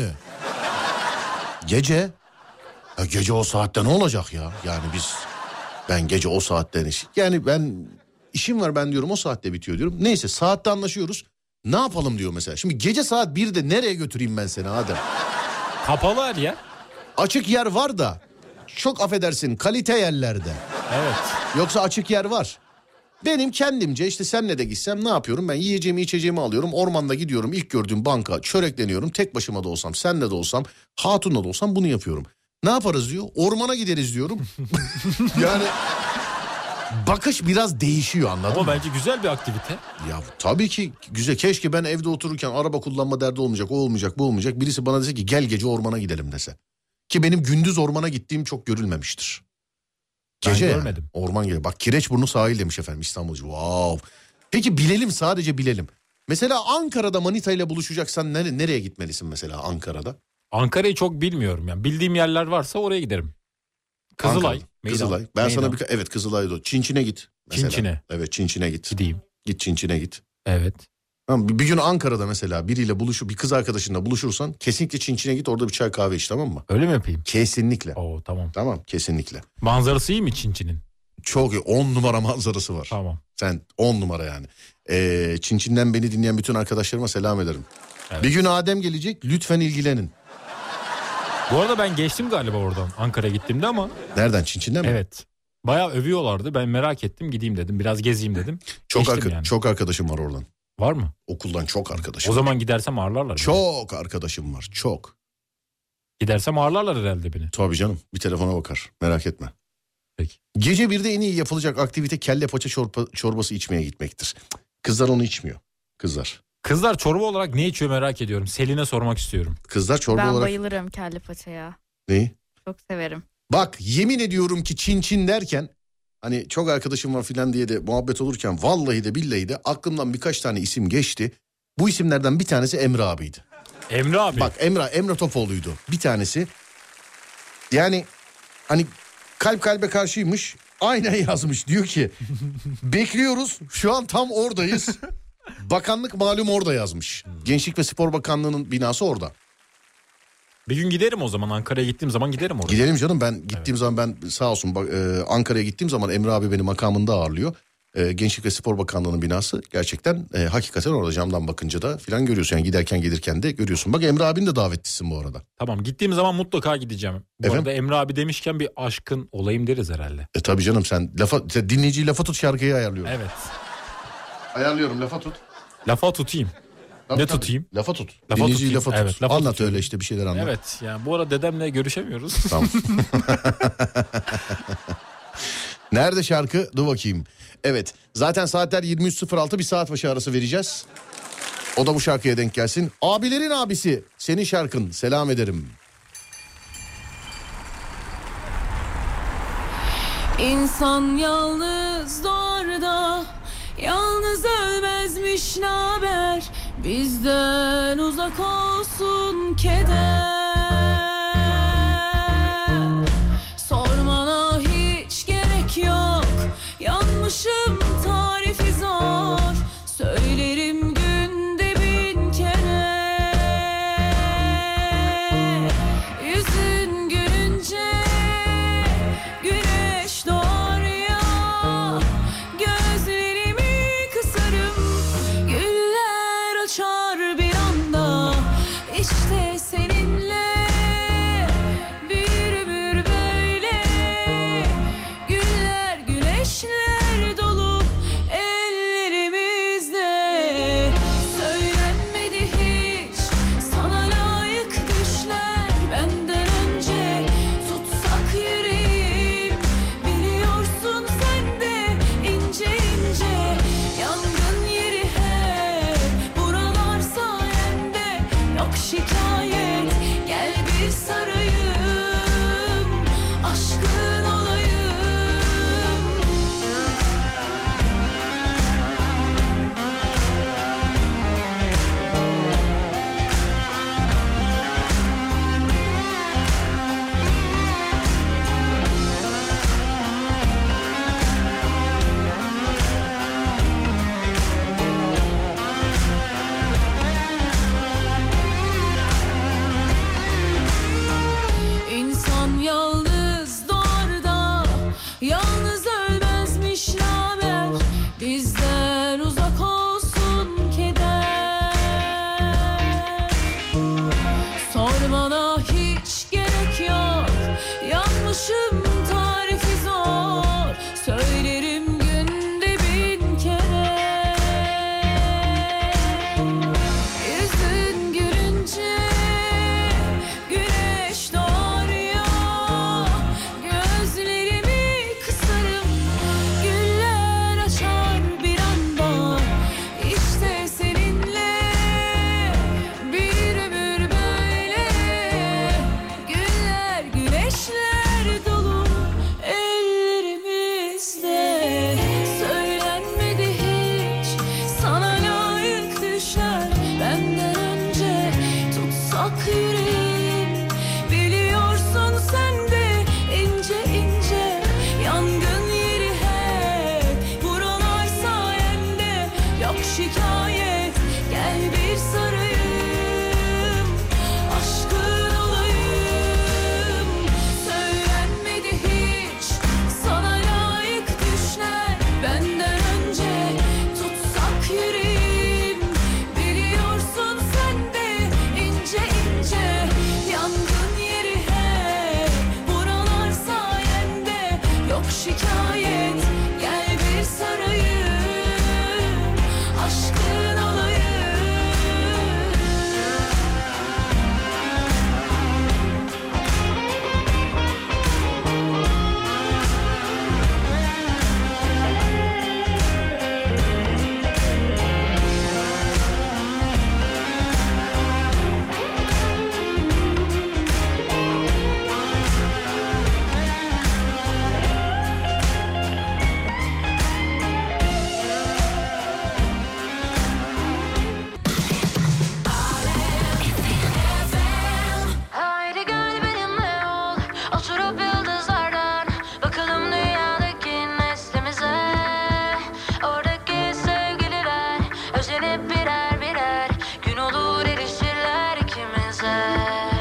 Gece. Ha, gece o saatte ne olacak ya? Yani ben gece o saatten yani ben işim var ben diyorum o saatte bitiyor diyorum. Neyse saatte anlaşıyoruz. Ne yapalım diyor mesela. Şimdi gece saat 1'de nereye götüreyim ben seni Adem? Kapalı her yer. Açık yer var da çok affedersin kalite yerlerde. Evet. Yoksa açık yer var. Benim kendimce işte senle de gitsem ne yapıyorum? Ben yiyeceğimi içeceğimi alıyorum. Ormanda gidiyorum. İlk gördüğüm banka çörekleniyorum. Tek başıma da olsam, senle de olsam, hatunla da olsam bunu yapıyorum. Ne yaparız diyor. Ormana gideriz diyorum. Yani bakış biraz değişiyor, anladın Ama mı? bence güzel bir aktivite. Ya tabii ki güzel. Keşke ben evde otururken araba kullanma derdi olmayacak. O olmayacak, bu olmayacak. Birisi bana dese ki gel gece ormana gidelim dese. Ki benim gündüz ormana gittiğim çok görülmemiştir. Ben Gece görmedim. yani, orman geliyor. Bak Kireçburnu sahil demiş efendim İstanbulcu. Wow. Peki bilelim, sadece bilelim. Mesela Ankara'da manita ile buluşacaksan nereye gitmelisin mesela Ankara'da? Ankara'yı çok bilmiyorum yani. Bildiğim yerler varsa oraya giderim. Kızılay. Ankara. Kızılay. Ben sana evet Kızılay'da. Çinçin'e git. Mesela. Çinçin'e. Evet Çinçin'e git. Gideyim. Git Çinçin'e git. Evet. Tamam, bir gün Ankara'da mesela biriyle bir kız arkadaşınla buluşursan kesinlikle Çinçin'e git, orada bir çay kahve iç, tamam mı? Öyle mi yapayım? Kesinlikle. Oo tamam. Tamam kesinlikle. Manzarası iyi mi Çinçin'in? Çok iyi, 10 numara manzarası var. Tamam. Sen 10 numara yani. Çinçin'den beni dinleyen bütün arkadaşlarıma selam ederim. Evet. Bir gün Adem gelecek, lütfen ilgilenin. Bu arada ben geçtim galiba oradan Ankara'ya gittiğimde ama. Nereden, Çinçin'den mi? Evet. Bayağı övüyorlardı. Ben merak ettim, gideyim dedim. Biraz gezeyim dedim. Geçtim yani. Çok arkadaşım var oradan. Var mı? Okuldan çok arkadaşım. O zaman gidersem ağırlarlar beni. Çok arkadaşım var, çok. Gidersem ağırlarlar herhalde beni. Tabii canım, bir telefona bakar, merak etme. Peki. Gece 1'de en iyi yapılacak aktivite kelle paça çorbası içmeye gitmektir. Kızlar onu içmiyor. Kızlar çorba olarak ne içiyor merak ediyorum. Selin'e sormak istiyorum. Kızlar çorba Ben olarak... bayılırım kelle paçaya. Neyi? Çok severim. Bak yemin ediyorum ki Çin derken hani çok arkadaşım var filan diye de muhabbet olurken vallahi de billahi de aklımdan birkaç tane isim geçti. Bu isimlerden bir tanesi Emre abiydi. Emre abi. Bak Emre Topoğlu'ydu bir tanesi. Yani hani kalp kalbe karşıymış, aynen yazmış, diyor ki bekliyoruz şu an tam oradayız. Bakanlık malum orada yazmış. Gençlik ve Spor Bakanlığı'nın binası orada. Bir gün giderim o zaman, Ankara'ya gittiğim zaman giderim oraya. Gidelim canım, ben gittiğim zaman ben sağ olsun Ankara'ya gittiğim zaman Emre abi beni makamında ağırlıyor. Gençlik ve Spor Bakanlığı'nın binası gerçekten hakikaten orada, camdan bakınca da filan görüyorsun. Yani giderken gelirken de görüyorsun. Bak Emre abinin de davetlisin bu arada. Tamam, gittiğim zaman mutlaka gideceğim. Bu Efendim? arada Emre abi demişken bir aşkın olayım deriz herhalde. Tabii canım, sen dinleyiciyi lafa tut şarkıyı ayarlıyorum. Evet. Ayarlıyorum, lafa tut. Lafa tutayım. Ne tutayım? Lafa tut. Lafa Dinleyiciyi tutayım. lafa tut. Evet, lafa anlat tutayım. öyle işte bir şeyler anlat. Evet yani bu arada dedemle görüşemiyoruz. Tamam. Nerede şarkı? Dur bakayım. Evet, zaten saatler 23.06, bir saat başı arası vereceğiz. O da bu şarkıya denk gelsin. Abilerin abisi, senin şarkın, selam ederim. İnsan yalnız doğar da yalnız ölmezmiş, naber bizden uzak olsun keder. Sormana hiç gerek yok, yanmışım şikayet. Gel bir sarayım, aşkın olayım. Söylenmedi hiç sana layık düşler. Benden önce tutsak yüreğim. Biliyorsun sen de ince ince yangın yeri hep buralar sayende. Yok şikayet, gel bir sarayım, aşkın olayım. Haydi gel benimle ol, oturup yıldızlardan bakalım dünyadaki neslimize. Oradaki sevgililer özenip birer birer gün olur erişirler ikimize.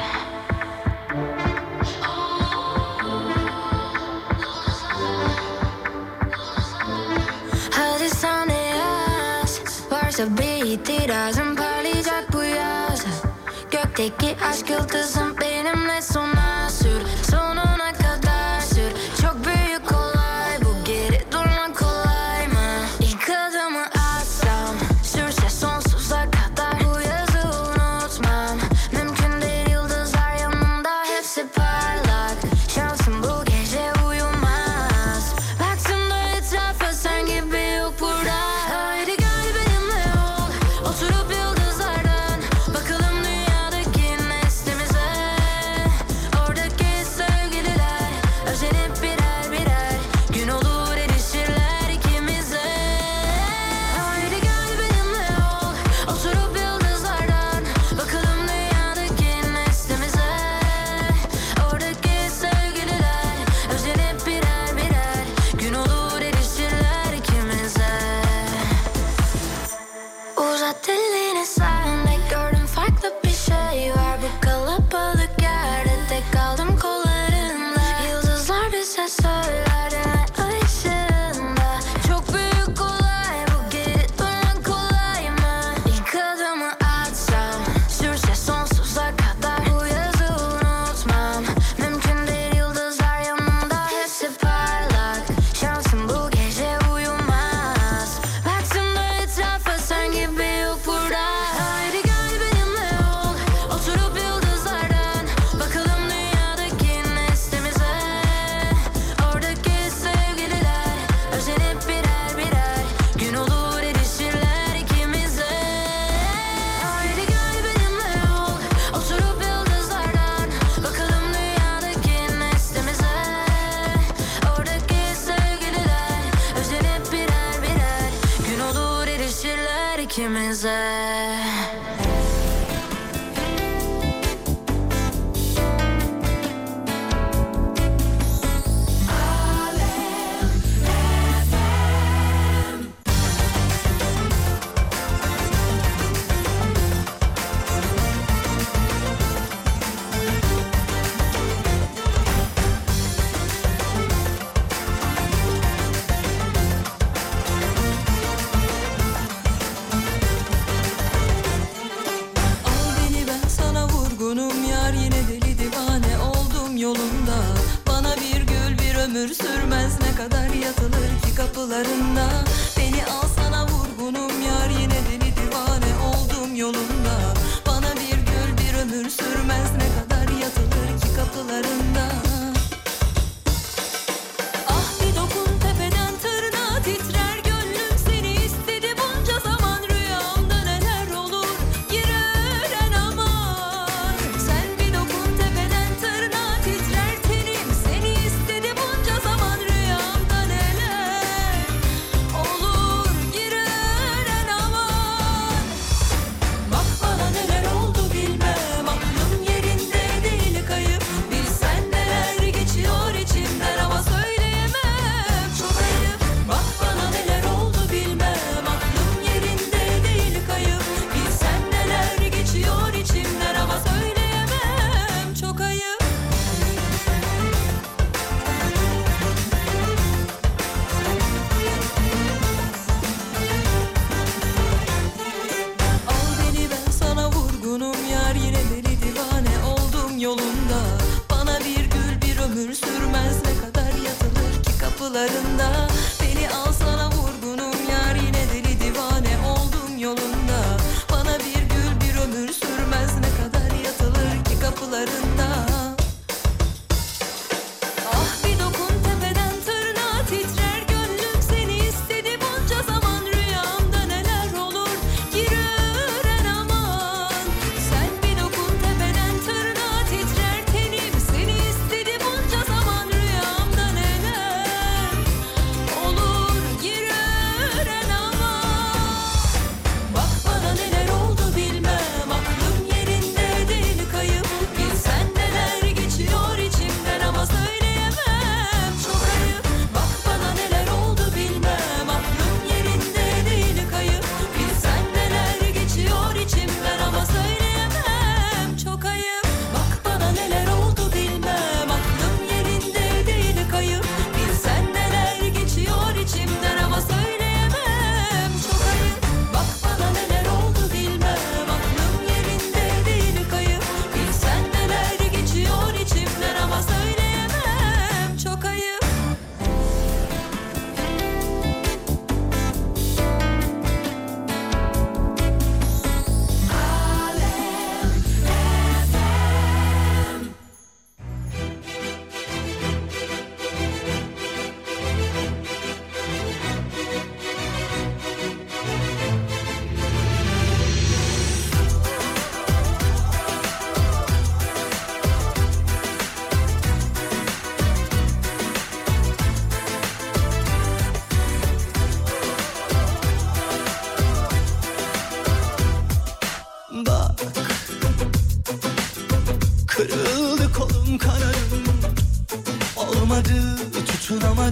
Hadi sen de yaz, varsa bir itirazın parlayacak bu yaz. Gökteki aşk yıldızım benimle sona sür, sonuna kadar sür. Çok büyük olay bu, geri durmak kolay mı? İlk adımı atsam sürse sonsuza kadar, bu yazı unutmam. Mümkün değil, yıldızlar yanımda hepsi parlak. Şansım bu gece uyumaz. Baktım da etrafa, sen gibi yok burada. Haydi gel benimle ol, oturup yıldızlardan bakalım dünyadaki neslimize. Oradaki sevgililer özenip birer birer gün olur erişirler ikimize. Haydi gel benimle ol, oturup yıldızlardan bakalım dünyadaki neslimize. Oradaki sevgililer özenip birer birer gün olur erişirler ikimize. Uzat elini, sende gördüm farklı bir şey var. Bu kalabalık yerde tek kaldım kollarımla. Yıldızlar bize söyler ay ışığında. Çok büyük olay bu, geri durmak kolay mı? İlk adımı atsam sürse sonsuza kadar, bu yazı unutmam. Mümkün değil, yıldızlar yanımda hepsi parlak. Şansım bu gece uyumaz. Baktım da etrafa, sen gibi yok burada. Haydi gel benimle ol, oturup yıldızlardan bakalım dünyadaki neslimize. Oradaki sevgililer özenip birer birer gün olur erişirler ikimize. Haydi gel benimle ol, oturup yıldızlardan bakalım dünyadaki neslimize. Oradaki sevgililer özenip birer birer gün olur erişirler ikimize.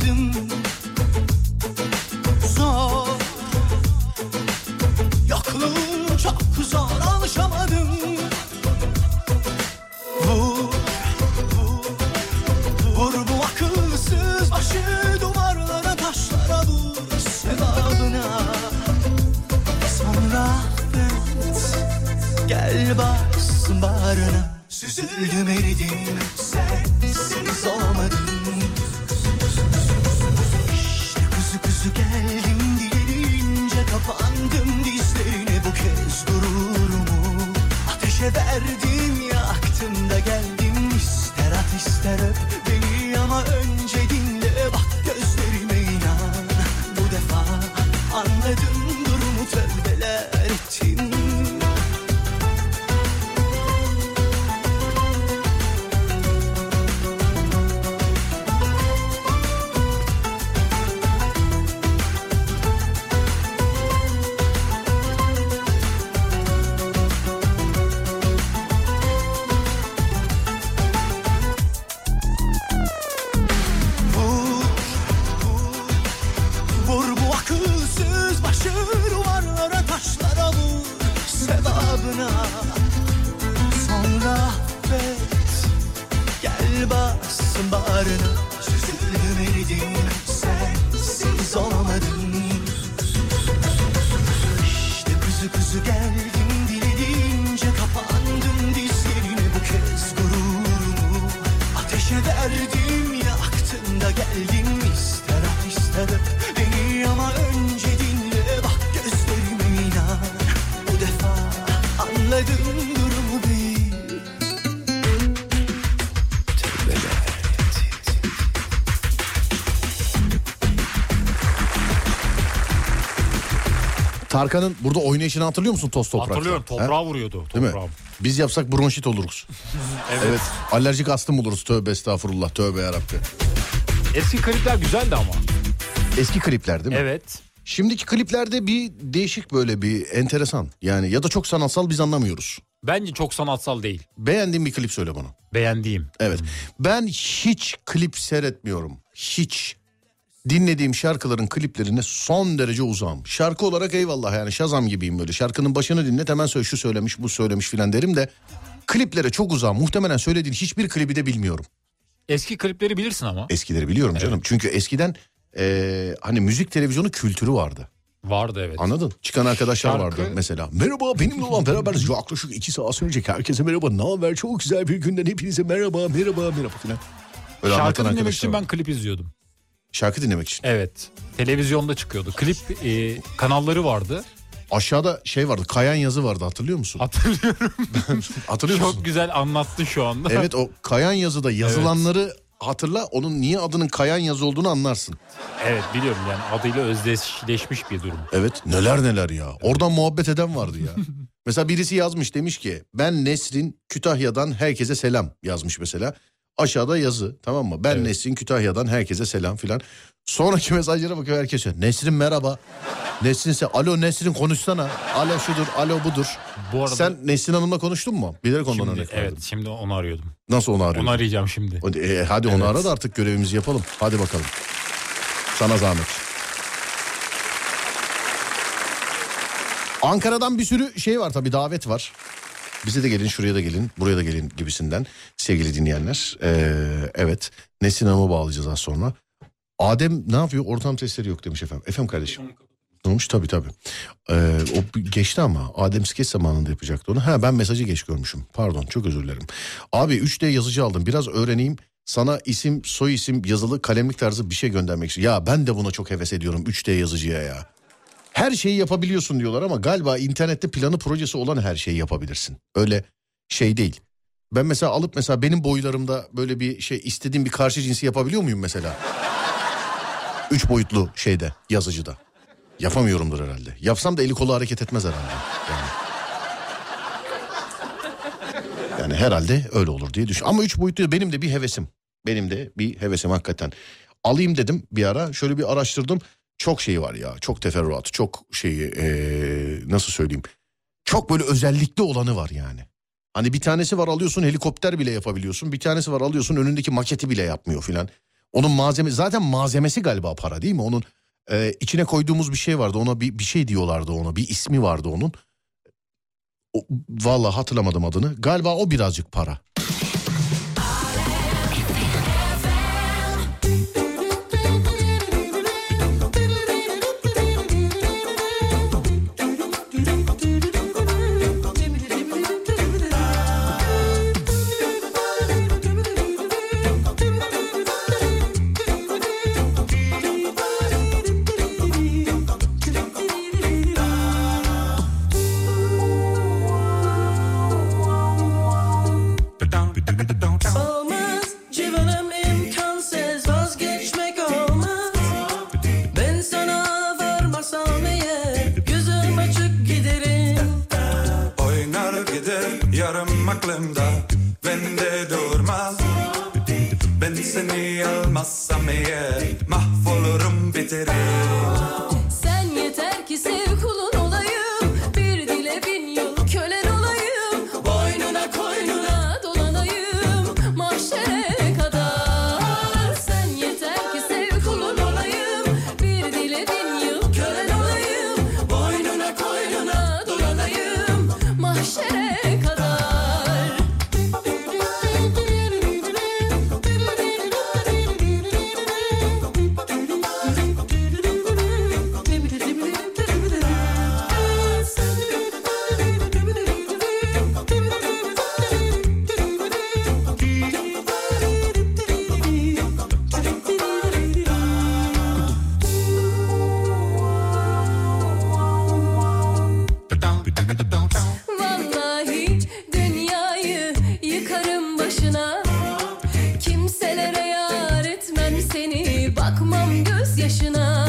alışamadım. Zor, yokluğun çok zor, alışamadım. Vur, vur, vur bu akılsız başı duvarlara, taşlara vur sevabına. Sonra affet, gel bassın bağrına. Süzüldüm eridim, sensiz olamadım. İşte kuzu kuzu geldim diyelince kapandım dizlerine, bu kez gururumu ateşe verdim, yaktım da geldim. İster at ister öp beni ama önce dinle, bak gözlerime inan. Bu defa anladım durumu, tövbeler ettim. Vur bu akılsız başı duvarlara, taşlara vur sevabına. Sonra affet, gel bassın bağrına. Süzüldüm eridim, sensiz olamadım. İşte kuzu kuzu geldim dilediğince kapandım dizlerine, bu kez gururumu ateşe verdim, yaktım da geldim. İster at ister öp beni ama önce dinle, bak gözlerime inan. Bu defa anladım durumu bir. Tövbeler. Tarkan'ın burada oynayışını hatırlıyor musun toz toprakta? Hatırlıyorum, toprağa He? vuruyordu. Değil mi? Toprağa. Biz yapsak bronşit oluruz. Evet. Alerjik astım oluruz. Tövbe estağfurullah. Tövbe yarabbi. Eski klipler güzeldi ama. Eski klipler değil mi? Evet. Şimdiki kliplerde bir değişik, böyle bir enteresan. Yani ya da çok sanatsal, biz anlamıyoruz. Bence çok sanatsal değil. Beğendiğin bir klip söyle bana. Beğendiğim. Evet. Ben hiç klip seyretmiyorum. Hiç. Dinlediğim şarkıların kliplerine son derece uzağım. Şarkı olarak eyvallah, yani Şazam gibiyim böyle. Şarkının başını dinlet, hemen söyle şu söylemiş bu söylemiş filan derim de kliplere çok uzağım. Muhtemelen söylediğin hiçbir klibi de bilmiyorum. Eski klipleri bilirsin ama. Eskileri biliyorum canım. Evet. Çünkü eskiden hani müzik televizyonu kültürü vardı. Vardı evet. Anladın? Çıkan arkadaşlar Şarkı- vardı mesela. Merhaba, benimle olan beraberiz. Yaklaşık 2 saat sürecek. Herkese merhaba. Ne haber? Çok güzel bir günden hepinize merhaba filan. Öyle Şarkı anlatan dinlemek arkadaşlar için var. ben klip izliyordum. Şarkı dinlemek için. Evet. Televizyonda çıkıyordu. Klip kanalları vardı. Aşağıda şey vardı. Kayan yazı vardı, hatırlıyor musun? Hatırlıyorum. Hatırlıyor musun? Çok güzel anlattı şu anda. Evet, o kayan yazıda yazılanları hatırla. Onun niye adının kayan yazı olduğunu anlarsın. Evet biliyorum, yani adıyla özdeşleşmiş bir durum. Evet, neler ya. Oradan muhabbet eden vardı ya. Mesela birisi yazmış, demiş ki ben Nesrin Kütahya'dan herkese selam yazmış mesela. Aşağıda yazı, tamam mı? Ben Evet. Nesrin Kütahya'dan herkese selam filan. Sonraki mesajlara bakıyor herkes. Nesrin merhaba. Nesrin alo Nesrin konuşsana. Alo şudur, alo budur. Bu arada Sen Nesrin Hanım'la konuştun mu? Bilerek ondan şimdi, örnek verdim. evet şimdi onu arıyordum. Nasıl onu arıyorsun? Onu arayacağım şimdi. Hadi onu Evet. ara da artık görevimizi yapalım. Hadi bakalım. Sana zahmet. Ankara'dan bir sürü şey var tabii, davet var. Bize de gelin, şuraya da gelin, buraya da gelin gibisinden sevgili dinleyenler. Evet, Nesrin Hanım'a bağlayacağız az sonra. Adem ne yapıyor? Ortam sesleri yok demiş efendim. Efendim kardeşim. Ne olmuş? Tabii. O geçti ama Adem skeç zamanında yapacaktı onu. Ben mesajı geç görmüşüm. Pardon, çok özür dilerim. Abi 3D yazıcı aldım, biraz öğreneyim. Sana isim soy isim yazılı kalemlik tarzı bir şey göndermek istiyorum. Ya ben de buna çok heves ediyorum, 3D yazıcıya ya. Her şeyi yapabiliyorsun diyorlar ama galiba internette planı projesi olan her şeyi yapabilirsin. Öyle şey değil. Ben mesela alıp benim boylarımda böyle bir şey istediğim bir karşı cinsi yapabiliyor muyum mesela? 3 boyutlu şeyde, yazıcıda. Yapamıyorumdur herhalde. Yapsam da eli kolu hareket etmez herhalde. Yani herhalde öyle olur diye düşün. Ama 3 boyutlu benim de bir hevesim. Benim de bir hevesim hakikaten. Alayım dedim bir ara. Şöyle bir araştırdım. Çok şeyi var ya. Çok teferruatı. Çok şeyi nasıl söyleyeyim. Çok böyle özellikli olanı var yani. Hani bir tanesi var alıyorsun helikopter bile yapabiliyorsun. Bir tanesi var alıyorsun önündeki maketi bile yapmıyor filan. Onun zaten malzemesi galiba para değil mi? Onun içine koyduğumuz bir şey vardı. Ona bir şey diyorlardı ona. Bir ismi vardı onun. Vallahi hatırlamadım adını. Galiba o birazcık para. Aklımda bende durmaz. Ben seni almazsam eğer mahvolurum biterim. Sen yeter ki sev kulun olayım. Bir dile bin yıl kölen olayım. Boynuna koynuna dolanayım mahşere kadar. Sen yeter ki sev kulun olayım. Bir dile bin yıl kölen olayım. Boynuna koynuna dolanayım mahşere kadar. Vallahi dünyayı yıkarım başına. Kimselere yar etmem seni, bakmam gözyaşına.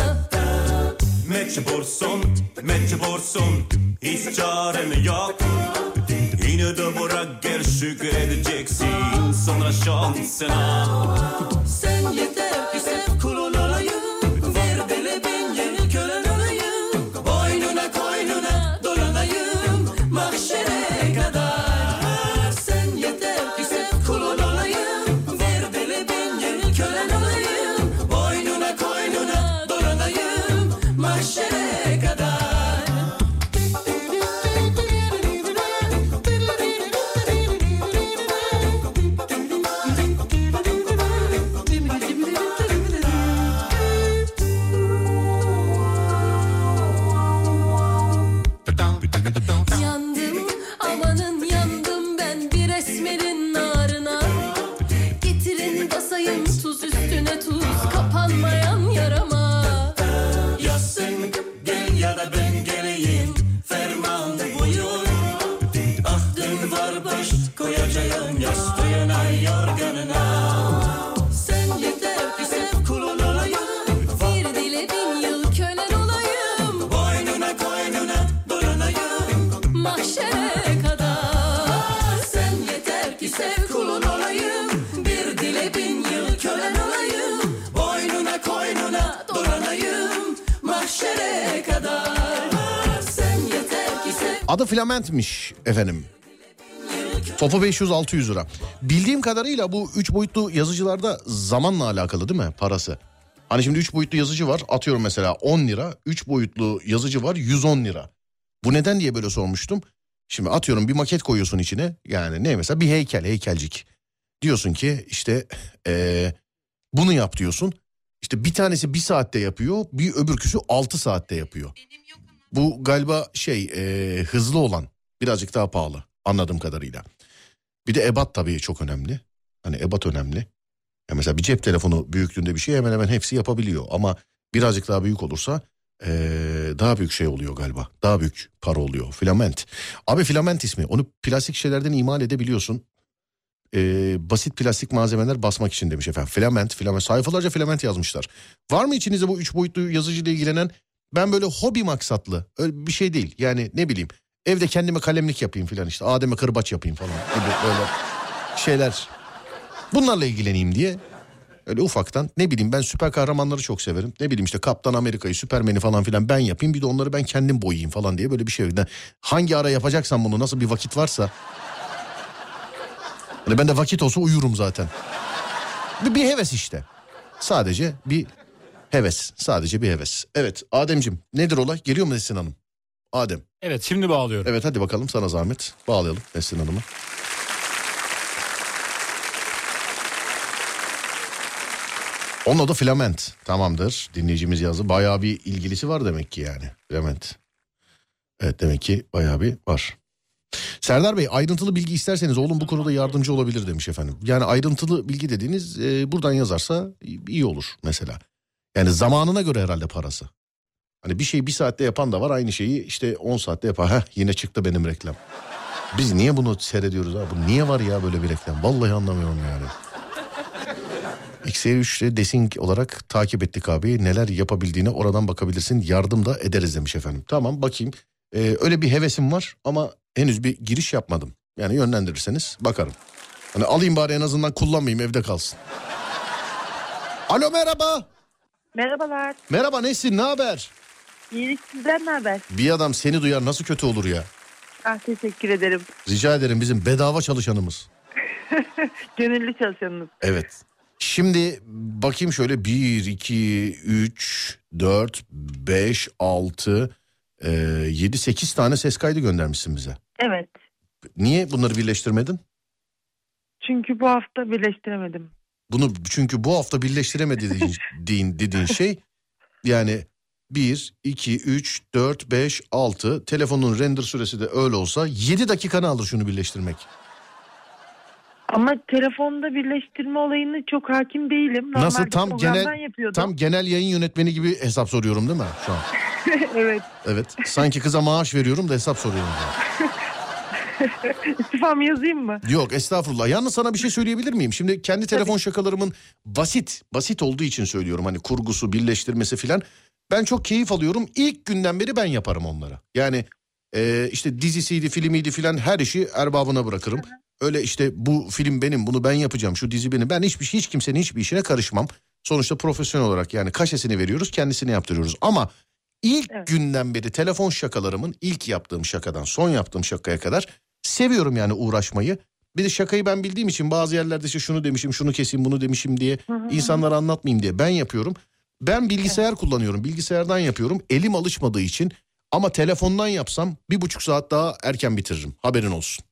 Mecbursun, hiç çaren yok. Yine de bırak gel şükredeceksin sonra şansına. Sen yeter ki sev kulun olayım. Ver dile bin yeni kölen olayım. Boynuna koynuna dolanayım mahşere kadar. Sen yeter ki sev kulun olayım. Ver dile bin yeni kölen olayım. Boynuna koynuna dolanayım mahşere kadar. Yandım amanın yandım ben bir esmerin narına. Getirin basayım tuz üstüne tuz kapanmayan yarama. Ya sen gel ya da ben geleyim, ferman buyur. Aklın var baş koyacağım yastığına yorganına. Sen yeter ki sev kulun olayım. Bir dile bin yıl kölen olayım. Boynuna koynuna dolanayım Mahşere kadar. Sen yeter ki sev kulun olayım. Bir dile bin yıl kölen olayım. boynuna koynuna Dolanayım mahşere kadar. Sen yeter ki sev. Adı Filament'miş efendim. Topu 500-600 lira. Bildiğim kadarıyla bu 3 boyutlu yazıcılarda zamanla alakalı değil mi parası? Hani şimdi 3 boyutlu yazıcı var, atıyorum mesela 10 lira. 3 boyutlu yazıcı var, 110 lira. Bu neden diye böyle sormuştum. Şimdi atıyorum bir maket koyuyorsun içine. Yani ne mesela bir heykelcik. Diyorsun ki işte bunu yap diyorsun. İşte bir tanesi 1 saatte yapıyor, bir öbürküsü 6 saatte yapıyor. Bu galiba hızlı olan birazcık daha pahalı anladığım kadarıyla. Bir de ebat tabii çok önemli. Hani ebat önemli. Ya mesela bir cep telefonu büyüklüğünde bir şey hemen hemen hepsi yapabiliyor. Ama birazcık daha büyük olursa daha büyük şey oluyor galiba. Daha büyük para oluyor. Filament. Abi filament ismi. Onu plastik şeylerden imal edebiliyorsun. Basit plastik malzemeler basmak için demiş efendim. Filament. Sayfalarca filament yazmışlar. Var mı içinizde bu 3 boyutlu yazıcıyla ilgilenen? Ben böyle hobi maksatlı. Öyle bir şey değil. Yani ne bileyim. Evde kendime kalemlik yapayım filan işte. Adem'e kırbaç yapayım falan. Böyle şeyler. Bunlarla ilgileneyim diye. Öyle ufaktan ne bileyim ben süper kahramanları çok severim. Ne bileyim işte Kaptan Amerika'yı, Süpermen'i falan filan ben yapayım. Bir de onları ben kendim boyayayım falan diye böyle bir şey. Hangi ara yapacaksan bunu nasıl bir vakit varsa. Hani ben de vakit olsa uyurum zaten. Bir heves işte. Sadece bir heves. Sadece bir heves. Evet Ademciğim, nedir olay? Geliyor mu Nesrin Hanım? Adem. Evet, şimdi bağlıyorum. Evet, hadi bakalım, sana zahmet. Bağlayalım Nesrin Hanım'ı. Onun adı Filament. Tamamdır. Dinleyicimiz yazdı. Bayağı bir ilgilisi var demek ki yani. Filament. Evet, demek ki bayağı bir var. Serdar Bey, ayrıntılı bilgi isterseniz oğlum bu konuda yardımcı olabilir demiş efendim. Yani ayrıntılı bilgi dediğiniz buradan yazarsa iyi olur mesela. Yani zamanına göre herhalde parası. Hani bir şeyi 1 saatte yapan da var, aynı şeyi işte 10 saatte yapan. Heh, yine çıktı benim reklam. Biz niye bunu seyrediyoruz abi? Bu niye var ya böyle bir reklam? Vallahi anlamıyorum yani. XE3'te desing olarak takip ettik abi. Neler yapabildiğine oradan bakabilirsin. Yardım da ederiz demiş efendim. Tamam, bakayım. Öyle bir hevesim var ama henüz bir giriş yapmadım. Yani yönlendirirseniz bakarım. Hani alayım bari, en azından kullanmayayım, evde kalsın. Alo, merhaba. Merhabalar. Merhaba Nesin, ne haber? İyilik, sizden ne haber? Bir adam seni duyar nasıl kötü olur ya? Ah, teşekkür ederim. Rica ederim, bizim bedava çalışanımız. Gönüllü çalışanınız. Evet. Şimdi bakayım şöyle 1, 2, 3, 4, 5, 6, 7, 8 tane ses kaydı göndermişsin bize. Evet. Niye bunları birleştirmedin? Çünkü bu hafta birleştiremedim. Bunu çünkü bu hafta birleştiremediğin dediğin şey yani 1, 2, 3, 4, 5, 6 telefonun render süresi de öyle olsa 7 dakikanı alır şunu birleştirmek. Ama telefonda birleştirme olayını çok hakim değilim. Normalde nasıl, tam genel yayın yönetmeni gibi hesap soruyorum değil mi şu an? Evet. Evet, sanki kıza maaş veriyorum da hesap soruyorum. İstifam yazayım mı? Yok estağfurullah. Yalnız sana bir şey söyleyebilir miyim? Şimdi kendi telefon şakalarımın basit olduğu için söylüyorum. Hani kurgusu, birleştirmesi filan. Ben çok keyif alıyorum. İlk günden beri ben yaparım onları. Yani işte dizisiydi, filmiydi filan, her işi erbabına bırakırım. Öyle işte bu film benim, bunu ben yapacağım, şu dizi benim. Ben hiç kimsenin hiçbir işine karışmam. Sonuçta profesyonel olarak yani kaşesini veriyoruz, kendisini yaptırıyoruz. Ama ilk günden beri telefon şakalarımın, ilk yaptığım şakadan son yaptığım şakaya kadar seviyorum yani uğraşmayı. Bir de şakayı ben bildiğim için bazı yerlerde işte şunu demişim, şunu keseyim, bunu demişim diye insanlara anlatmayayım diye ben yapıyorum. Ben bilgisayar kullanıyorum, bilgisayardan yapıyorum. Elim alışmadığı için, ama telefondan yapsam 1,5 saat daha erken bitiririm. Haberin olsun.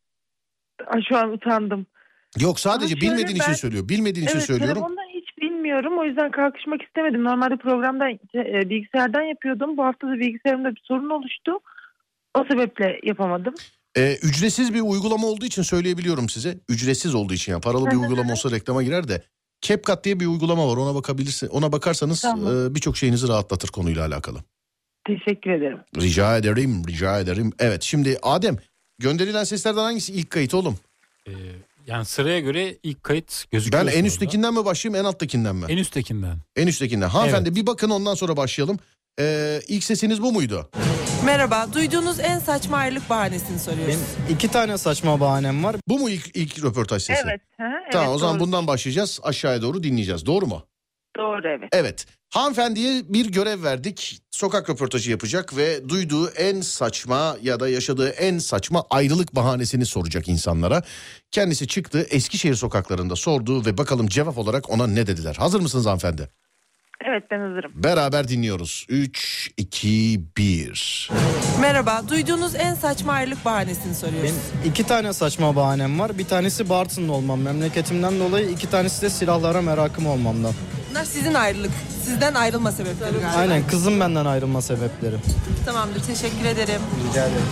Şu an utandım. Yok, sadece bilmediğin için söylüyorum. Bilmediğin için söylüyorum. Telefondan hiç bilmiyorum, o yüzden kalkışmak istemedim. Normalde programdan bilgisayardan yapıyordum. Bu hafta da bilgisayarımda bir sorun oluştu. O sebeple yapamadım. Ücretsiz bir uygulama olduğu için söyleyebiliyorum size. Ücretsiz olduğu için, yani paralı bir uygulama olsa reklama girer de. CapCut diye bir uygulama var, ona bakabilirsin. Ona bakarsanız tamam. Birçok şeyinizi rahatlatır konuyla alakalı. Teşekkür ederim. Rica ederim. Evet, şimdi Adem, gönderilen seslerden hangisi ilk kayıt oğlum? Yani sıraya göre ilk kayıt gözüküyor. Ben en üsttekinden mi başlayayım, en alttakinden mi? En üsttekinden. En üsttekinden. Hanımefendi bir bakın, ondan sonra başlayalım. İlk sesiniz bu muydu? Merhaba, duyduğunuz en saçma ayrılık bahanesini soruyoruz. Benim 2 tane saçma bahanem var. Bu mu ilk röportaj sesi? Evet. Tamam, evet, o zaman doğru. bundan başlayacağız, aşağıya doğru dinleyeceğiz, doğru mu? Doğru, evet. Evet. Hanımefendiye bir görev verdik. Sokak röportajı yapacak ve duyduğu en saçma ya da yaşadığı en saçma ayrılık bahanesini soracak insanlara. Kendisi çıktı, Eskişehir sokaklarında sordu ve bakalım cevap olarak ona ne dediler. Hazır mısınız hanımefendi? Evet, ben hazırım. Beraber dinliyoruz. 3, 2, 1. Merhaba, duyduğunuz en saçma ayrılık bahanesini soruyoruz. Benim 2 tane saçma bahanem var. Bir tanesi Bartınlı olmam memleketimden dolayı. 2 tanesi de silahlara merakım olmamdan. Bunlar sizin sizden ayrılma sebepleri galiba. Aynen, kızım benden ayrılma sebepleri. Tamamdır, teşekkür ederim. Rica ederim.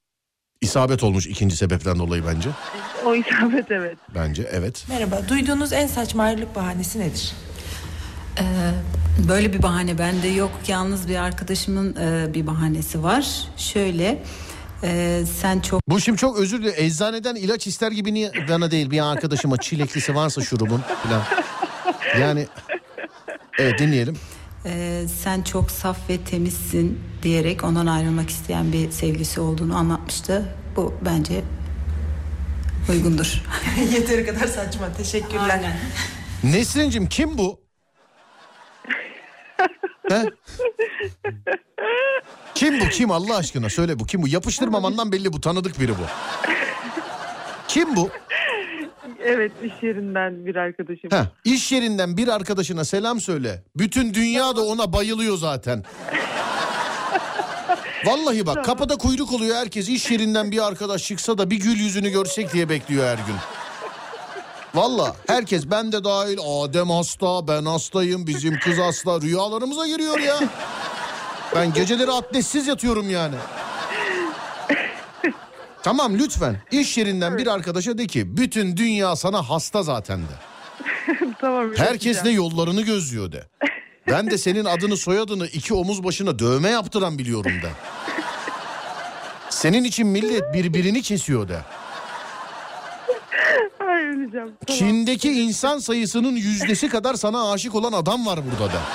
İsabet olmuş ikinci sebepten dolayı bence. O isabet, evet. Bence evet. Merhaba, duyduğunuz en saçma ayrılık bahanesi nedir? Böyle bir bahane bende yok. Yalnız bir arkadaşımın bir bahanesi var. Şöyle, sen çok... Bu şimdi çok özür dilerim. Eczaneden ilaç ister gibi niye bana değil, bir arkadaşıma çileklisi varsa şurubun falan. Yani evet, dinleyelim. Sen çok saf ve temizsin diyerek ondan ayrılmak isteyen bir sevgilisi olduğunu anlatmıştı. Bu bence uygundur. Yeteri kadar saçma, teşekkürler. Aynen. Nesrin'cim, kim bu? He? Kim Allah aşkına söyle, bu kim bu? Yapıştırmamandan belli, bu tanıdık biri bu. Kim bu? Evet, iş yerinden bir arkadaşım. Heh, iş yerinden bir arkadaşına selam söyle. Bütün dünya da ona bayılıyor zaten. Vallahi bak, kapıda kuyruk oluyor herkes. İş yerinden bir arkadaş çıksa da bir gül yüzünü görsek diye bekliyor her gün. Vallahi herkes, ben de dahil. Adem hasta, ben hastayım, bizim kız hasta. Rüyalarımıza giriyor ya. Ben geceleri abdestsiz yatıyorum yani. Tamam, lütfen iş yerinden bir arkadaşa de ki bütün dünya sana hasta zaten de. Tamam. Herkes de yollarını gözlüyor de. Ben de senin adını soyadını 2 omuz başına dövme yaptıran biliyorum de. Senin için millet birbirini kesiyor de. Ay, öleceğim. Tamam. Çin'deki insan sayısının %'si kadar sana aşık olan adam var burada da.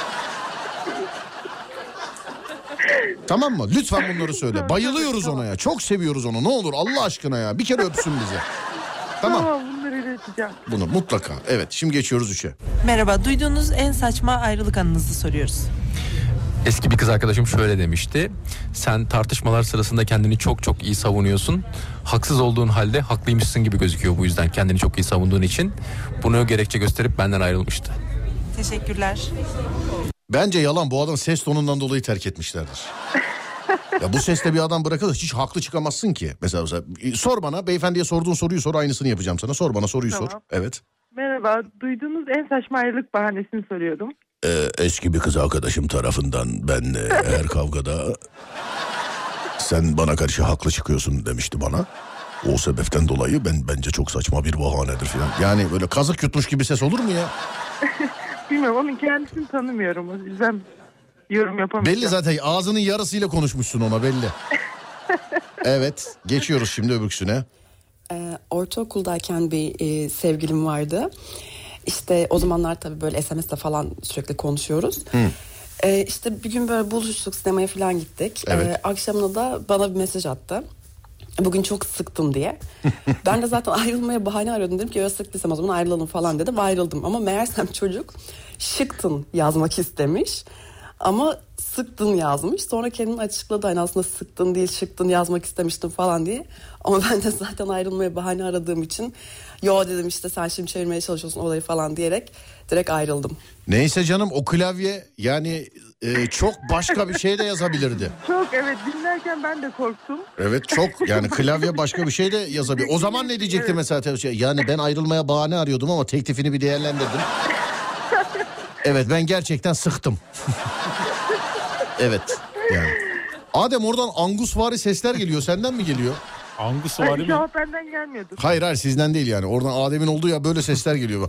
Tamam mı? Lütfen bunları söyle. Bayılıyoruz ona ya. Çok seviyoruz onu. Ne olur Allah aşkına ya. Bir kere öpsün bizi. Tamam. Tamam, bunları ileteceğim. Bunu mutlaka. Evet, şimdi geçiyoruz 3'e. Merhaba, duyduğunuz en saçma ayrılık anınızı soruyoruz. Eski bir kız arkadaşım şöyle demişti. Sen tartışmalar sırasında kendini çok çok iyi savunuyorsun. Haksız olduğun halde haklıymışsın gibi gözüküyor bu yüzden. Kendini çok iyi savunduğun için. Bunu gerekçe gösterip benden ayrılmıştı. Teşekkürler. Bence yalan, bu adam ses tonundan dolayı terk etmişlerdir. Ya bu sesle bir adam bırakılır, hiç haklı çıkamazsın ki. Mesela sor bana, beyefendiye sorduğun soruyu sor, aynısını yapacağım sana. Sor bana, soruyu Tamam. sor. Evet. Merhaba, duyduğunuz en saçma ayrılık bahanesini soruyordum. Eski bir kız arkadaşım tarafından ben her kavgada sen bana karşı haklı çıkıyorsun demişti bana. O sebepten dolayı bence çok saçma bir bahanedir falan. Yani böyle kazık yutmuş gibi ses olur mu ya? Bilmiyorum, onun kendisini tanımıyorum. O yüzden yorum yapamayacağım. Belli zaten, ağzının yarısıyla konuşmuşsun ona, belli. Evet, geçiyoruz şimdi öbürküsüne. Ortaokuldayken bir sevgilim vardı. İşte o zamanlar tabii böyle SMS'le falan sürekli konuşuyoruz. İşte bir gün böyle buluştuk, sinemaya falan gittik. Evet. Akşamına da bana bir mesaj attı. Bugün çok sıktım diye. Ben de zaten ayrılmaya bahane arıyordum. Dedim ki öyle sıktıysam o zaman ayrılalım falan dedim. Ayrıldım ama meğersem çocuk şıktın yazmak istemiş. Ama sıktın yazmış. Sonra kendini açıkladı. Hani aslında sıktın değil, şıktın yazmak istemiştim falan diye. Ama ben de zaten ayrılmaya bahane aradığım için yo dedim, işte sen şimdi çevirmeye çalışıyorsun olayı falan diyerek direkt ayrıldım. Neyse canım, o klavye yani çok başka bir şey de yazabilirdi. Çok, evet, dinlerken ben de korktum. Evet, çok yani klavye başka bir şey de yazabilir. O zaman ne diyecekti mesela? Yani ben ayrılmaya bahane arıyordum ama teklifini bir değerlendirdim. Evet, ben gerçekten sıktım. Evet yani. Adem, oradan angusvari sesler geliyor, senden mi geliyor? Angusvari mi? Cevap benden gelmiyordu. Hayır sizden değil yani. Oradan Adem'in olduğu ya böyle sesler geliyor.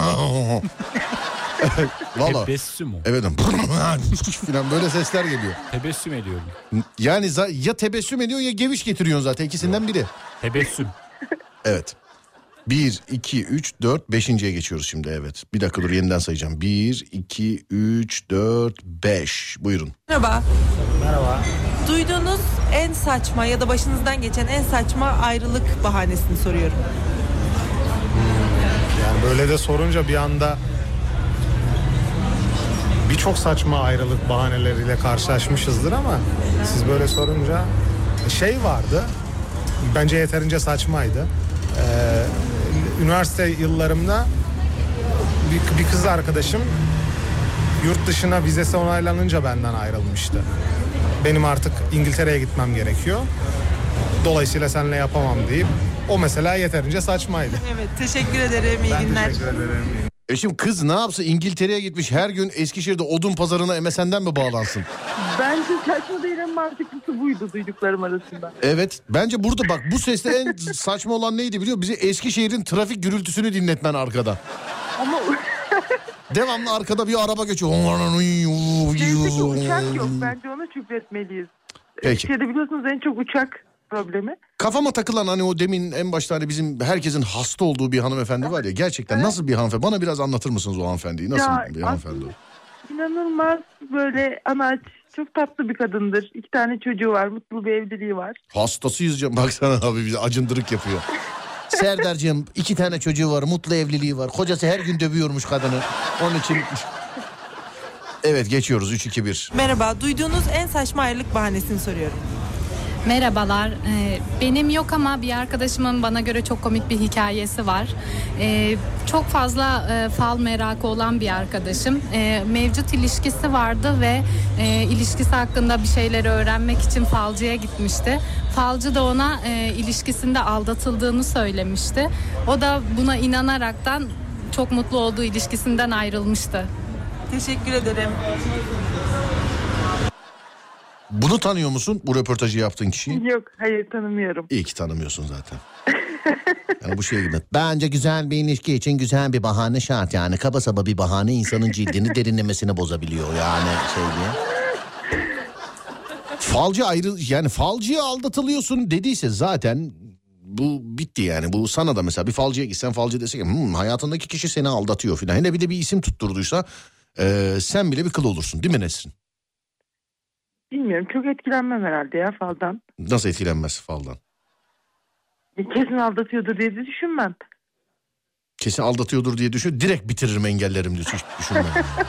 Valla. Tebessüm o. Evet. Falan böyle sesler geliyor. Tebessüm ediyorum. Yani ya tebessüm ediyor ya geviş getiriyorsun zaten, ikisinden biri. Tebessüm. Evet. 1, 2, 3, 4, 5.'ye geçiyoruz şimdi, evet. Bir dakika dur, yeniden sayacağım. 1, 2, 3, 4, 5. Buyurun. Merhaba. Merhaba. Duyduğunuz en saçma ya da başınızdan geçen en saçma ayrılık bahanesini soruyorum. Yani böyle de sorunca bir anda birçok saçma ayrılık bahaneleriyle karşılaşmışızdır ama siz böyle sorunca şey vardı. Bence yeterince saçmaydı. Üniversite yıllarımda bir kız arkadaşım yurt dışına vizesi onaylanınca benden ayrılmıştı. Benim artık İngiltere'ye gitmem gerekiyor. Dolayısıyla seninle yapamam deyip o mesela yeterince saçmaydı. Evet, teşekkür ederim. İyi günler. Teşekkür ederim. Şimdi kız ne yapsın, İngiltere'ye gitmiş, her gün Eskişehir'de odun pazarına MSN'den mi bağlansın? Bence saçma değil, en mantıklısı buydu duyduklarım arasında. Evet, bence burada bak, bu seste en saçma olan neydi biliyor musun? Bizi Eskişehir'in trafik gürültüsünü dinletmen arkada. Ama devamlı arkada bir araba geçiyor. neyse ki uçak yok, bence ona şükretmeliyiz. Peki. Eskişehir'de biliyorsunuz en çok uçak problemi. Kafama takılan hani o demin en başta hani bizim herkesin hasta olduğu bir hanımefendi var ya, gerçekten nasıl bir hanımefendi? Bana biraz anlatır mısınız o hanımefendiyi? Nasıl Ya, bir hanımefendi o? İnanılmaz böyle anaç, çok tatlı bir kadındır. 2 tane çocuğu var, mutlu bir evliliği var. Hastasıyız canım, baksana abi bize acındırık yapıyor. Serdar'cığım 2 tane çocuğu var, mutlu evliliği var. Kocası her gün dövüyormuş kadını. Onun için... Evet, geçiyoruz 3, 2, 1. Merhaba, duyduğunuz en saçma ayrılık bahanesini soruyorum. Merhabalar. Benim yok ama bir arkadaşımın bana göre çok komik bir hikayesi var. Çok fazla fal merakı olan bir arkadaşım. Mevcut ilişkisi vardı ve ilişkisi hakkında bir şeyleri öğrenmek için falcıya gitmişti. Falcı da ona ilişkisinde aldatıldığını söylemişti. O da buna inanaraktan çok mutlu olduğu ilişkisinden ayrılmıştı. Teşekkür ederim. Bunu tanıyor musun, bu röportajı yaptığın kişiyi? Yok, hayır tanımıyorum. İyi ki tanımıyorsun zaten. Yani bu şey gibi. Bence güzel bir ilişki için güzel bir bahane şart yani. Kaba saba bir bahane insanın cildini derinlemesine bozabiliyor yani şey diye. Falcı yani falcıya aldatılıyorsun dediyse zaten bu bitti yani. Bu sana da mesela bir falcıya gitsen, falcı dese ki hayatındaki kişi seni aldatıyor filan. Hele bir de bir isim tutturduysa sen bile bir kıl olursun değil mi Nesrin? Bilmiyorum, çok etkilenmem herhalde ya faldan. Nasıl etkilenmez faldan? Kesin aldatıyordur diye de düşünmem. Kesin aldatıyordur diye düşün. Direkt bitiririm, engellerim diyorsun. Hiç düşünmem.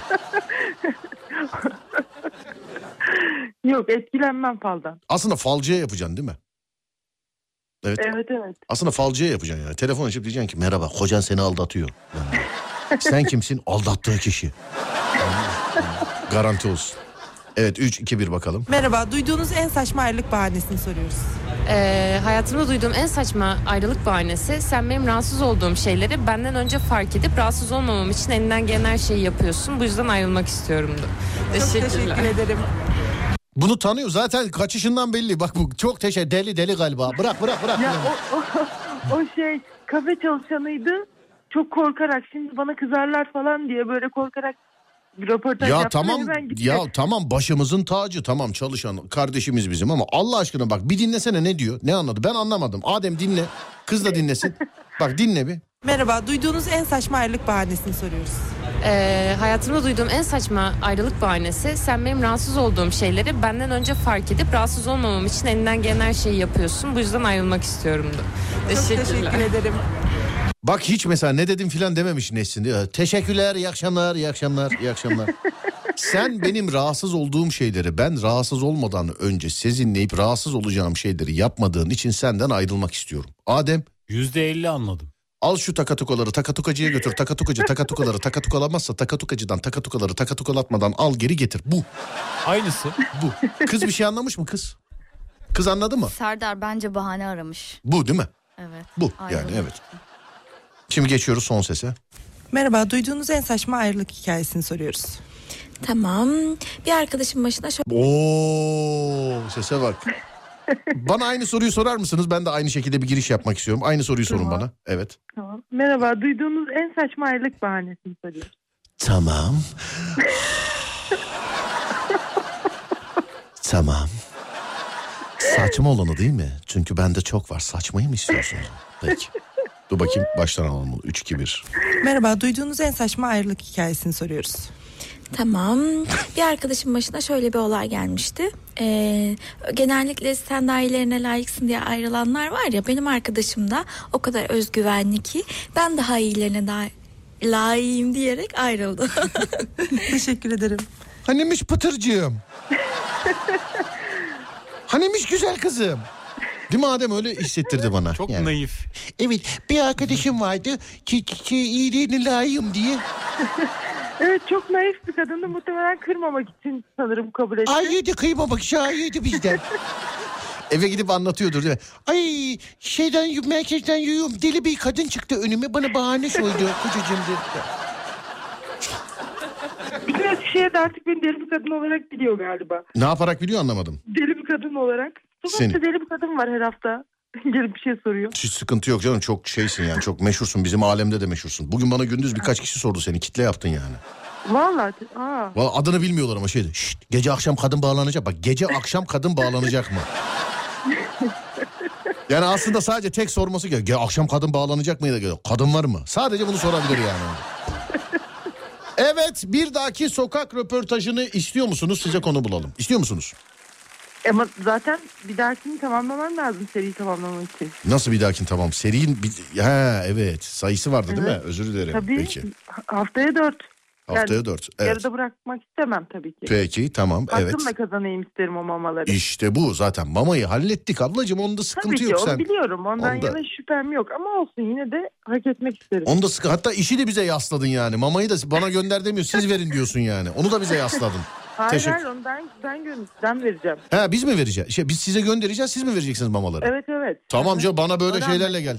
Yok, etkilenmem faldan. Aslında falcıya yapacaksın değil mi? Evet. Evet. Aslında falcıya yapacaksın yani. Telefon açıp diyeceksin ki merhaba, kocan seni aldatıyor. Yani. Sen kimsin? Aldattığı kişi. Garanti olsun. Evet, 3-2-1 bakalım. Merhaba, duyduğunuz en saçma ayrılık bahanesini soruyoruz. Hayatımda duyduğum en saçma ayrılık bahanesi, sen benim rahatsız olduğum şeyleri benden önce fark edip rahatsız olmamam için elinden gelen her şeyi yapıyorsun. Bu yüzden ayrılmak istiyorumdu. Çok teşekkür ederim. Bunu tanıyor zaten, kaçışından belli. Bak bu çok deli galiba. Bırak. Ya o şey kafe çalışanıydı. Çok korkarak, şimdi bana kızarlar falan diye böyle korkarak bir röportaj yaptım. Tamam başımızın tacı, tamam çalışan kardeşimiz bizim ama Allah aşkına bak bir dinlesene, ne diyor, ne anladı, ben anlamadım. Adem dinle, kız da dinlesin. Bak dinle bir. Merhaba, duyduğunuz en saçma ayrılık bahanesini soruyoruz. Hayatımda duyduğum en saçma ayrılık bahanesi, sen benim rahatsız olduğum şeyleri benden önce fark edip rahatsız olmamam için elinden gelen her şeyi yapıyorsun. Bu yüzden ayrılmak istiyorumdu. Çok teşekkür ederim. Bak hiç mesela ne dedim filan dememiş Nesin diyor. Teşekkürler, iyi akşamlar. Sen benim rahatsız olduğum şeyleri, ben rahatsız olmadan önce sezinleyip rahatsız olacağım şeyleri yapmadığın için senden ayrılmak istiyorum. Adem. %50 anladım. Al şu takatukaları takatukacıya götür. Takatukacı takatukaları takatukalamazsa takatukacıdan takatukaları takatukalatmadan al geri getir. Bu. Aynısı. Bu. Kız bir şey anlamış mı kız? Kız anladı mı? Serdar bence bahane aramış. Bu değil mi? Evet. Bu yani evet. Şimdi geçiyoruz son sese. Merhaba, duyduğunuz en saçma ayrılık hikayesini soruyoruz. Tamam. Bir arkadaşım başına Sese bak. Bana aynı soruyu sorar mısınız? Ben de aynı şekilde bir giriş yapmak istiyorum. Aynı soruyu sorun bana. Evet. Tamam. Merhaba, duyduğunuz en saçma ayrılık bahanesini soruyoruz. Tamam. Tamam. Saçma olanı değil mi? Çünkü bende çok var. Saçmayı mı istiyorsunuz? Peki. Dur bakayım, baştan alalım bunu. 3-2-1. Merhaba, duyduğunuz en saçma ayrılık hikayesini soruyoruz. Tamam. Bir arkadaşım başına şöyle bir olay gelmişti. Genellikle sen daha iyilerine layıksın diye ayrılanlar var ya, benim arkadaşım da o kadar özgüvenli ki ben daha iyilerine daha layığım diyerek ayrıldı. Teşekkür ederim. Hanimiş pıtırcığım. Hanimiş güzel kızım. Değil mi Adem, öyle hissettirdi bana. Çok yani. naif. Evet, bir arkadaşım vardı ki iyiliğine layığım diye. Evet, çok naif bir kadını muhtemelen kırmamak için sanırım kabul etti. Ay kıymamak şahiydi bizden. Eve gidip anlatıyordur değil mi? Ay merkezden yürüyorum, deli bir kadın çıktı önüme, bana bahane soydu kocacığım dedi. Bütün Eskişehir'de artık beni deli bir kadın olarak biliyor galiba. Ne yaparak biliyor, anlamadım. Deli bir kadın olarak. Sonuçta deli bir kadın var her hafta. Gelip bir şey soruyor. Hiç sıkıntı yok canım, çok şeysin yani, çok meşhursun, bizim alemde de meşhursun. Bugün bana gündüz birkaç kişi sordu seni, kitle yaptın yani. Vallahi. Adını bilmiyorlar ama gece akşam kadın bağlanacak, bak gece akşam kadın bağlanacak mı? Yani aslında sadece tek sorması gerekiyor. Akşam kadın bağlanacak mıydı? Kadın var mı? Sadece bunu sorabilir yani. Evet, bir dahaki sokak röportajını istiyor musunuz? Size konu bulalım. İstiyor musunuz? Ama zaten bir dahakini tamamlaman lazım, seriyi tamamlamak için. Nasıl bir dahakini tamam? Serinin evet, sayısı vardı değil mi? Özür dilerim. Tabii. Peki. Haftaya 4. Haftaya Yani 4. Evet. Yarıda bırakmak istemem tabii ki. Peki tamam evet. Hakkımla kazanayım isterim o mamaları. İşte bu zaten mamayı hallettik ablacığım, onda sıkıntı Tabii ki yok. onu Sen biliyorum. Ondan onda- yana şüphem yok ama olsun, yine de hak etmek isterim. Onda hatta işi de bize yasladın yani. Mamayı da bana gönder demiyorsun, siz verin diyorsun yani. Onu da bize yasladın. Hayır onu ben vereceğim. Ha, biz mi vereceğiz? Biz size göndereceğiz, siz mi vereceksiniz mamaları? Evet. Tamam canım, bana böyle Önemli. şeylerle gel.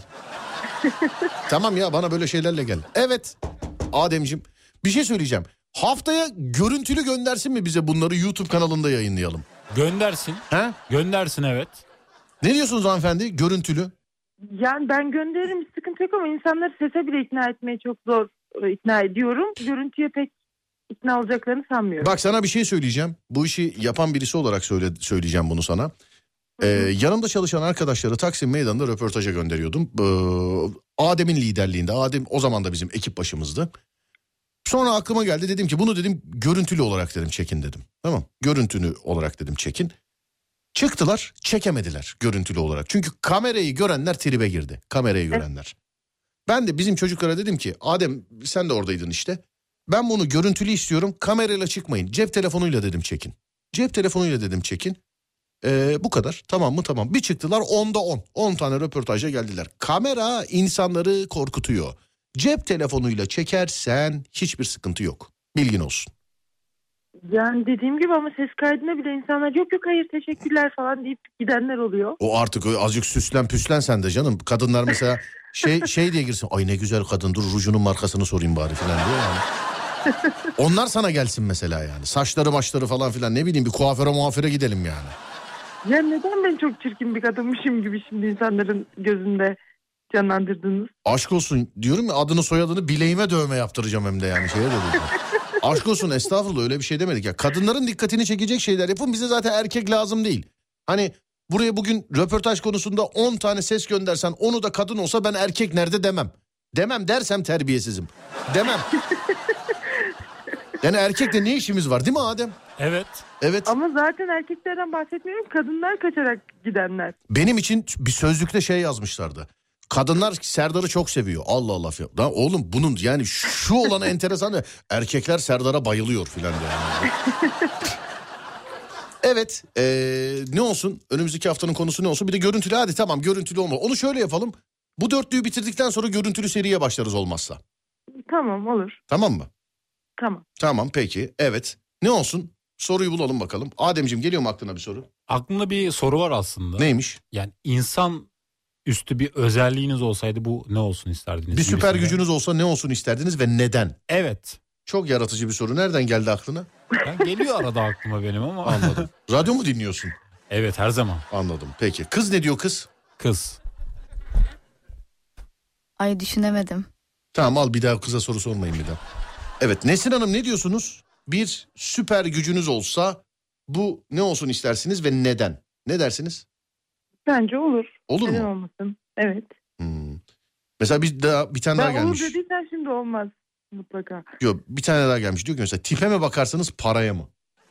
Tamam ya, bana böyle şeylerle gel. Evet Ademciğim, bir şey söyleyeceğim. Haftaya görüntülü göndersin mi bize, bunları YouTube kanalında yayınlayalım? Göndersin. He? Göndersin evet. Ne diyorsunuz hanımefendi, görüntülü? Yani ben gönderirim, sıkıntı yok ama insanları sese bile ikna etmeye çok zor ikna ediyorum. Görüntüye pek ikna olacaklarını sanmıyorum. Bak sana bir şey söyleyeceğim. Bu işi yapan birisi olarak söyleyeceğim bunu sana. Yanımda çalışan arkadaşları Taksim Meydanı'nda röportaja gönderiyordum. Adem'in liderliğinde. Adem o zaman da bizim ekip başımızdı. Sonra aklıma geldi, dedim ki bunu dedim görüntülü olarak dedim çekin dedim. Tamam, görüntülü olarak dedim çekin. Çıktılar, çekemediler görüntülü olarak. Çünkü kamerayı görenler tribe girdi. Kamerayı görenler. Ben de bizim çocuklara dedim ki Adem sen de oradaydın işte. Ben bunu görüntülü istiyorum, kamerayla çıkmayın. Cep telefonuyla dedim çekin. Cep telefonuyla dedim çekin. Bu kadar, tamam mı? Tamam. Bir çıktılar 10'da 10. 10 tane röportaja geldiler. Kamera insanları korkutuyor. Cep telefonuyla çekersen hiçbir sıkıntı yok. Bilgin olsun. Yani dediğim gibi ama ses kaydına bile insanlar yok hayır teşekkürler falan deyip gidenler oluyor. O artık azıcık süslen püslen sen de canım. Kadınlar mesela şey diye girsin. Ay ne güzel kadın, dur rujunun markasını sorayım bari falan diyor yani. Onlar sana gelsin mesela yani. Saçları başları falan filan, ne bileyim bir kuaföre gidelim yani. Ya neden ben çok çirkin bir kadınmışım gibi şimdi insanların gözünde canlandırdınız? Aşk olsun diyorum ya, adını soyadını bileğime dövme yaptıracağım hem de yani şeye de değil. Aşk olsun, estağfurullah, öyle bir şey demedik ya. Kadınların dikkatini çekecek şeyler yapın, bize zaten erkek lazım değil. Hani buraya bugün röportaj konusunda 10 tane ses göndersen onu da kadın olsa ben erkek nerede demem. Demem dersem terbiyesizim. Demem. Yani erkekle ne işimiz var değil mi Adem? Evet. Evet. Ama zaten erkeklerden bahsetmiyorum, kadınlar kaçarak gidenler. Benim için bir sözlükte şey yazmışlardı. Kadınlar Serdar'ı çok seviyor. Allah Allah. Lan oğlum bunun yani şu olanı enteresan da erkekler Serdar'a bayılıyor filan diyor. Yani. Evet. Ne olsun? Önümüzdeki haftanın konusu ne olsun? Bir de görüntülü, hadi tamam görüntülü olma. Onu şöyle yapalım. Bu dörtlüyü bitirdikten sonra görüntülü seriye başlarız olmazsa. Tamam olur. Tamam mı? Tamam. Tamam peki. Evet. Ne olsun? Soruyu bulalım bakalım. Ademciğim geliyor mu aklına bir soru? Aklımda bir soru var aslında. Neymiş? Yani insan üstü bir özelliğiniz olsaydı bu ne olsun isterdiniz? Bir süper gücünüz olsa ne olsun isterdiniz ve neden? Evet. Çok yaratıcı bir soru. Nereden geldi aklına? Geliyor arada aklıma benim ama. Anladım. Radyo mu dinliyorsun? Evet, her zaman. Anladım. Peki. Kız ne diyor kız? Kız. Ay düşünemedim. Tamam, al bir daha kıza soru sormayın bir daha. Evet, Nesrin Hanım ne diyorsunuz? Bir süper gücünüz olsa bu ne olsun istersiniz ve neden? Ne dersiniz? Bence olur. Olur Neden mu? olmasın? Evet. Mesela bir tane daha Ben gelmiş. olur dediysen şimdi olmaz mutlaka. Yok, bir tane daha gelmiş. Diyor ki mesela tipe mi bakarsanız paraya mı?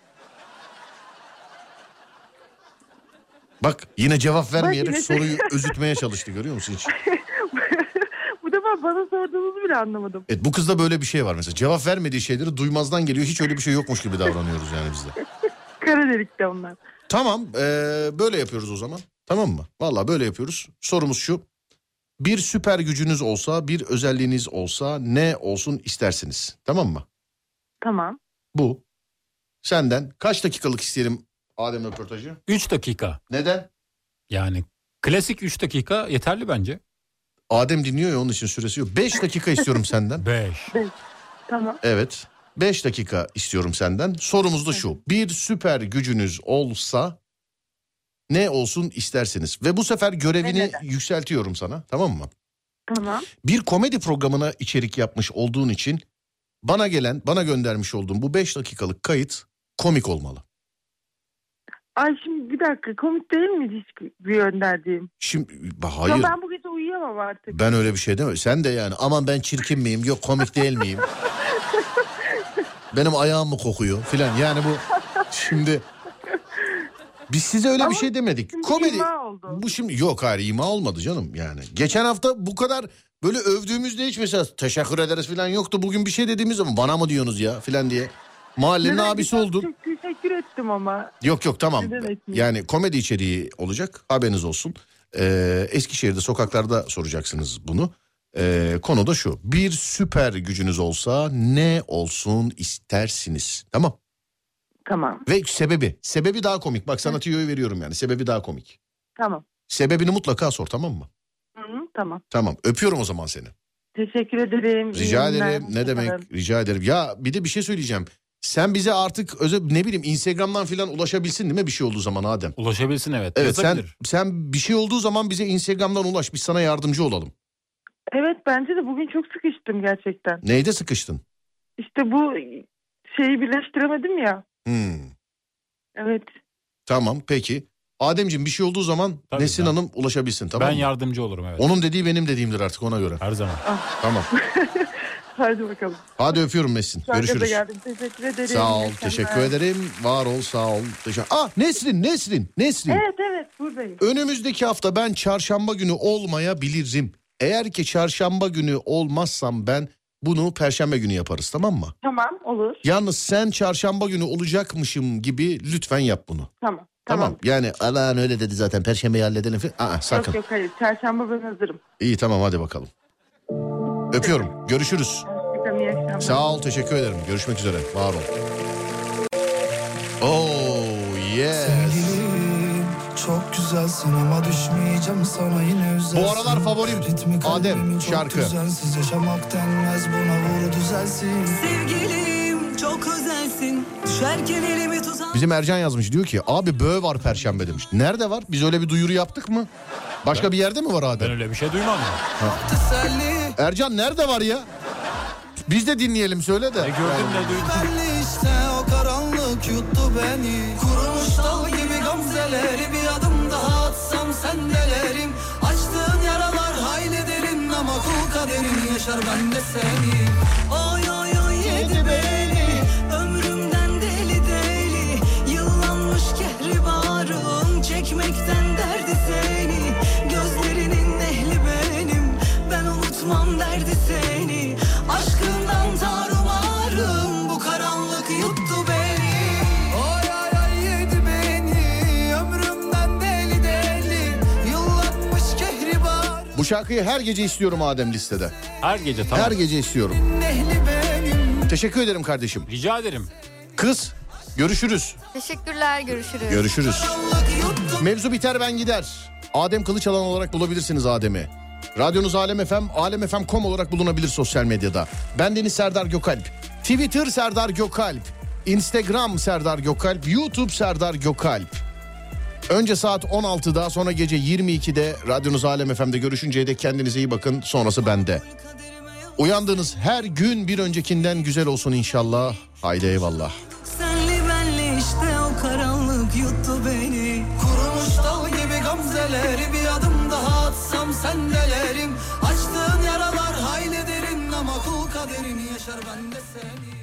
Bak yine cevap vermeyerek yine- soruyu özütmeye çalıştı, görüyor musun hiç? Bu defa bana sorduğunuzu bile anlamadım. Evet, bu kızda böyle bir şey var mesela. Cevap vermediği şeyleri duymazdan geliyor. Hiç öyle bir şey yokmuş gibi davranıyoruz yani biz de. Kara delikte onlar. Tamam, böyle yapıyoruz o zaman. Tamam mı? Vallahi böyle yapıyoruz. Sorumuz şu. Bir süper gücünüz olsa, bir özelliğiniz olsa ne olsun istersiniz? Tamam mı? Tamam. Bu. Senden kaç dakikalık isteyelim Adem röportajı? 3 dakika. Neden? Yani klasik 3 dakika yeterli bence. Adem dinliyor ya, onun için süresi yok. 5 dakika istiyorum senden. 5. Tamam. Evet. 5 dakika istiyorum senden. Sorumuz da şu. Bir süper gücünüz olsa ne olsun istersiniz? Ve bu sefer görevini yükseltiyorum sana. Tamam mı? Tamam. Bir komedi programına içerik yapmış olduğun için bana göndermiş olduğun bu 5 dakikalık kayıt komik olmalı. Ay şimdi bir dakika, komik değil mi hiç bir gönderdiğim? Şimdi Ya hayır. ben bu gece uyuyamam artık. Ben öyle bir şey demiyorum. Sen de yani aman ben çirkin miyim, yok komik değil miyim? Benim ayağım mı kokuyor filan. Yani bu şimdi Biz size öyle bir şey demedik. Komedi. ima oldu. Bu şimdi yok, hayır ima olmadı canım yani. Geçen hafta bu kadar böyle övdüğümüzde hiç mesela teşekkür ederiz falan yoktu. Bugün bir şey dediğimiz zaman bana mı diyorsunuz ya falan diye. Mahallenin abisi oldun. Çok teşekkür ettim ama. Yok tamam. Neden etmeyeyim? Yani komedi içeriği olacak, haberiniz olsun. Eskişehir'de sokaklarda soracaksınız bunu. Konu da şu: bir süper gücünüz olsa ne olsun istersiniz? Tamam. Ve sebebi daha komik. Bak sana tüyoyu veriyorum yani. Sebebi daha komik. Tamam. Sebebini mutlaka sor, tamam mı? Tamam. Tamam. Öpüyorum o zaman seni. Teşekkür ederim. Rica İyi günler. ederim. Ne demek? Rica ederim. Ya bir de bir şey söyleyeceğim. Sen bize artık ne bileyim Instagram'dan falan ulaşabilsin değil mi bir şey olduğu zaman Adem? Ulaşabilsin, evet. Evet, sen bir şey olduğu zaman bize Instagram'dan ulaş. Biz sana yardımcı olalım. Evet, bence de bugün çok sıkıştım gerçekten. Neyde sıkıştın? İşte bu şeyi birleştiremedim ya. Evet. Tamam, peki. Ademciğim bir şey olduğu zaman Nesrin Hanım ulaşabilsin, tamam Ben mı? yardımcı olurum, evet. Onun dediği benim dediğimdir artık, ona göre. Her zaman. Tamam. Hadi bakalım. Hadi öpüyorum Nesrin. Şu an gaza Görüşürüz. geldim. Teşekkür ederim. Sağ ol. İyi Teşekkür akşamlar. ederim. Var ol, sağ ol. Nesrin. Evet buradayım. Önümüzdeki hafta ben çarşamba günü olmayabilirim. Eğer ki çarşamba günü olmazsam ben bunu perşembe günü yaparız, tamam mı? Tamam, olur. Yalnız sen çarşamba günü olacakmışım gibi lütfen yap bunu. Tamam. Tamam. Yani Allah'ın öyle dedi zaten, perşembeyi halledelim falan. Sakın. Yok hayır. Çarşamba ben hazırım. İyi, tamam, hadi bakalım. Öpüyorum. Görüşürüz. Bakalım, iyi akşamlar. Sağ ol, teşekkür ederim. Görüşmek üzere. Var ol. Oh yes. Sevgilim çok güzelsin ama düşmeyeceğim sana yine üzersin. Bu aralar favorim Adem şarkı. Düzensiz yaşamak denmez buna, vur düzelsin. Sevgilim çok özelsin. Düşerken elimi tutan. Bizim Ercan yazmış, diyor ki abi böğ var perşembe demiş. Nerede var? Biz öyle bir duyuru yaptık mı? Başka bir yerde mi var Adem? Ben öyle bir şey duymadım. Ercan nerede var ya? Biz de dinleyelim, söyle de. Ne gördün ne duydun? Belli işte o karanlık yuttu beni. Kurumuş dal gibi gamzeleri, bir adım daha atsam sendelerim. Açtığın yaralar hayli derin ama kul kaderin yaşar ben de seni. Oy oy oy yedi beni. Ömrümden deli deli. Yıllanmış kehribarım. Çekmekten derdi seni. Gözlerinin ehli benim. Ben unutmam derdi seni. Aşkından tarumarım. Bu karanlık yuttu beni. Oy oy oy yedi beni. Ömrümden deli deli. Yıllanmış kehribar. Bu şarkıyı her gece istiyorum Adem listede. Her gece, tamam. Her gece istiyorum. Teşekkür ederim kardeşim. Rica ederim. Kız, görüşürüz. Teşekkürler, görüşürüz. Görüşürüz. Mevzu biter ben gider. Adem Kılıçalan olarak bulabilirsiniz Adem'i. Radyonuz Alem FM, alemfm.com olarak bulunabilir sosyal medyada. Bendeniz Serdar Gökalp. Twitter Serdar Gökalp. Instagram Serdar Gökalp. YouTube Serdar Gökalp. Önce saat 16'da, sonra gece 22'de radyonuz Alem FM'de görüşünceye dek kendinize iyi bakın. Sonrası bende. Uyandığınız her gün bir öncekinden güzel olsun inşallah. Haydi eyvallah. Senli benli işte o karanlık yuttu beni. Kurumuş dal gibi gamzeleri, bir adım daha atsam sendelerim. Açtığın yaralar hayli derin ama kul kaderini yaşar ben de seni.